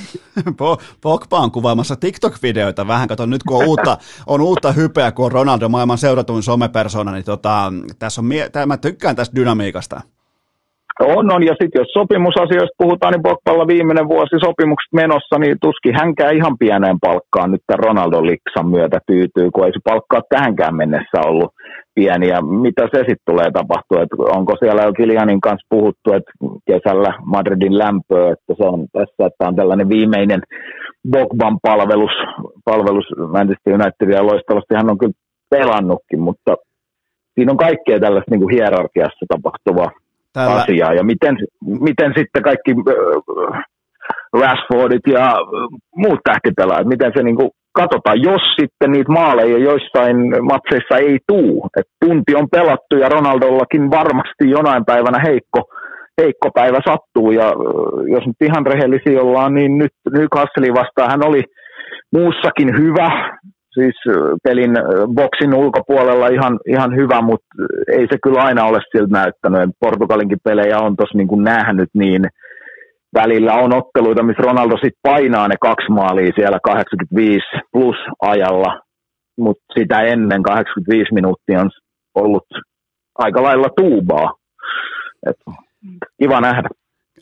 Pogba on kuvaamassa TikTok-videoita vähän, kato nyt kun on uutta, on uutta hypeä, kun on Ronaldo maailman seuratuin somepersona, niin tota, tässä on mie- mä tykkään tästä dynamiikasta. On, on, ja sitten jos sopimusasioista puhutaan, niin Pogballa viimeinen vuosi sopimukset menossa, niin tuskin hänkään ihan pieneen palkkaan nyt tämän Ronaldon liksan myötä tyytyy, kun ei se palkkaa tähänkään mennessä ollut pieni, ja mitä se sitten tulee tapahtua, että onko siellä jo Kylianin kanssa puhuttu, että kesällä Madridin lämpöä, että se on tässä, että on tällainen viimeinen Pogban palvelus, palvelus Manchester Unitedia loistavasti, hän on kyllä pelannutkin, mutta siinä on kaikkea tällaista niin kuin hierarkiassa tapahtuvaa Tällä... asiaa, ja miten, miten sitten kaikki äh, Rashfordit ja äh, muut tähtipelaajat, miten se niin kuin katsotaan, jos sitten niitä maaleja joissain matseissa ei tuu, että tunti on pelattu ja Ronaldollakin varmasti jonain päivänä heikko, heikko päivä sattuu, ja äh, jos nyt ihan rehellisiä ollaan, niin nyt Newcastle vastaan hän oli muussakin hyvä, siis pelin boksin ulkopuolella ihan, ihan hyvä, mutta ei se kyllä aina ole siltä näyttänyt. Portugalinkin pelejä on tuossa niin kuin nähnyt, niin välillä on otteluita, missä Ronaldo sitten painaa ne kaksi maalia siellä kahdeksankymmentäviisi plus ajalla, mutta sitä ennen kahdeksankymmentäviisi minuuttia on ollut aika lailla tuubaa. Et kiva nähdä.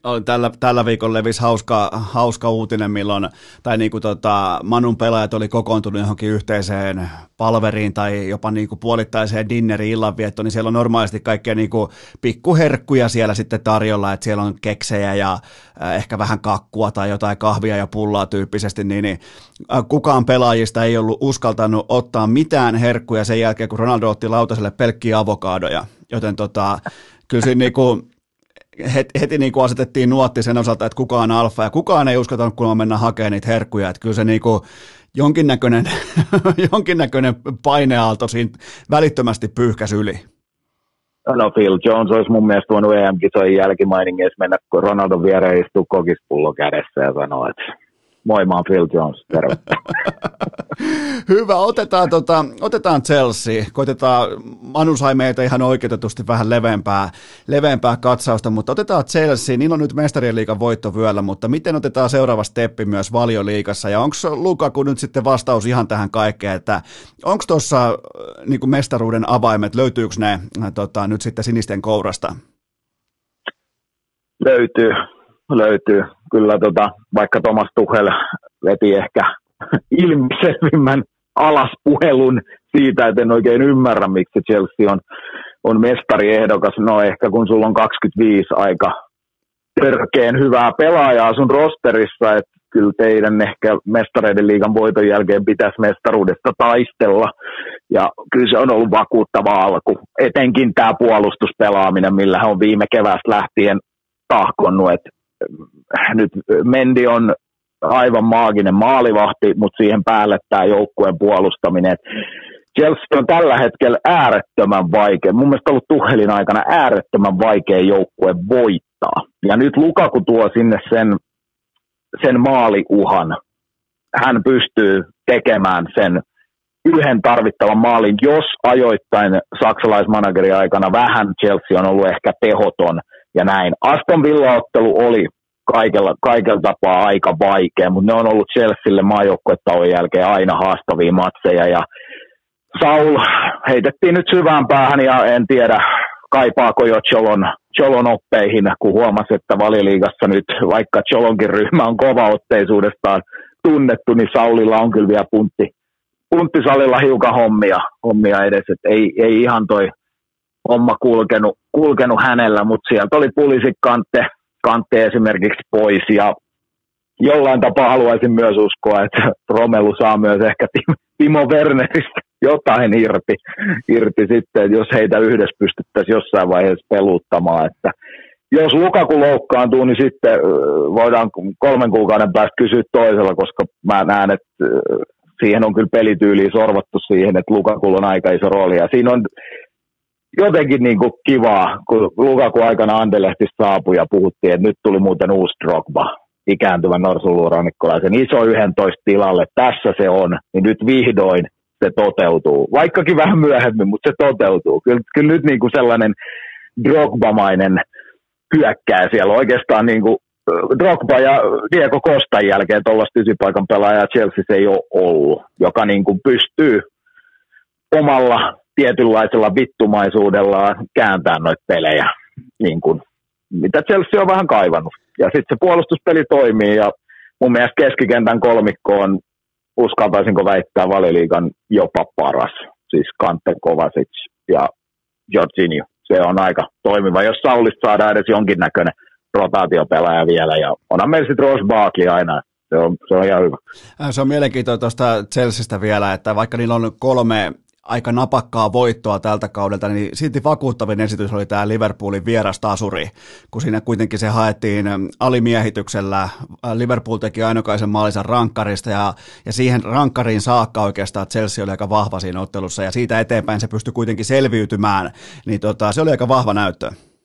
Tällä, tällä viikolla levisi hauska, hauska uutinen, milloin, tai niin kuin tota, Manun pelaajat oli kokoontunut johonkin yhteiseen palveriin tai jopa niin kuin puolittaiseen dinneriin illanviettoon, niin siellä on normaalisti kaikkea niin kuin pikkuherkkuja siellä sitten tarjolla, että siellä on keksejä ja äh, ehkä vähän kakkua tai jotain kahvia ja pullaa tyyppisesti, niin, niin äh, kukaan pelaajista ei ollut uskaltanut ottaa mitään herkkuja sen jälkeen, kun Ronaldo otti lautaselle pelkkiä avokaadoja, joten tota, kyllä siinä niin kuin heti, heti niin kuin asetettiin nuotti sen osalta, että kukaan on alfa ja kukaan ei uskaltanut kun mennä hakemaan niitä herkkuja, että kyllä se niin kuin jonkinnäköinen, jonkinnäköinen paineaalto siinä välittömästi pyyhkäsi yli. No Phil Jones olisi mun mielestä tuonut E M-kisojen jälkimainingeissa mennä, kun Ronaldon viereen istuu kokispullo kädessä ja sanoo, että moi, mä oon Phil Jones, terve. Hyvä, otetaan, tota, otetaan Chelsea, koitetaan, Manu sai meitä ihan oikeutetusti vähän leveämpää, leveämpää katsausta, mutta otetaan Chelsea, niillä on nyt Mestarien liigan voitto vyöllä, mutta miten otetaan seuraava steppi myös Valioliigassa, ja onko Lukaku nyt sitten vastaus ihan tähän kaikkeen, että onko tuossa niin mestaruuden avaimet, löytyykö ne tota, nyt sitten sinisten kourasta? Löytyy. Löytyy. Kyllä tota, vaikka Thomas Tuchel veti ehkä ilmiselvimmän alaspuhelun siitä, että en oikein ymmärrä, miksi Chelsea on, on mestariehdokas. No ehkä kun sulla on kaksikymmentäviisi aika törkeen hyvää pelaajaa sun rosterissa, että kyllä teidän ehkä mestareiden liigan voiton jälkeen pitäisi mestaruudesta taistella. Ja kyllä se on ollut vakuuttava alku. Etenkin tämä puolustuspelaaminen, millä he on viime keväästä lähtien tahkonnut, että nyt Mendy on aivan maaginen maalivahti, mutta siihen päälle tämä joukkueen puolustaminen. Chelsea on tällä hetkellä äärettömän vaikea. Mun mielestä on ollut Tuchelin aikana äärettömän vaikea joukkue voittaa. Ja nyt Lukaku tuo sinne sen, sen maaliuhan. Hän pystyy tekemään sen yhden tarvittavan maalin, jos ajoittain saksalaismanagerin aikana vähän Chelsea on ollut ehkä tehoton ja näin. Aston Villa-ottelu oli kaikella, kaikella tapaa aika vaikea, mutta ne on ollut Chelsealle maajoukkuetauon jälkeen aina haastavia matseja. Ja Saul heitettiin nyt syvään päähän ja en tiedä, kaipaako jo Cholon, Cholon oppeihin, kun huomasi, että Valioliigassa nyt, vaikka Cholonkin ryhmä on kovaotteisuudestaan tunnettu, niin Saulilla on kyllä vielä puntti, punttisalilla hiukan hommia, hommia edes, että ei, ei ihan toi homma kulkenut, kulkenut hänellä, mutta sieltä oli Pulisic Kante, Kante esimerkiksi pois, ja jollain tapaa haluaisin myös uskoa, että Romelu saa myös ehkä Timo Werneristä jotain irti, irti sitten, jos heitä yhdessä pystyttäisiin jossain vaiheessa peluuttamaan, että jos Lukaku loukkaantuu, niin sitten voidaan kolmen kuukauden päästä kysyä toisella, koska mä näen, että siihen on kyllä pelityyliä sorvattu siihen, että Lukakulla on aika iso rooli, ja siinä on jotenkin niin kuin kivaa, kun Lukaku aikana Anderlechtistä saapui ja puhuttiin, että nyt tuli muuten uusi Drogba, ikääntyvän norsunluurannikkolaisen iso yksitoista tilalle, tässä se on, niin nyt vihdoin se toteutuu. Vaikkakin vähän myöhemmin, mutta se toteutuu. Kyllä, kyllä nyt niin kuin sellainen Drogba-mainen hyökkää siellä oikeastaan niin kuin Drogba ja Diego Costan jälkeen tuollaista ysipaikan pelaajaa Chelsea ei ole ollut, joka niin kuin pystyy omalla tietynlaisella vittumaisuudellaan kääntää noita pelejä, niin kuin, mitä Chelsea on vähän kaivannut. Ja sitten se puolustuspeli toimii, ja mun mielestä keskikentän kolmikko on, uskaltaisinko väittää, Valioliigan jopa paras. Siis Kante, Kovacic ja Jorginho. Se on aika toimiva, jos Saulista saadaan edes jonkinnäköinen rotaatiopelaaja vielä, ja onhan meillä sitten Ross Barkley aina. Se on, se on ihan hyvä. Se on mielenkiintoista tuosta Chelseasta vielä, että vaikka niillä on kolme aika napakkaa voittoa tältä kaudelta, niin silti vakuuttavin esitys oli tämä Liverpoolin vierastasuri, kun siinä kuitenkin se haettiin alimiehityksellä. Liverpool teki ainokaisen maalinsa rankkarista, ja, ja siihen rankkariin saakka oikeastaan Chelsea oli aika vahva siinä ottelussa, ja siitä eteenpäin se pystyi kuitenkin selviytymään, niin tota, se oli aika vahva näyttö.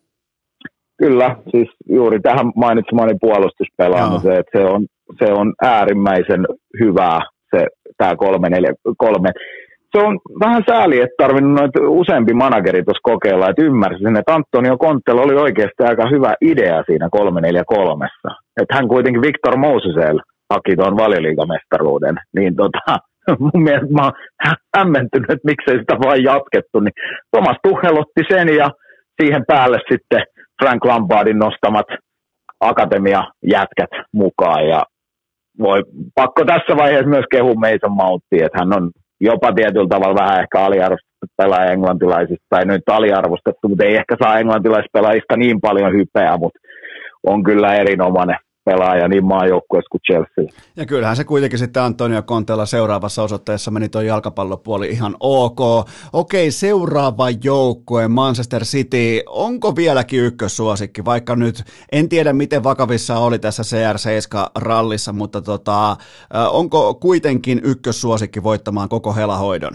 Kyllä, siis juuri tähän mainitsemani puolustuspelaamiseen, että se on, se on äärimmäisen hyvää, se, tämä kolme, neljä, kolme. Se on vähän sääli, että tarvinnut noita useampi manageri tuossa kokeilla, että ymmärsin, että Antonio Conteella oli oikeasti aika hyvä idea siinä kolme neljä kolme. Että hän kuitenkin Victor Mosesel haki tuon Valioliigamestaruuden, niin tota, mun mielestä mä oon hämmentynyt, että miksei sitä vaan jatkettu, niin Thomas Tuchel otti sen ja siihen päälle sitten Frank Lampardin nostamat akatemiajätkät mukaan ja voi pakko tässä vaiheessa myös kehu Mason Mountia, että hän on jopa tietyllä tavalla vähän ehkä aliarvostettu pelaaja englantilaisista, tai nyt aliarvostettu, mutta ei ehkä saa englantilaispelaajista niin paljon hypeä, mutta on kyllä erinomainen pelaaja niin maajoukkueessa kuin Chelsea. Ja kyllähän se kuitenkin sitten Antonio Conteella seuraavassa osoitteessa meni tuo jalkapallopuoli ihan ok. Okei, seuraava joukkue Manchester City, onko vieläkin ykkössuosikki, vaikka nyt en tiedä miten vakavissa oli tässä C R seitsemän-rallissa, mutta tota, onko kuitenkin ykkössuosikki voittamaan koko helahoidon?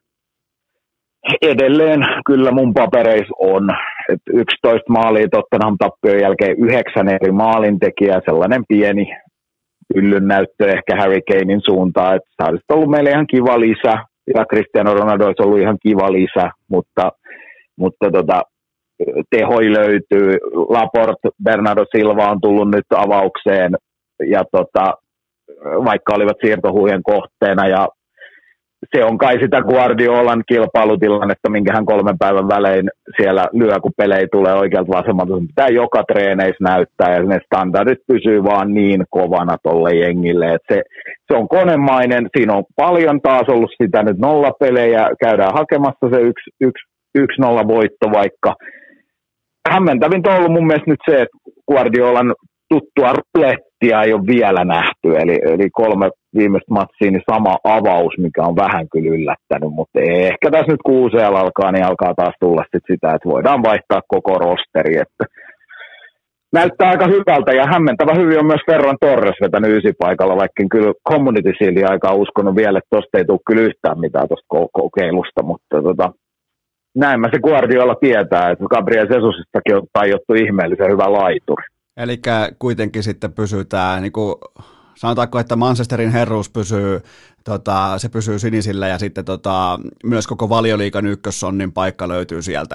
Edelleen kyllä mun papereissa on. Et yksitoista maalia Tottenham tappion jälkeen yhdeksän eri maalintekijää, sellainen pieni yllyn näyttö ehkä Harry Kanein suuntaan, että se olisi ollut meille ihan kiva lisä, ja Cristiano Ronaldo olisi ollut ihan kiva lisä, mutta, mutta tota, tehoi löytyy, Laporte, Bernardo Silva on tullut nyt avaukseen, ja tota, vaikka olivat siirtohuujen kohteena, ja se on kai sitä Guardiolan kilpailutilannetta, minkä hän kolmen päivän välein siellä lyö, kun pelejä tulee oikealta vasemmalta. Se pitää joka treeneissä näyttää, ja ne standardit pysyy vaan niin kovana tolle jengille. Että se, se on konemainen, siinä on paljon taas ollut sitä nyt nollapelejä, käydään hakemassa se yksi, yksi, yksi nolla voitto vaikka. Hämmentävintä on ollut mun mielestä nyt se, että Guardiolan tuttua rulettia ei ole vielä nähty, eli, eli kolme viimeistä matsia, niin sama avaus, mikä on vähän kyllä yllättänyt, mutta ehkä tässä nyt kun U C L alkaa, niin alkaa taas tulla sit sitä, että voidaan vaihtaa koko rosteri, että näyttää aika hyvältä, ja hämmentävä hyvin on myös Ferran Torres vetänyt ysipaikalla, vaikka kyllä Community Shieldin aikaa uskonut vielä, että tosta ei tule kyllä yhtään mitään tuosta kokeilusta, mutta tota, näin mä se Guardiola tietää, että Gabriel Jesusistakin on tajuttu ihmeellisen hyvä laituri. Eli kuitenkin sitten pysytään, niin kuin, sanotaanko, että Manchesterin herruus pysyy, tota, se pysyy sinisillä ja sitten tota, myös koko Valioliigan ykkössonnin paikka löytyy sieltä.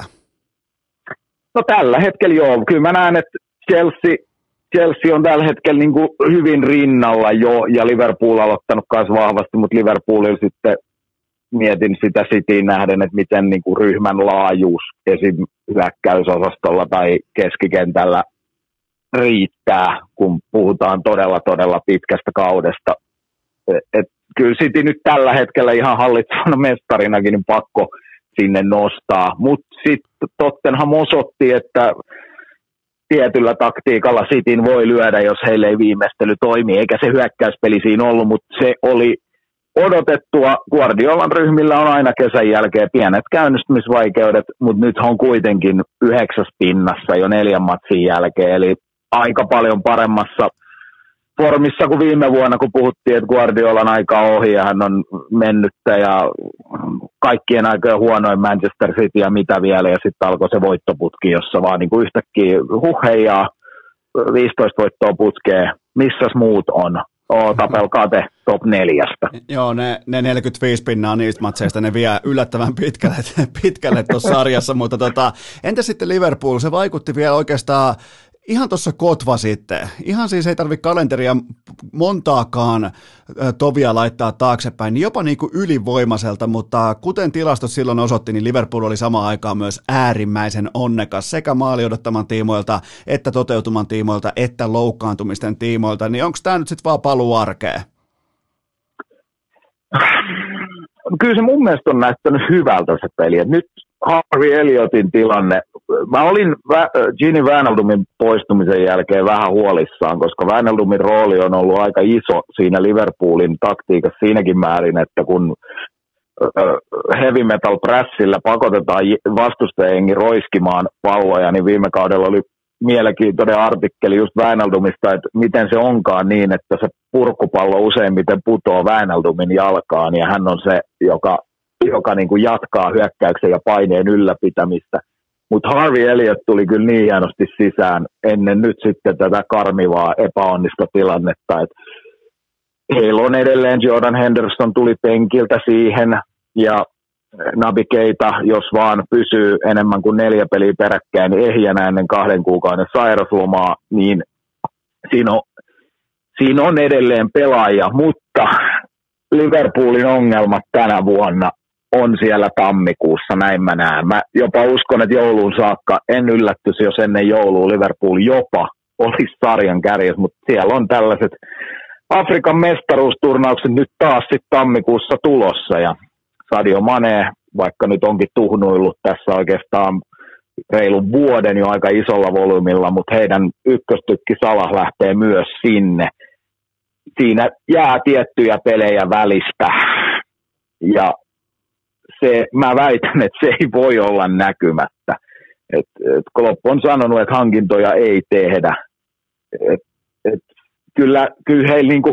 No tällä hetkellä joo, kyllä mä näen, että Chelsea, Chelsea on tällä hetkellä niin kuin hyvin rinnalla jo ja Liverpool aloittanut myös vahvasti, mutta Liverpoolilla sitten mietin sitä Cityin nähden, että miten niin kuin ryhmän laajuus esim. Hyökkäysosastolla tai keskikentällä riittää, kun puhutaan todella, todella pitkästä kaudesta. Et kyllä City nyt tällä hetkellä ihan hallitsevana mestarinakin niin pakko sinne nostaa, mutta sitten Tottenham osoitti, että tietyllä taktiikalla Cityn voi lyödä, jos heille ei viimeistely toimi, eikä se hyökkäyspeli siinä ollut, mutta se oli odotettua. Guardiolan ryhmillä on aina kesän jälkeen pienet käynnistymisvaikeudet, mutta nyt on kuitenkin yhdeksäs pinnassa jo neljän matsin jälkeen, eli aika paljon paremmassa formissa kuin viime vuonna, kun puhuttiin, että Guardiolan aika on ohi ja hän on mennyttä ja kaikkien aikojen huonoin Manchester City ja mitä vielä, ja sitten alkoi se voittoputki, jossa vaan niin kuin yhtäkkiä huhheijaa, viisitoista voittoa putkeen, missäs muut on? Oo, tapelkaa te top neljästä. Joo, ne, ne neljäkymmentäviisi pinnaa niistä matseista, ne vie yllättävän pitkälle, pitkälle tuossa sarjassa, mutta tota, entä sitten Liverpool, se vaikutti vielä oikeastaan ihan tuossa kotva sitten. Ihan siis ei tarvitse kalenteria montaakaan tovia laittaa taaksepäin, niin jopa niin kuin ylivoimaiselta, mutta kuten tilastot silloin osoitti, niin Liverpool oli samaan aikaan myös äärimmäisen onnekas sekä maali odottaman tiimoilta, että toteutuman tiimoilta, että loukkaantumisten tiimoilta. Niin onko tämä nyt sitten vaan paluu arkeen? Kyllä se mun mielestä on näyttänyt hyvältä se peli. Nyt Harvey Elliotin tilanne. Mä olin Gini Wijnaldumin poistumisen jälkeen vähän huolissaan, koska Wijnaldumin rooli on ollut aika iso siinä Liverpoolin taktiikassa siinäkin määrin, että kun heavy metal pressillä pakotetaan vastustajengi roiskimaan palloja, niin viime kaudella oli mielenkiintoinen artikkeli just Wijnaldumista, että miten se onkaan niin, että se purkupallo useimmiten putoo Wijnaldumin jalkaan, ja hän on se, joka joka niin kuin jatkaa hyökkäyksen ja paineen ylläpitämistä. Mutta Harvey Elliott tuli kyllä niin hienosti sisään ennen nyt sitten tätä karmivaa epäonnista tilannetta. Et heillä on edelleen Jordan Henderson tuli penkiltä siihen, ja Naby Keita, jos vaan pysyy enemmän kuin neljä peliä peräkkäin, niin ehjänä ennen kahden kuukauden sairaslomaa, niin siinä on, siinä on edelleen pelaaja, mutta Liverpoolin ongelmat tänä vuonna on siellä tammikuussa, näin mä näen. Mä jopa uskon, että jouluun saakka en yllättyisi, jos ennen joulua Liverpool jopa olisi sarjan kärjessä, mutta siellä on tällaiset Afrikan mestaruusturnaukset nyt taas sitten tammikuussa tulossa, ja Sadio Mane, vaikka nyt onkin tuhnuillut tässä oikeastaan reilun vuoden jo aika isolla volyymilla, mutta heidän ykköstykki Salah lähtee myös sinne. Siinä jää tiettyjä pelejä välistä, ja se, mä väitän, että se ei voi olla näkymättä. Et, et Klopp on sanonut, että hankintoja ei tehdä. Et, et kyllä, kyllä heillä niinku,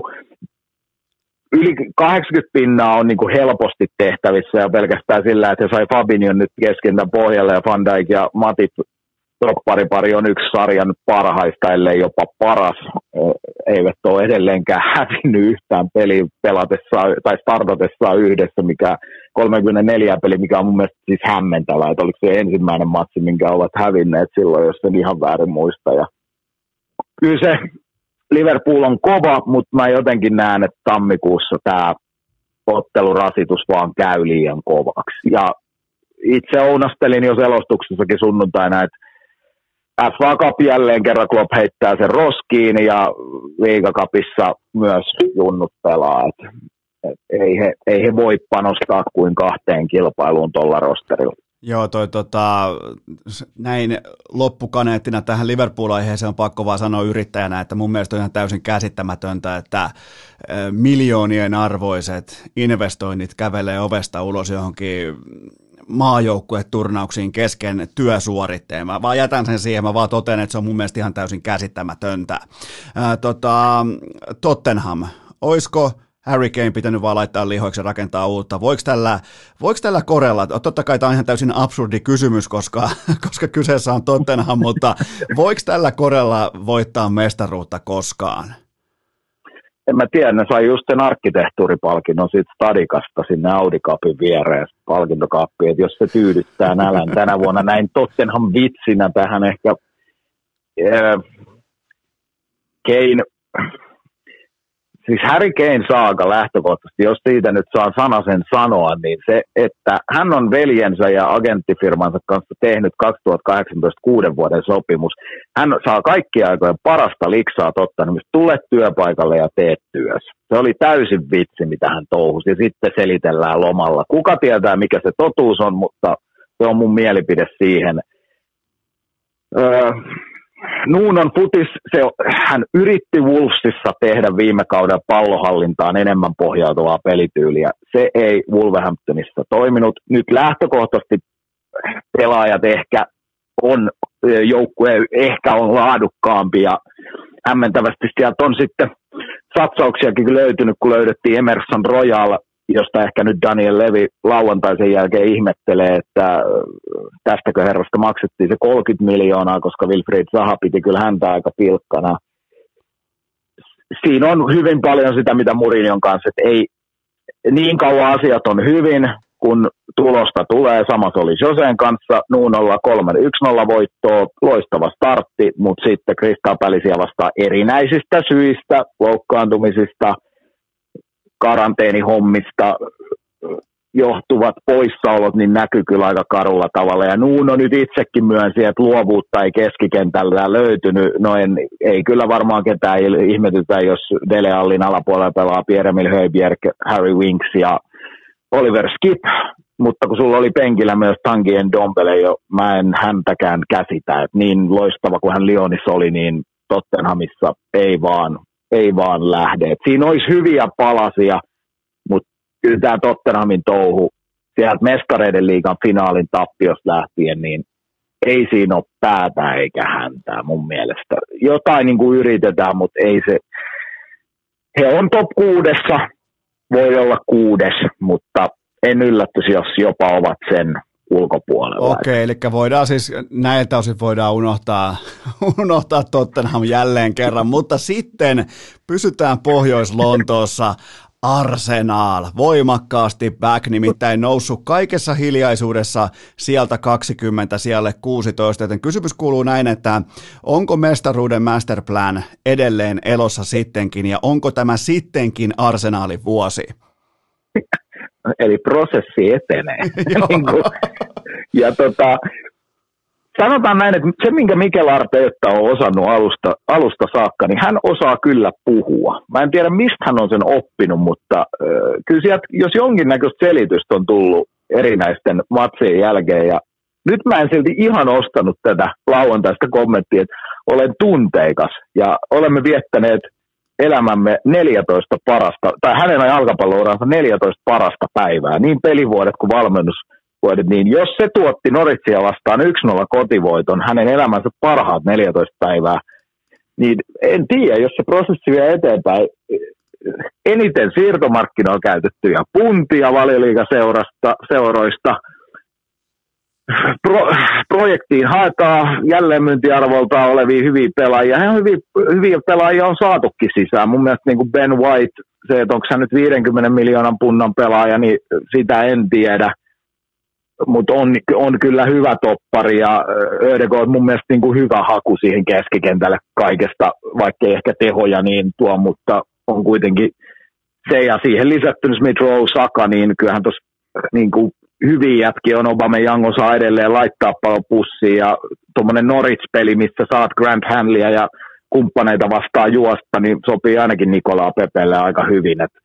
yli kahdeksankymmentä pinnaa on niinku helposti tehtävissä, ja pelkästään sillä, että he sai Fabinhon nyt keskentän pohjalle, ja Van Dijk ja Matip topparipari on yksi sarjan parhaista, ellei jopa paras. Eivät ole edelleenkään hävinnyt yhtään peliä pelatessaan tai startatessaan yhdessä, mikä kolmekymmentäneljä peli, mikä on mun mielestä siis hämmentävää, että oliko se ensimmäinen matsi, minkä ovat hävinneet silloin, jos sen ihan väärin muista. Ja kyllä se Liverpool on kova, mutta mä jotenkin näen, että tammikuussa tämä ottelurasitus vaan käy liian kovaksi. Ja itse ounastelin jo selostuksessakin sunnuntaina, että F A Cup jälleen kerran Klopp heittää sen roskiin, ja Liigacupissa myös junnut pelaa. Et, et ei, he, ei he voi panostaa kuin kahteen kilpailuun tuolla rosterilla. Joo, toi tota, näin loppukaneettina tähän Liverpool-aiheeseen on pakko vaan sanoa yrittäjänä, että mun mielestä on ihan täysin käsittämätöntä, että miljoonien arvoiset investoinnit kävelee ovesta ulos johonkin maajoukkueturnauksiin kesken työsuoritteen. Mä vaan jätän sen siihen, mä vaan totean, että se on mun mielestä ihan täysin käsittämätöntä. Ää, tota, Tottenham, oisko Harry Kane pitänyt vaan laittaa lihoiksi ja rakentaa uutta? Voiko tällä, voiko tällä korella? Totta kai tämä on ihan täysin absurdi kysymys, koska, koska kyseessä on Tottenham, mutta voiko tällä korella voittaa mestaruutta koskaan? En mä tiedä, ne sai just sen arkkitehtuuripalkinnon siitä Stadikasta sinne Audi Cupin viereen palkintokaappiin, että jos se tyydyttää nälän tänä vuonna näin Tottenham vitsinä tähän ehkä äh, Kane, siis Harry Kane saaga lähtökohtaisesti, jos siitä nyt saa sanasen sanoa, niin se, että hän on veljensä ja agenttifirmansa kanssa tehnyt kaksituhattakahdeksantoista kuuden vuoden sopimus. Hän saa kaikkia aikojen parasta liksaa Tottenhamista. Tule työpaikalle ja tee työs. Se oli täysin vitsi, mitä hän touhusi, ja sitten selitellään lomalla. Kuka tietää, mikä se totuus on, mutta se on mun mielipide siihen. Öö, Nuunon futis, se, hän yritti Wolvesissa tehdä viime kauden pallohallintaan enemmän pohjautuvaa pelityyliä. Se ei Wolverhamptonissa toiminut. Nyt lähtökohtaisesti pelaajat ehkä on, joukkue ehkä on laadukkaampi, ja hämmentävästi sieltä on sitten satsauksiakin löytynyt, kun löydettiin Emerson Royal, josta ehkä nyt Daniel Levy lauantaisen jälkeen ihmettelee, että tästäkö herrasta maksettiin se kolmekymmentä miljoonaa, koska Wilfried Zaha piti kyllä häntä aika pilkkana. Siinä on hyvin paljon sitä, mitä Mourinhon kanssa, että ei niin kauan asiat on hyvin, kun tulosta tulee. Samassa oli Joseen kanssa, Nuunolla kolme yksi nolla voittoa, loistava startti, mutta sitten Crystal Palacea vastaan erinäisistä syistä, loukkaantumisista, karanteenihommista johtuvat poissaolot, niin näkyy kyllä aika karulla tavalla. Ja Nuno nyt itsekin myönsi, että luovuutta ei keskikentällä löytynyt. No en, ei kyllä varmaan ketään ihmetytä, jos Dele Allin alapuolella pelaa Pierre-Emile Højbjerg, Harry Winks ja Oliver Skip. Mutta kun sulla oli penkillä myös Tanguy Ndombele, jo mä en häntäkään käsitä. Et niin loistava kuin hän Lyonissa oli, niin Tottenhamissa ei vaan ei vaan lähde. Et siinä olisi hyviä palasia, mutta kyllä tämä Tottenhamin touhu sieltä Mestareiden liigan finaalin tappiosta lähtien, niin ei siinä ole päätä eikä häntää mun mielestä. Jotain niin kuin yritetään, mutta ei se. He on top kuudessa, voi olla kuudes, mutta en yllättyisi, jos jopa ovat sen ulkopuolella. Okei, eli voidaan siis, näiltä osin voidaan unohtaa, unohtaa Tottenham jälleen kerran, mutta sitten pysytään Pohjois-Lontoossa. Arsenal voimakkaasti back, nimittäin noussut kaikessa hiljaisuudessa sieltä kaksikymmentä sijalle kuusitoista, joten kysymys kuuluu näin, että onko mestaruuden masterplan edelleen elossa sittenkin, ja onko tämä sittenkin Arsenalin vuosi? Eli prosessi etenee. Ja tota, sanotaan näin, että se minkä Mikel Arteta on osannut alusta, alusta saakka, niin hän osaa kyllä puhua. Mä en tiedä mistä hän on sen oppinut, mutta äh, kyllä sieltä, jos jonkinnäköistä selitystä on tullut erinäisten matsien jälkeen, ja nyt mä en silti ihan ostanut tätä lauantaista kommenttia, että olen tunteikas ja olemme viettäneet elämämme neljätoista parasta, tai hänen jalkapallouransa neljätoista parasta päivää, niin pelivuodet kuin valmennusvuodet, niin jos se tuotti Norwichin vastaan yksi nolla kotivoiton, hänen elämänsä parhaat neljätoista päivää, niin en tiedä, jos se prosessi vie eteenpäin, eniten siirtomarkkinoilla käytettyjä puntia Valioliigaseuroista, Pro, projektiin haetaan jälleenmyyntiarvolta olevia hyviä pelaajia. Ja hyviä, hyviä pelaajia on saatukin sisään. Mun mielestä niin kuin Ben White, se, että onko hän nyt viidenkymmenen miljoonan punnan pelaaja, niin sitä en tiedä. Mutta on, on kyllä hyvä toppari ja Ödegaard mun mielestä niin kuin hyvä haku siihen keskikentälle kaikesta, vaikka ei ehkä tehoja niin tuo, mutta on kuitenkin se ja siihen lisättynyt Smith Rowe, Saka, niin kyllähän tuossa niin kuin hyviä jätkiä on, Aubameyang osaa edelleen laittaa paljon pussiin ja tuommoinen Norwich-peli, missä saat Grant Hanleya ja kumppaneita vastaan juosta, niin sopii ainakin Nicolás Pepelle aika hyvin. Et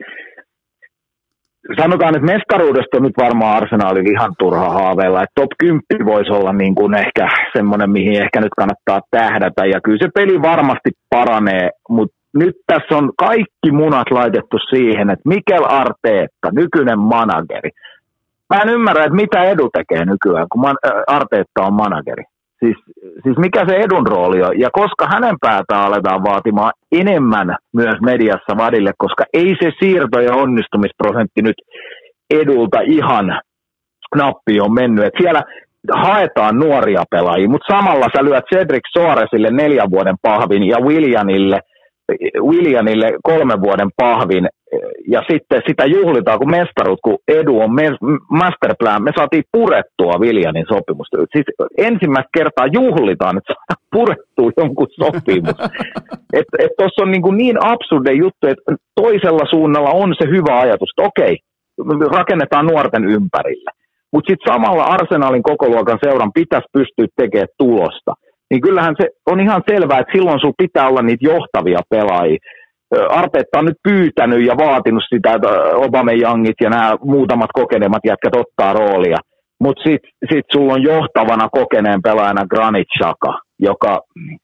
sanotaan, että mestaruudesta on nyt varmaan Arsenalin ihan turha haaveilla, että top kymmenen voisi olla niin kuin ehkä semmoinen, mihin ehkä nyt kannattaa tähdätä, ja kyllä se peli varmasti paranee, mutta nyt tässä on kaikki munat laitettu siihen, että Mikel Arteta, nykyinen manageri, mä en ymmärrä, että mitä Edu tekee nykyään, kun Arteta on manageri. Siis, siis mikä se Edun rooli on, ja koska hänen päätään aletaan vaatimaan enemmän myös mediassa vadille, koska ei se siirto- ja onnistumisprosentti nyt Edulta ihan nappi on mennyt. Et siellä haetaan nuoria pelaajia, mutta samalla sä lyöt Cedric Soaresille neljän vuoden pahvin ja Willianille, Willianille kolmen vuoden pahvin, ja sitten sitä juhlitaan kuin mestarut, kun Edu on masterplan. Me saatiin purettua Willianin sopimusta. Siis ensimmäistä kertaa juhlitaan, että saadaan purettua jonkun sopimus. Että et tuossa on niin, niin absurde juttu, että toisella suunnalla on se hyvä ajatus, että okei, rakennetaan nuorten ympärille. Mutta sitten samalla Arsenalin kokoluokan seuran pitäisi pystyä tekemään tulosta. Niin kyllähän se on ihan selvää, että silloin sun pitää olla niitä johtavia pelaajia. Arteta on nyt pyytänyt ja vaatinut sitä, että Aubameyangit ja nämä muutamat kokeneemmat jätkät ottaa roolia. Mutta sitten sit sulla on johtavana kokeneen pelaajana Granit Xhaka, joka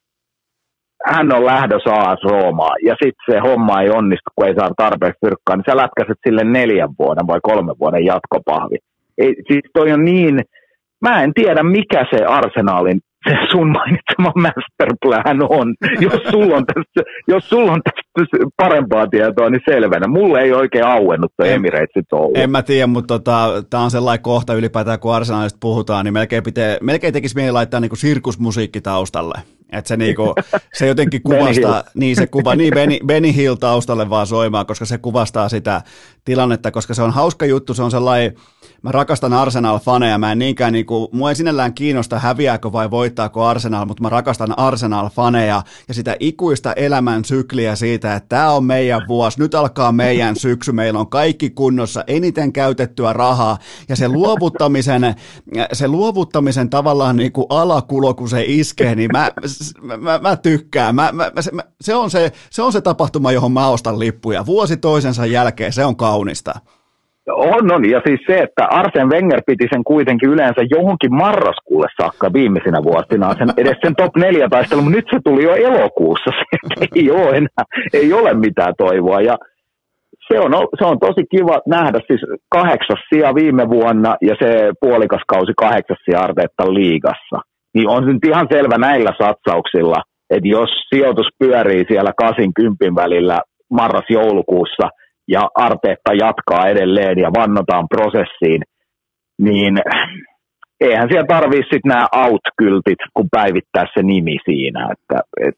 hän on lähdössä A S Roomaan. Ja sitten se homma ei onnistu, kun ei saa tarpeeksi fyrkkaa, niin sä lätkäset sille neljän vuoden vai kolmen vuoden jatkopahvi. Ei, siis toi on niin, mä en tiedä mikä se Arsenalin se sun mainitsema masterplan on. Jos sulla on tästä, jos sulla on tästä parempaa tietoa, niin selvänä. Mulle ei oikein auennut tuo Emiratesit ollut. En mä tiedä, mutta tota, tämä on sellainen kohta ylipäätään, kun Arsenalista puhutaan, niin melkein, pitää, melkein tekisi mieli laittaa niinku sirkusmusiikki taustalle. Että se, niinku, se jotenkin kuvastaa, niin se kuva, niin Benny, Benny Hill taustalle vaan soimaan, koska se kuvastaa sitä tilannetta, koska se on hauska juttu, se on sellainen, mä rakastan Arsenal-faneja, mä en niinkään niinku, mua ei sinällään kiinnosta häviääkö vai voittaako Arsenal, mutta mä rakastan Arsenal-faneja ja sitä ikuista elämän sykliä siitä, että tää on meidän vuosi, nyt alkaa meidän syksy, meillä on kaikki kunnossa, eniten käytettyä rahaa ja se luovuttamisen, se luovuttamisen tavallaan niinku alakulo, kun se iskee, niin mä Mä, mä, mä tykkään. Mä, mä, se, mä, se, on se, se on se tapahtuma, johon mä ostan lippuja. Vuosi toisensa jälkeen, se on kaunista. On, on. Ja siis se, että Arsene Wenger piti sen kuitenkin yleensä johonkin marraskuulle saakka viimeisinä vuosina. Sen, edes sen top neljä taistelu, mutta nyt se tuli jo elokuussa. Se ei ole enää, ei ole mitään toivoa. Ja se on, se on tosi kiva nähdä siis kahdeksas sija viime vuonna ja se puolikas kausi kahdeksas sija Arteetan liigassa. Niin on nyt ihan selvä näillä satsauksilla, että jos sijoitus pyörii siellä kasin kympin välillä marras-joulukuussa ja Arteta jatkaa edelleen ja vannotaan prosessiin, niin eihän siellä tarvitse sitten nämä out-kyltit, kun päivittää se nimi siinä. Että, et,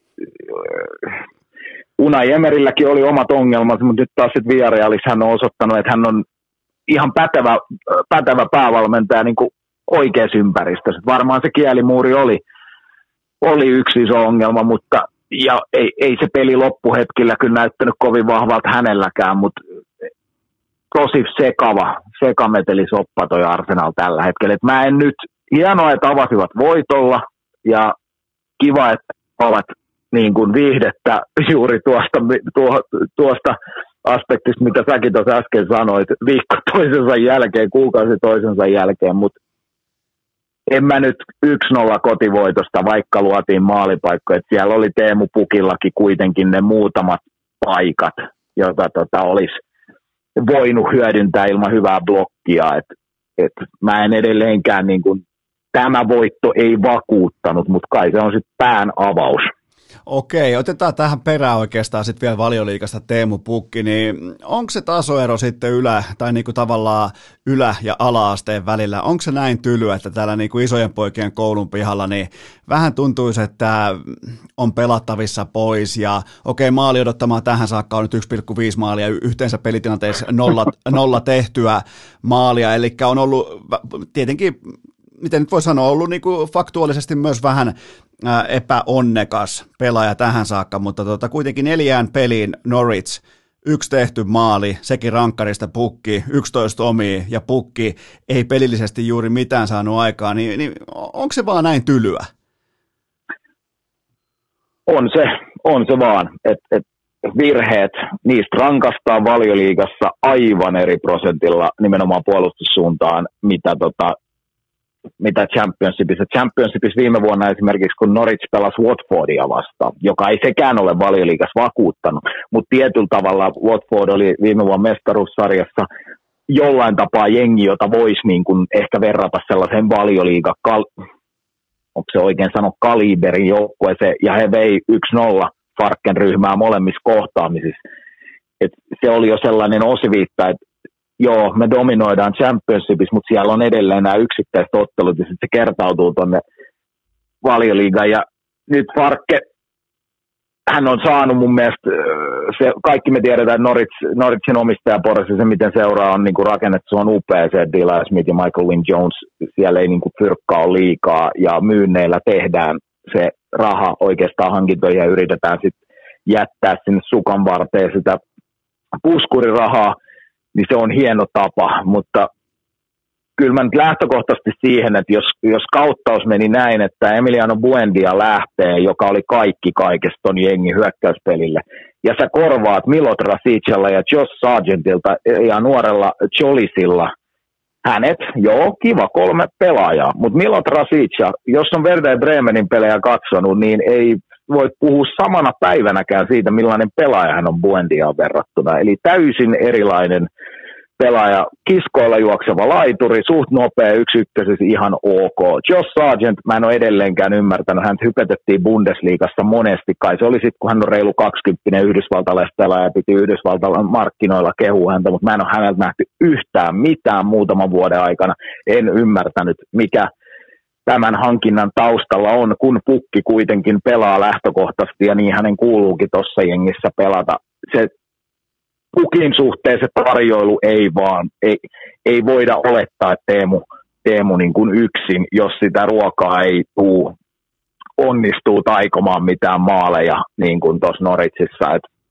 Unai Emerilläkin oli omat ongelmat, mutta nyt taas sitten Villarrealissa hän on osoittanut, että hän on ihan pätevä, pätevä päävalmentaja niin kuin oikeassa ympäristössä. Varmaan se kielimuuri oli, oli yksi iso ongelma, mutta ja ei, ei se peli loppuhetkillä kyllä näyttänyt kovin vahvalta hänelläkään, mutta tosi sekava, sekametelisoppa toi Arsenal tällä hetkellä. Et mä en nyt, hienoa, että avasivat voitolla, ja kiva, että ovat niin kuin viihdettä juuri tuosta, tuo, tuosta aspektista, mitä säkin tuossa äsken sanoit, viikko toisensa jälkeen, kuukausi toisensa jälkeen, mutta en mä nyt yksi nolla kotivoitosta, vaikka luotiin maalipaikkoja, että siellä oli Teemu Pukillakin kuitenkin ne muutamat paikat, joita tota olisi voinut hyödyntää ilman hyvää blokkia, että et mä en edelleenkään, niin kuin, tämä voitto ei vakuuttanut, mutta kai se on sitten pään avaus. Okei, otetaan tähän perään oikeastaan sitten vielä Valioliigasta Teemu Pukki, niin onko se tasoero sitten ylä, tai niinku tavallaan ylä- ja ala-asteen välillä, onko se näin tyly, että täällä niinku isojen poikien koulun pihalla, niin vähän tuntuisi, että on pelattavissa pois, ja okei, maali odottamaan tähän saakka on nyt yksi pilkku viisi maalia, yhteensä pelitilanteessa nolla, nolla tehtyä maalia, eli on ollut tietenkin, miten nyt voi sanoa, ollut niinku faktuaalisesti myös vähän epäonnekas pelaaja tähän saakka, mutta tota, kuitenkin neljään peliin Norwich, yksi tehty maali, sekin rankkarista Pukki, yksitoista omia ja Pukki ei pelillisesti juuri mitään saanut aikaa, niin, niin onko se vaan näin tylyä? On se, on se vaan, että et virheet, niistä rankastaa Valioliigassa aivan eri prosentilla nimenomaan puolustussuuntaan, mitä tota mitä Championshipissa. Championshipissa viime vuonna esimerkiksi, kun Norwich pelasi Watfordia vastaan, joka ei sekään ole Valioliigassa vakuuttanut, mutta tietyllä tavalla Watford oli viime vuonna mestaruussarjassa jollain tapaa jengi, jota voisi niin kuin ehkä verrata sellaiseen Valioliiga, kal- onko se oikein sano, kaliberin joukkueeseen, ja he vei yksi nolla Farken ryhmää molemmissa kohtaamisissa. Et se oli jo sellainen osviitta, että joo, me dominoidaan Championshipissa, mutta siellä on edelleen nämä yksittäiset ottelut, ja sitten se kertautuu tuonne Valioliigaan. Ja nyt Farke, hän on saanut mun mielestä, se, kaikki me tiedetään, että Norwich, Norwichin omistajaporrassa, se miten seuraa on niin kuin rakennettu, se on upea se, että Eli Smith ja Michael Wynne-Jones, siellä ei niin kuin fyrkkaa ole liikaa, ja myynneillä tehdään se raha oikeastaan hankintoihin, ja yritetään sitten jättää sinne sukan varteen sitä puskurirahaa, niin se on hieno tapa, mutta kyllä mä nyt lähtökohtaisesti siihen, että jos, jos kauttaus meni näin, että Emiliano Buendia lähtee, joka oli kaikki kaikesta ton jengin hyökkäyspelille, ja sä korvaat Milot Rasicalla ja Josh Sargentilta ja nuorella Cholisilla hänet, joo, kiva, kolme pelaajaa, mutta Milot Rasica, jos on Werder Bremenin pelejä katsonut, niin ei voi puhua samana päivänäkään siitä, millainen pelaaja hän on Buendiaan verrattuna. Eli täysin erilainen pelaaja, kiskoilla juokseva laituri, suht nopea, yksi ykkösessä ihan ok. Josh Sargent, mä en ole edelleenkään ymmärtänyt, hän hypetettiin Bundesliigassa monesti, kai se oli sitten, kun hän on reilu kaksikymppinen yhdysvaltalaispelaaja ja piti Yhdysvaltain markkinoilla kehua häntä, mutta mä en ole häneltä nähty yhtään mitään muutaman vuoden aikana, en ymmärtänyt, mikä tämän hankinnan taustalla on, kun Pukki kuitenkin pelaa lähtökohtaisesti ja niin hänen kuuluukin tuossa jengissä pelata. Se Pukin suhteen se tarjoilu ei vaan, ei, ei voida olettaa, että Teemu, Teemu niin kuin yksin, jos sitä ruokaa ei tuu, onnistuu taikomaan mitään maaleja niin kuin tuossa Norwichissa.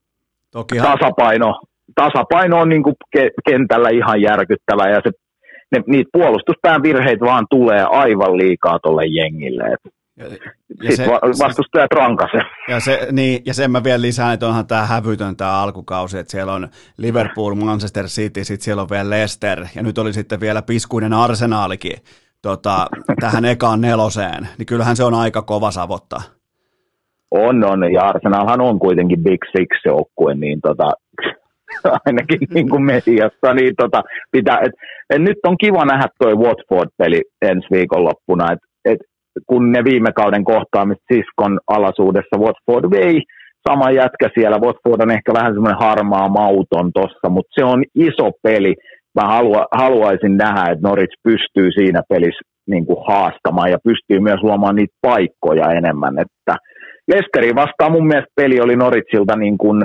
Tasapaino, tasapaino on niin kuin kentällä ihan järkyttävä ja se Ne, niitä puolustuspään virheitä vaan tulee aivan liikaa tuolle jengille. Sitten vastustajat rankase. Ja, se, niin, ja sen mä vielä lisään, että onhan tämä hävytön tämä alkukausi, että siellä on Liverpool, Manchester City, sitten siellä on vielä Leicester, ja nyt oli sitten vielä piskuinen Arsenaalikin tota, tähän ekaan neloseen, niin kyllähän se on aika kova savottaa. On, on, ja Arsenalhan on kuitenkin Big Six-joukkue, niin tota... ainakin niin kuin mediassa, niin tota, pitää, et, et nyt on kiva nähdä toi Watford-peli ensi viikonloppuna, et, et, kun ne viime kauden kohtaamista Siskon alaisuudessa Watford vei, sama jätkä siellä, Watford on ehkä vähän semmoinen harmaa mauton tossa, mutta se on iso peli, mä halua, haluaisin nähdä, että Norwich pystyy siinä pelissä niin kuin haastamaan ja pystyy myös luomaan niitä paikkoja enemmän, että Leicesterin vastaan mun mielestä peli oli Norwichilta niin kuin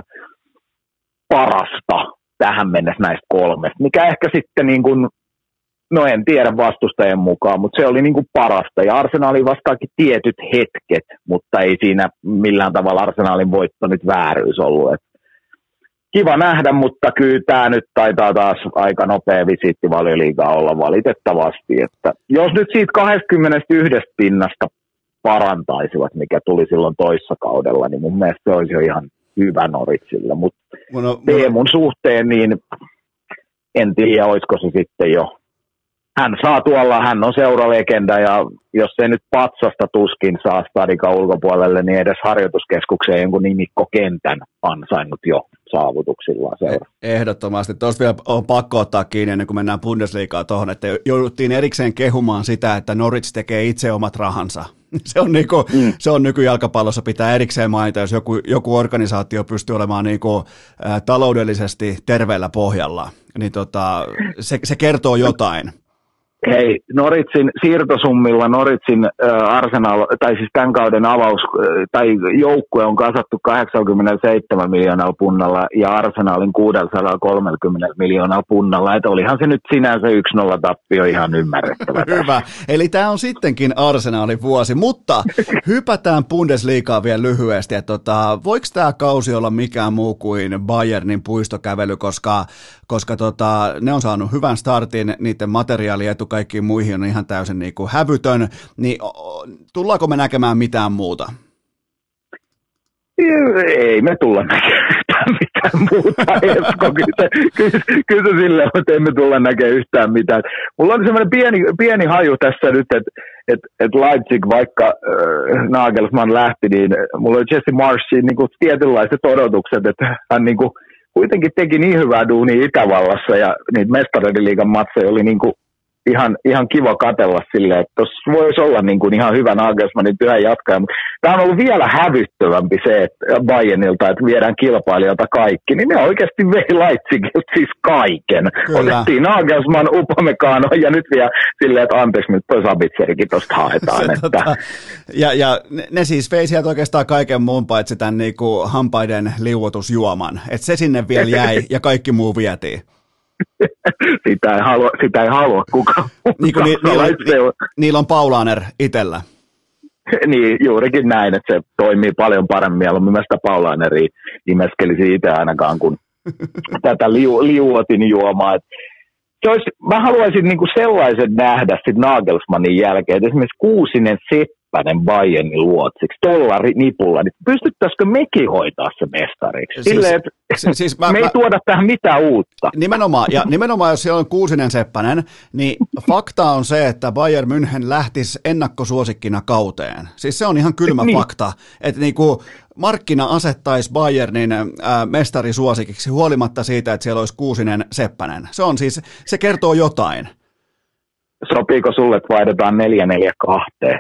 parasta tähän mennessä näistä kolmesta, mikä ehkä sitten niin kuin, no en tiedä vastustajien mukaan, mutta se oli niin kuin parasta, ja Arsenalin vastaakin tietyt hetket, mutta ei siinä millään tavalla Arsenalin voitto nyt vääryys ollut. Et kiva nähdä, mutta kyllä tämä nyt taitaa taas aika nopea visiitti Valioliigaa olla valitettavasti, että jos nyt siitä kaksikymmentäyksi pinnasta parantaisivat, mikä tuli silloin toissa kaudella, niin mun mielestä se olisi jo ihan hyvä Norwichilla, mutta Teemun suhteen niin en tiedä, olisiko se sitten jo. Hän saa tuolla, hän on seuralegenda ja jos se nyt patsasta tuskin saa stadikan ulkopuolelle, niin edes harjoituskeskukseen jonkun nimikkokentän ansainnut jo saavutuksillaan seura. Ehdottomasti. Tuosta vielä on pakko ottaa kiinni ennen kuin mennään Bundesliigaan tuohon, että jouduttiin erikseen kehumaan sitä, että Norwich tekee itse omat rahansa. Se on, niinku, mm. se on nykyjalkapallossa pitää erikseen mainita, jos joku, joku organisaatio pystyy olemaan niinku, ä, taloudellisesti terveellä pohjalla, niin tota, se, se kertoo jotain. Hei, Norwichin siirtosummilla Norwichin äh, Arsenal, tai siis tämän kauden avaus, äh, tai joukkue on kasattu kahdeksankymmentäseitsemän miljoonaa punnalla ja Arsenalin kuusisataakolmekymmentä miljoonaa punnalla, että olihan se nyt sinänsä yksi nolla tappio ihan ymmärrettävä. Hyvä, eli tämä on sittenkin Arsenalin vuosi, mutta hypätään Bundesliigaan vielä lyhyesti, että tota, voiko tämä kausi olla mikään muu kuin Bayernin puistokävely, koska, koska tota, ne on saanut hyvän startin, niiden materiaalietu kaikkiin muihin on ihan täysin niin kuin hävytön, niin tullaanko me näkemään mitään muuta? Ei me tulla näkemään mitään muuta, Esko. Kyllä, kyllä, kyllä silleen, että emme tulla näkemään yhtään mitään. Mulla on semmoinen pieni, pieni haju tässä nyt, että et, et Leipzig, vaikka äh, Nagelsmann lähti, niin mulla oli Jesse Marshin niin kuin tietynlaiset odotukset, että hän niin kuin kuitenkin teki niin hyvää duunia Itävallassa ja niitä Mestareiden liigan matseja oli niin kuin Ihan, ihan kiva katsella silleen, että tuossa voisi olla niin kuin ihan hyvä Nagelsmannin työn jatkaja, mutta tämä on ollut vielä hävyttävämpi se, että Bayernilta, että viedään kilpailijoilta kaikki, niin ne oikeasti vei Leipzigiltä siis kaiken. Kyllä. Otettiin Nagelsmann, Upamecano ja nyt vielä silleen, että anteeksi, nyt toi Sabitzerikin tuosta haetaan. Se, että. Tota, ja, ja ne, ne siis vei sieltä oikeastaan kaiken muun paitsi tämän niin kuin hampaiden liuotusjuoman, että se sinne vielä jäi ja kaikki muu vietiin. Sitä ei halua, sitä ei halua kukaan. Niin kuin ni, niillä, ni, niillä on Paulaner itsellä. Niin, juurikin näin, että se toimii paljon paremmin. Ja mielestäni Paulaneria imeskelisi itse ainakaan, kun tätä liu, liuotin juomaa. Se olisi, mä haluaisin niinku sellaiset nähdä sit Nagelsmannin jälkeen, että esimerkiksi Kuusinen Seppänen Bayernin luotsiksi, tuolla nipulla, niin pystyttäisikö mekin hoitaa se mestariksi? Siis, Silleen, että siis, siis mä, me ei mä, tuoda tähän mitään uutta. Nimenomaan, ja nimenomaan jos siellä on Kuusinen Seppänen, niin fakta on se, että Bayern München lähtisi ennakkosuosikkina kauteen. Siis se on ihan kylmä niin. fakta, että niinku markkina asettaisi Bayernin äh, mestarisuosikiksi huolimatta siitä, että siellä olisi Kuusinen Seppänen. Se on siis, se kertoo jotain. Sopiiko sulle, että vaihdetaan neljä neljä kahteen?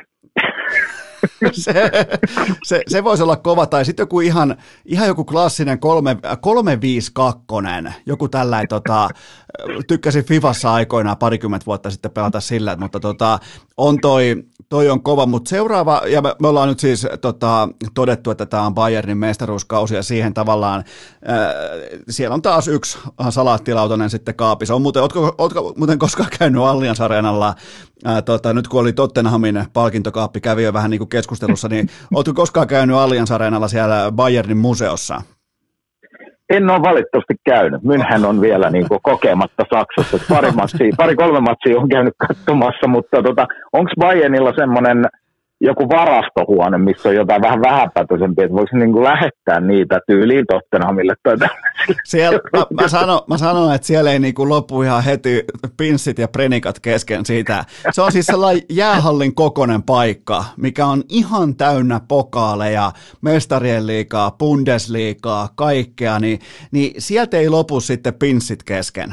se, se, se voisi olla kova, tai sitten joku ihan, ihan joku klassinen kolme viisi kaksi, joku tällainen, tota, tykkäsin Fifassa aikoinaan parikymmentä vuotta sitten pelata sillä, mutta tota, on toi, toi on kova, mutta seuraava, ja me, me ollaan nyt siis tota, todettu, että tämä on Bayernin mestaruuskausi, ja siihen tavallaan, äh, siellä on taas yksi salaattilautanen sitten kaapissa. On muuten, ootko, ootko muuten koskaan käynyt Allianz Arenalla, äh, tota, nyt kun oli Tottenhamin palkintokaappi, kävi jo vähän niin kuin keskustelussa, niin ootko koskaan käynyt Allianz Arenalla siellä Bayernin museossa? En ole valitettavasti käynyt. München on vielä niin kuin kokematta Saksassa. Pari, matsia, pari kolme matsia on käynyt katsomassa, mutta tota, onko Bayernilla semmoinen joku varastohuone, missä on jotain vähän vähäpätöisempiä, että voisi niin kuin lähettää niitä tyyliin Tottenhamille tai siellä, mä, mä, sanon, mä sanon, että siellä ei niin kuin lopu ihan heti pinssit ja prenikat kesken siitä. Se on siis sellainen jäähallin kokoinen paikka, mikä on ihan täynnä pokaaleja, mestarien liigaa, Bundesliigaa, kaikkea, niin, niin sieltä ei lopu sitten pinssit kesken.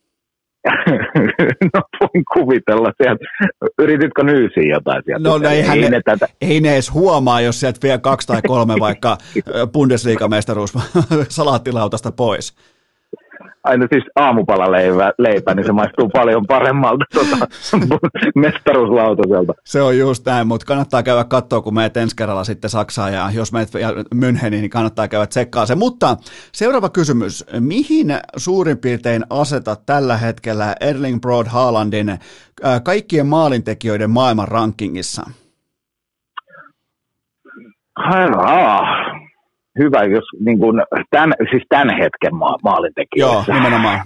No voin kuvitella sieltä. Yrititkö nyysiä jotain sieltä? No ei, ei, ne, tätä... ei ne edes huomaa, jos sieltä vie kaksi tai kolme vaikka Bundesliga-mestaruus salaattilautasta pois. Aina siis aamupalaleipä, leipä, niin se maistuu paljon paremmalta tuota, mestaruuslautaselta. Se on just näin, mutta kannattaa käydä katsoa, kun menet ensi kerralla sitten Saksaan, ja jos menet Müncheniin, niin kannattaa käydä tsekkaa se. Mutta seuraava kysymys, mihin suurin piirtein asetat tällä hetkellä Erling Braut Haalandin äh, kaikkien maalintekijöiden maailman rankingissa? Haa. Hyvä, jos niin kuin tämän, siis tämän hetken ma- maalintekijöissä. Joo, nimenomaan.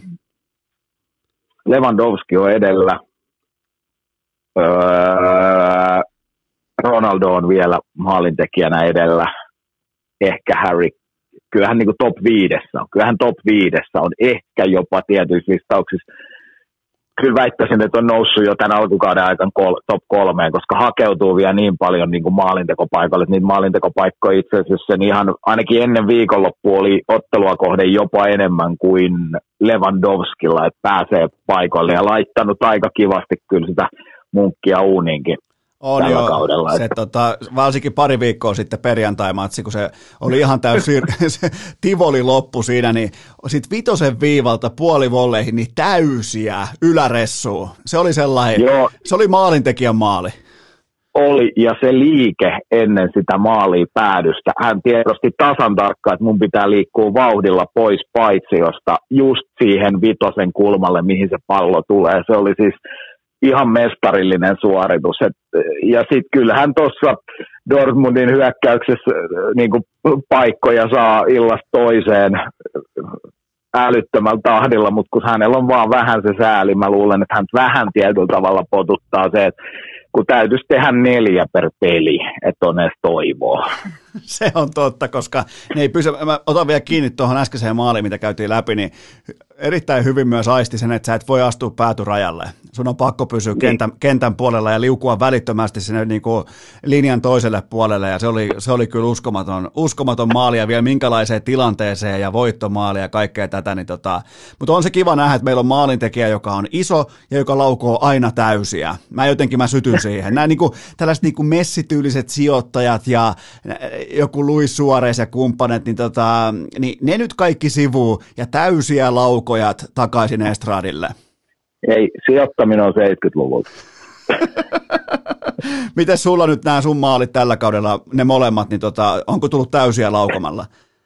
Lewandowski on edellä. Öö, Ronaldo on vielä maalintekijänä edellä, ehkä Harry. Kyllähän niin kuin top viidessä on. Kyllähän top viidessä on ehkä jopa tietyissä listauksissa. Kyllä väittäisin, että on noussut jo tämän alkukauden aikana kol, top kolmeen, koska hakeutuu vielä niin paljon niin kuin maalintekopaikalle. Niitä maalintekopaikkoja itse asiassa niin ihan ainakin ennen viikonloppua oli ottelua kohden jopa enemmän kuin Lewandowskilla, että pääsee paikalle ja laittanut aika kivasti kyllä sitä munkkia uuniinkin. On jo, se, tota, varsinkin pari viikkoa sitten perjantai-matsi, kun se oli ihan täysin, se tivoli loppu siinä, niin sitten vitosen viivalta puolivolleihin, niin täysiä yläressuun. Se oli sellainen, Joo. se oli maalintekijän maali. Oli, ja se liike ennen sitä maalia päädystä, hän tiedosti tasan tarkkaan, että mun pitää liikkua vauhdilla pois paitsiosta just siihen vitosen kulmalle, mihin se pallo tulee. Se oli siis ihan mestarillinen suoritus. Et, ja sitten kyllähän tuossa Dortmundin hyökkäyksessä niin kuin paikkoja saa illasta toiseen älyttömällä tahdilla, mutta kun hänellä on vaan vähän se sääli, mä luulen, että hän vähän tietyllä tavalla potuttaa se, että kun täytyisi tehdä neljä per peli, että on edes toivoa. Se on totta, koska ne ei pysy, mä otan vielä kiinni tuohon äskeiseen maaliin, mitä käytiin läpi, niin erittäin hyvin myös aisti sen, että sä et voi astua päätyrajalle. Sun on pakko pysyä niin. kentän, kentän puolella ja liukua välittömästi sinne niin kuin linjan toiselle puolelle, ja se oli, se oli kyllä uskomaton, uskomaton maali, ja vielä minkälaiseen tilanteeseen ja voittomaali ja kaikkea tätä. Niin tota, mutta on se kiva nähdä, että meillä on maalintekijä, joka on iso ja joka laukoo aina täysiä. Mä jotenkin mä sytyn siihen. Nämä niin kuin, tällaiset niin kuin messityyliset sijoittajat ja joku Luis Suarez ja kumppanit, niin, tota, niin ne nyt kaikki sivuu ja täysiä laukojat takaisin estradille. Ei, sijoittaminen on seitsemänkymmentäluvulta. Miten sulla nyt nämä sun maalit tällä kaudella, ne molemmat, niin tota, onko tullut täysiä laukomalla?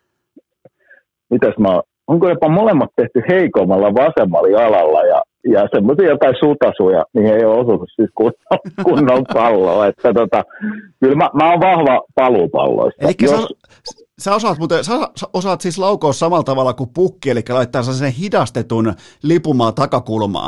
Mitäs mä, onko jopa molemmat tehty heikommalla vasemmalla jalalla ja, ja semmoisia jotain sutasuja, niin ei ole osunut siis kunnon, kunnon palloa. Että tota, kyllä mä, mä oon vahva paluupalloista. Elikkä Jos... sä, sä, osaat, muuten, sä osaat siis laukoa samalla tavalla kuin pukki, eli laittaa sen hidastetun lipumaa takakulmaa.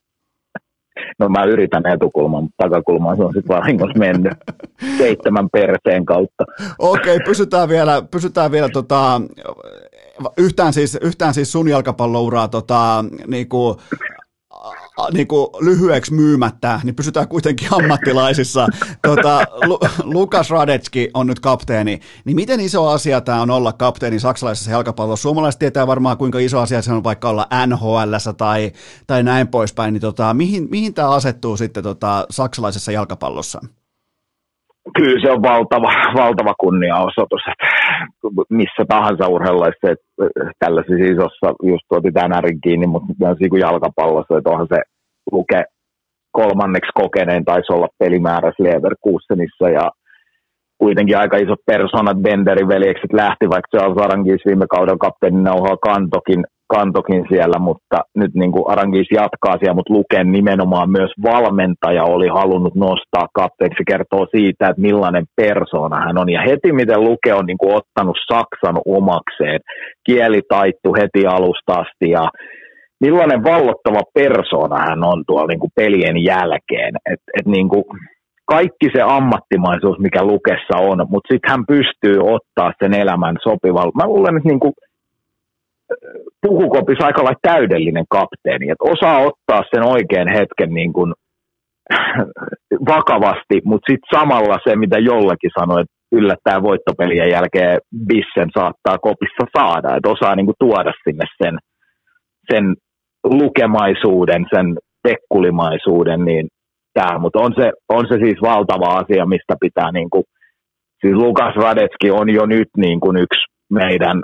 No mä yritän etukulman, mutta takakulmaan se on sitten vahingossa mennyt seitsemän perseen kautta. Okei, okay, pysytään vielä, pysytään vielä tota, yhtään, siis, yhtään siis sun jalkapallouraa tota, niinku, niinku lyhyeksi myymättä, niin pysytään kuitenkin ammattilaisissa. Tota, Lukas Radetski on nyt kapteeni, niin miten iso asia tämä on olla kapteeni saksalaisessa jalkapallossa? Suomalaiset tietää varmaan, kuinka iso asia se on vaikka olla N H L:ssä tai, tai näin poispäin, niin tota, mihin, mihin tämä asettuu sitten tota, saksalaisessa jalkapallossa? Kyllä se on valtava, valtava kunniaosoitus, että missä tahansa urheilulaisessa, että tällaisessa isossa, just tuotiin tänärin kiinni, mutta myös niin kuin jalkapallossa, että onhan se Luke kolmanneksi kokeneen, taisi olla pelimäärässä Leverkusenissa, ja kuitenkin aika isot persoonat Benderin veljekset lähti, vaikka Charles Arangis viime kauden kapteenin nauhaa kantokin, kantokin siellä, mutta nyt niin kuin Arangis jatkaa siellä, mutta Luken nimenomaan myös valmentaja oli halunnut nostaa kapteeniksi. Se kertoo siitä, että millainen persoona hän on. Ja heti miten Luke on niin kuin ottanut Saksan omakseen, kieli taittu heti alusta asti ja millainen vallottava persoona hän on tuolla niin kuin pelien jälkeen. Et, et niin kuin kaikki se ammattimaisuus, mikä Lukessa on, mutta sitten hän pystyy ottaa sen elämän sopivalla. Mä luulen, että niin kuin Pukukopissa aika lailla täydellinen kapteeni, että osaa ottaa sen oikean hetken niin kuin vakavasti, mutta sitten samalla se, mitä jollakin sanoi, että yllättäen voittopelien jälkeen Bissen saattaa kopissa saada, että osaa niin kuin tuoda sinne sen, sen lukemaisuuden, sen tekkulimaisuuden, niin tämä, mutta on se, on se siis valtava asia, mistä pitää, niin kuin, siis Lukas Radetski on jo nyt niin kuin yksi meidän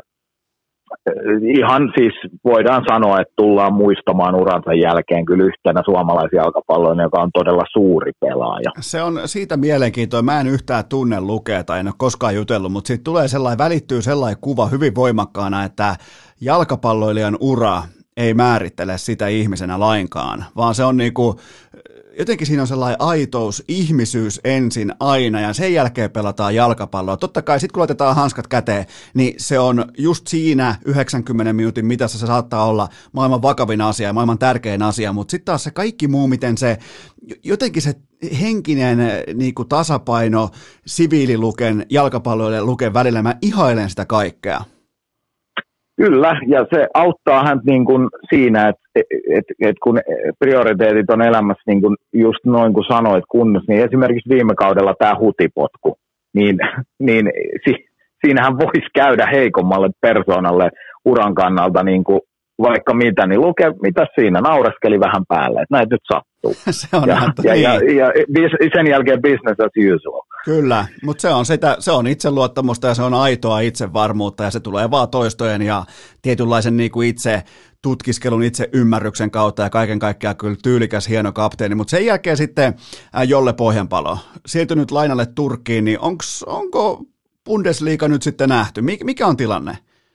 ihan siis voidaan sanoa, että tullaan muistamaan uransa jälkeen kyllä yhtenä suomalaisen jalkapallon, joka on todella suuri pelaaja. Se on siitä mielenkiintoinen. Mä en yhtään tunne Lukea tai en ole koskaan jutellut, mutta siitä tulee sellainen, välittyy sellainen kuva hyvin voimakkaana, että jalkapalloilijan ura ei määrittele sitä ihmisenä lainkaan, vaan se on niinku, jotenkin siinä on sellainen aitous, ihmisyys ensin aina ja sen jälkeen pelataan jalkapalloa. Totta kai sitten kun laitetaan hanskat käteen, niin se on just siinä yhdeksänkymmenen minuutin mitassa se saattaa olla maailman vakavin asia ja maailman tärkein asia, mutta sitten taas se kaikki muu, miten se jotenkin se henkinen niin kuin tasapaino siviililuken, jalkapalloille luken välillä, mä ihailen sitä kaikkea. Kyllä, ja se auttaa häntä niin kuin siinä, että et, et, et kun prioriteetit on elämässä niin kuin just noin kuin sanoit kunnossa, niin esimerkiksi viime kaudella tämä hutipotku, niin, niin si, siinähän voisi käydä heikommalle persoonalle uran kannalta niin kuin vaikka mitä, niin luke, mitä siinä, naureskeli vähän päälle, että näitä nyt sattuu. Se on ja, ja, niin. ja, ja, ja sen jälkeen business as usual. Kyllä, mutta se on, sitä, se on itseluottamusta ja se on aitoa itsevarmuutta ja se tulee vaan toistojen ja tietynlaisen niin kuin itse tutkiskelun, itse ymmärryksen kautta ja kaiken kaikkiaan kyllä tyylikäs, hieno kapteeni, mutta sen jälkeen sitten äh, Jolle Pohjanpalo, siirtynyt lainalle Turkkiin, niin onks, onko Bundesliga nyt sitten nähty? Mikä on tilanne?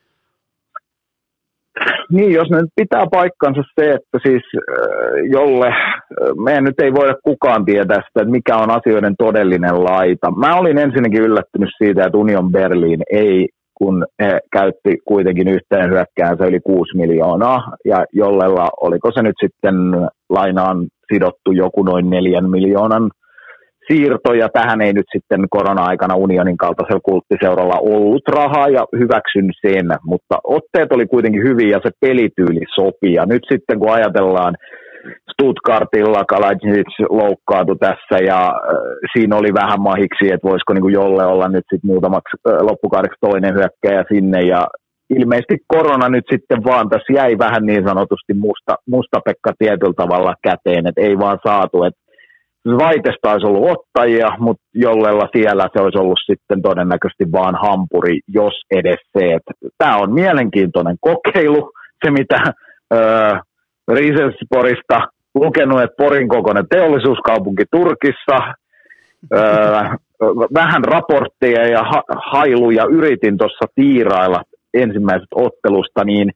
Niin, jos nyt pitää paikkansa se, että siis äh, Jolle, äh, meidän nyt ei voida kukaan tietää sitä, että mikä on asioiden todellinen laita. Mä olin ensinnäkin yllättynyt siitä, että Union Berlin ei, kun he käytti kuitenkin yhteen hyökkäänsä yli kuusi miljoonaa, ja Jollella, oliko se nyt sitten lainaan sidottu joku noin neljän miljoonan siirto, ja tähän ei nyt sitten korona-aikana Unionin kaltaisella kulttiseuralla ollut rahaa, ja hyväksyn sen, mutta otteet oli kuitenkin hyviä, ja se pelityyli sopii, ja nyt sitten kun ajatellaan Stuttgartilla, Kalajic loukkaantui tässä, ja äh, siinä oli vähän mahiksi, että voisiko niin kuin Jolle olla nyt sitten muutamaksi äh, loppukaudeksi toinen hyökkäjä sinne, ja ilmeisesti korona nyt sitten vaan tässä jäi vähän niin sanotusti musta, musta Pekka tietyllä tavalla käteen, että ei vaan saatu, että Vaitesta olisi ollut ottajia, mutta Jollella siellä se olisi ollut sitten todennäköisesti vaan hampuri, jos edes se. Tämä on mielenkiintoinen kokeilu, se mitä öö, Risensporista lukenut, että Porin kokoinen teollisuuskaupunki Turkissa, öö, vähän raportteja ja ha- hailuja yritin tuossa tiirailla ensimmäisestä ottelusta, niin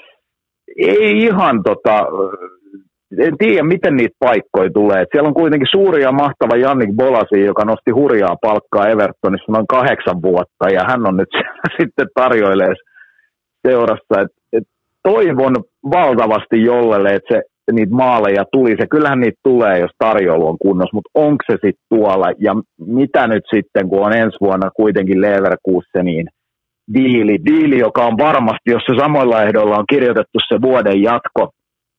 ei ihan tota... En tiedä, miten niitä paikkoja tulee. Et siellä on kuitenkin suuri ja mahtava Jannik Bolasi, joka nosti hurjaa palkkaa Evertonissa noin kahdeksan vuotta, ja hän on nyt sitten tarjoilee seurassa. Et, et toivon valtavasti Jollelle, että se, niitä maaleja tulisi, ja kyllähän niitä tulee, jos tarjoulu on kunnossa, mutta onko se sitten tuolla, ja mitä nyt sitten, kun on ensi vuonna kuitenkin Leverkusenin diili, diili, joka on varmasti, jos se samoilla ehdoilla on kirjoitettu se vuoden jatko,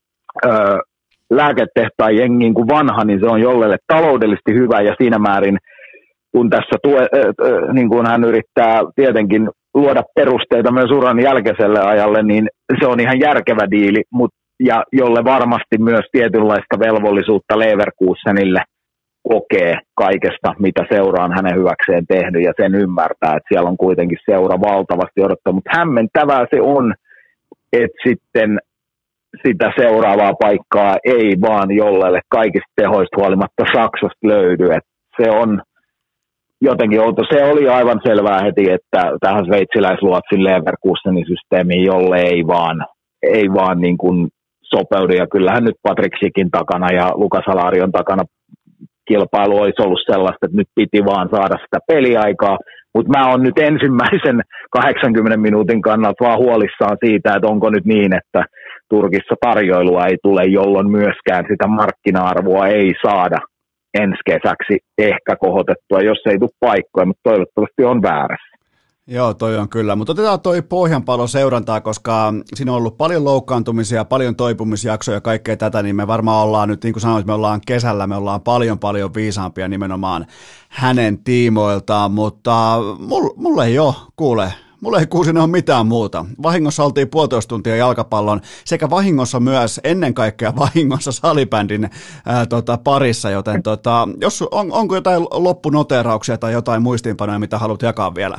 öö, lääketehtaan jengiin kuin vanha, niin se on Jollelle taloudellisesti hyvä, ja siinä määrin, kun tässä tue, äh, niin kuin hän yrittää tietenkin luoda perusteita myös uran jälkeiselle ajalle, niin se on ihan järkevä diili, mut, ja jolle varmasti myös tietynlaista velvollisuutta Leverkusenille kokee kaikesta, mitä seura on hänen hyväkseen tehnyt, ja sen ymmärtää, että siellä on kuitenkin seura valtavasti odottaa, mutta hämmentävää se on, että sitten sitä seuraavaa paikkaa ei vaan Jollelle kaikista tehoista huolimatta Saksasta löydy. Et se on jotenkin outo. Se oli aivan selvää heti, että tähän sveitsiläisluotsin Leverkusenin systeemiin Jolle ei vaan, ei vaan niin kuin sopeudu. Ja kyllähän nyt Patrick Schickin takana ja Lukas Alarion takana kilpailu olisi ollut sellaista, että nyt piti vaan saada sitä peliaikaa. Mutta mä oon nyt ensimmäisen kahdeksankymmenen minuutin kannalta vaan huolissaan siitä, että onko nyt niin, että Turkissa tarjoilua ei tule, jolloin myöskään sitä markkina-arvoa ei saada ensi kesäksi ehkä kohotettua, jos ei tule paikkoja, mutta toivottavasti on väärässä. Joo, toi on kyllä, mutta otetaan toi Pohjanpalo seurantaa, koska siinä on ollut paljon loukkaantumisia, paljon toipumisjaksoja ja kaikkea tätä, niin me varmaan ollaan nyt, niin kuin sanoit, me ollaan kesällä, me ollaan paljon paljon viisaampia nimenomaan hänen tiimoiltaan, mutta mulle ei ole, kuule, mulle ei kuusina ole mitään muuta. Vahingossa oltiin puolitoista tuntia jalkapallon, sekä vahingossa myös ennen kaikkea vahingossa salibändin ää, tota, parissa, joten tota, jos on, onko jotain loppunoteerauksia tai jotain muistiinpanoja, mitä haluat jakaa vielä?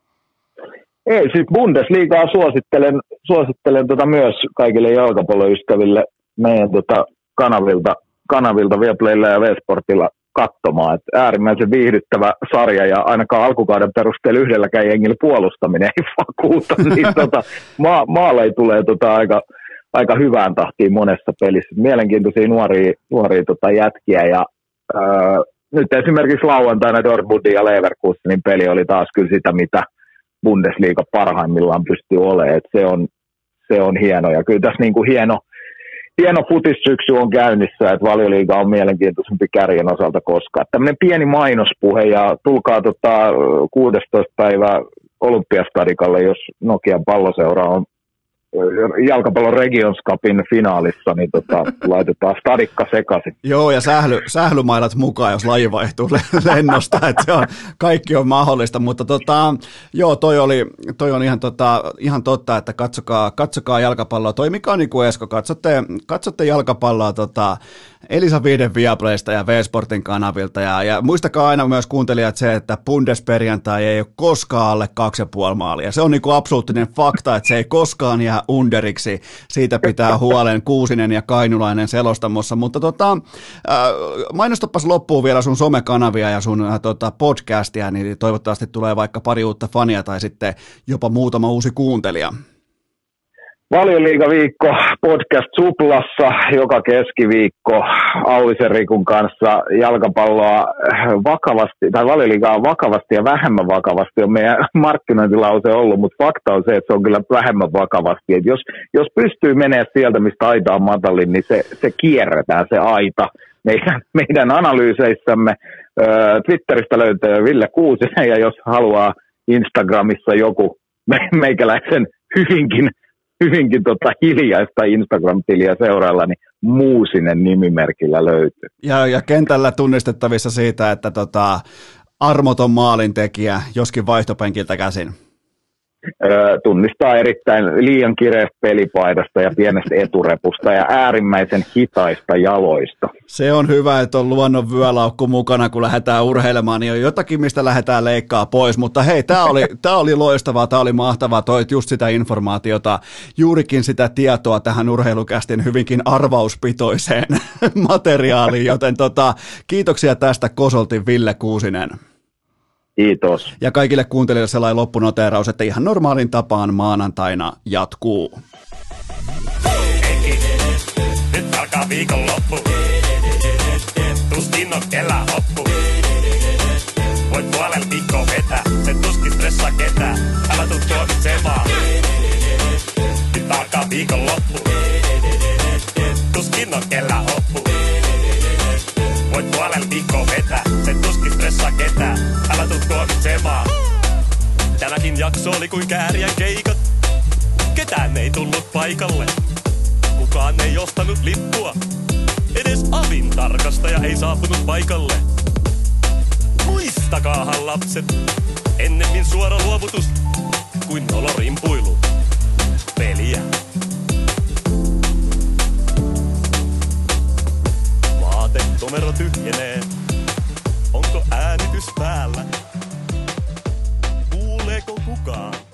Ei, siis Bundesligaa suosittelen, suosittelen tota myös kaikille jalkapalloystäville meidän tota kanavilta, kanavilta Viaplaylla ja V-Sportilla katsomaan. Et äärimmäisen viihdyttävä sarja, ja ainakaan alkukauden perusteella yhdelläkään jengillä puolustaminen ei vakuuta, niin tota, maa, maaleja tulee tota aika, aika hyvään tahtiin monessa pelissä. Mielenkiintoisia nuoria, nuoria tota, jätkiä ja öö, nyt esimerkiksi lauantaina Dortmundin ja Leverkusenin peli oli taas kyllä sitä, mitä Bundesliga parhaimmillaan pystyy olemaan. Et se, on, se on hieno ja kyllä tässä niin kuin hieno, hieno futissyksy on käynnissä, että Valioliiga on mielenkiintoisempi kärjen osalta koskaan. Tämmöinen pieni mainospuhe ja tulkaa tota, kuudestoista päivä Olympiastadikalle, jos Nokian palloseura on jalkapallon Regions Cupin finaalissa, niin tota, laitetaan stadikka sekaisin. Joo, ja sähly, sählymailat mukaan, jos laji vaihtuu lennosta, että se on, kaikki on mahdollista, mutta tota, joo, toi, oli, toi on ihan, tota, ihan totta, että katsokaa, katsokaa jalkapalloa, toimikaa niin kuin Esko, katsotte, katsotte jalkapalloa tota, Elisa Viiden Viaplaysta ja V-Sportin kanavilta, ja, ja muistakaa aina myös kuuntelijat se, että Bundesperjantai ei ole koskaan alle kaksi ja puoli maalia, se on niin kuin absoluuttinen fakta, että se ei koskaan jää underiksi, siitä pitää huolen Kuusinen ja Kainulainen selostamossa, mutta tota, äh, mainostappas loppuun vielä sun somekanavia ja sun äh, tota, podcastia, niin toivottavasti tulee vaikka pari uutta fania tai sitten jopa muutama uusi kuuntelija. Valioliiga-viikko podcast Suplassa joka keskiviikko Aulisen Rikun kanssa jalkapalloa vakavasti, tai Valioliigaa vakavasti ja vähemmän vakavasti on meidän markkinointilause ollut, mutta fakta on se, että se on kyllä vähemmän vakavasti. Et jos, jos pystyy menemään sieltä, mistä aita on matalin, niin se, se kierretään se aita meidän, meidän analyyseissämme. Twitteristä löytyy Ville Kuusinen ja jos haluaa Instagramissa joku meikäläisen hyvinkin hyvinkin tota hiljaista Instagram-tiliä seurailla, niin Muusinen nimimerkillä löytyy. Ja, ja kentällä tunnistettavissa siitä, että tota, armoton maalintekijä, joskin vaihtopenkiltä käsin. Öö, tunnistaa erittäin liian kireästä pelipaidasta ja pienestä eturepusta ja äärimmäisen hitaista jaloista. Se on hyvä, että on luonnon vyölaukku mukana, kun lähdetään urheilemaan, niin on jotakin, mistä lähdetään leikkaa pois, mutta hei, tämä oli, tää oli loistavaa, tämä oli mahtavaa, toit just sitä informaatiota, juurikin sitä tietoa tähän urheilukästin hyvinkin arvauspitoiseen materiaaliin, joten tota, kiitoksia tästä Kosoltin Ville Kuusinen. Kiitos. Ja kaikille kuuntelijoille sellainen loppunoteeraus, että ihan normaalin tapaan maanantaina jatkuu. Nyt alkaa viikonloppu. Tuskin on kellään hoppu. Voit puolella viikkoa vetää, se tuskin stressaa ketään. Älä tuu tuomitsemaan. Nyt alkaa viikonloppu. Tuskin on kellään hoppu. Voit puolella viikkoa vetää, se tuskin stressaa ketään. Älä tuu tuomitsemaan. Tämäkin jakso oli kuin Kääriän keikat. Ketään ei tullut paikalle. Kukaan ei ostanut lippua. Edes avin tarkastaja ei saapunut paikalle. Muistakaahan lapset, ennemmin suora luovutus kuin nolorimpuilu. Peliä. Vaatekomero tyhjenee. Onko äänitys päällä? Kuuleeko kukaan?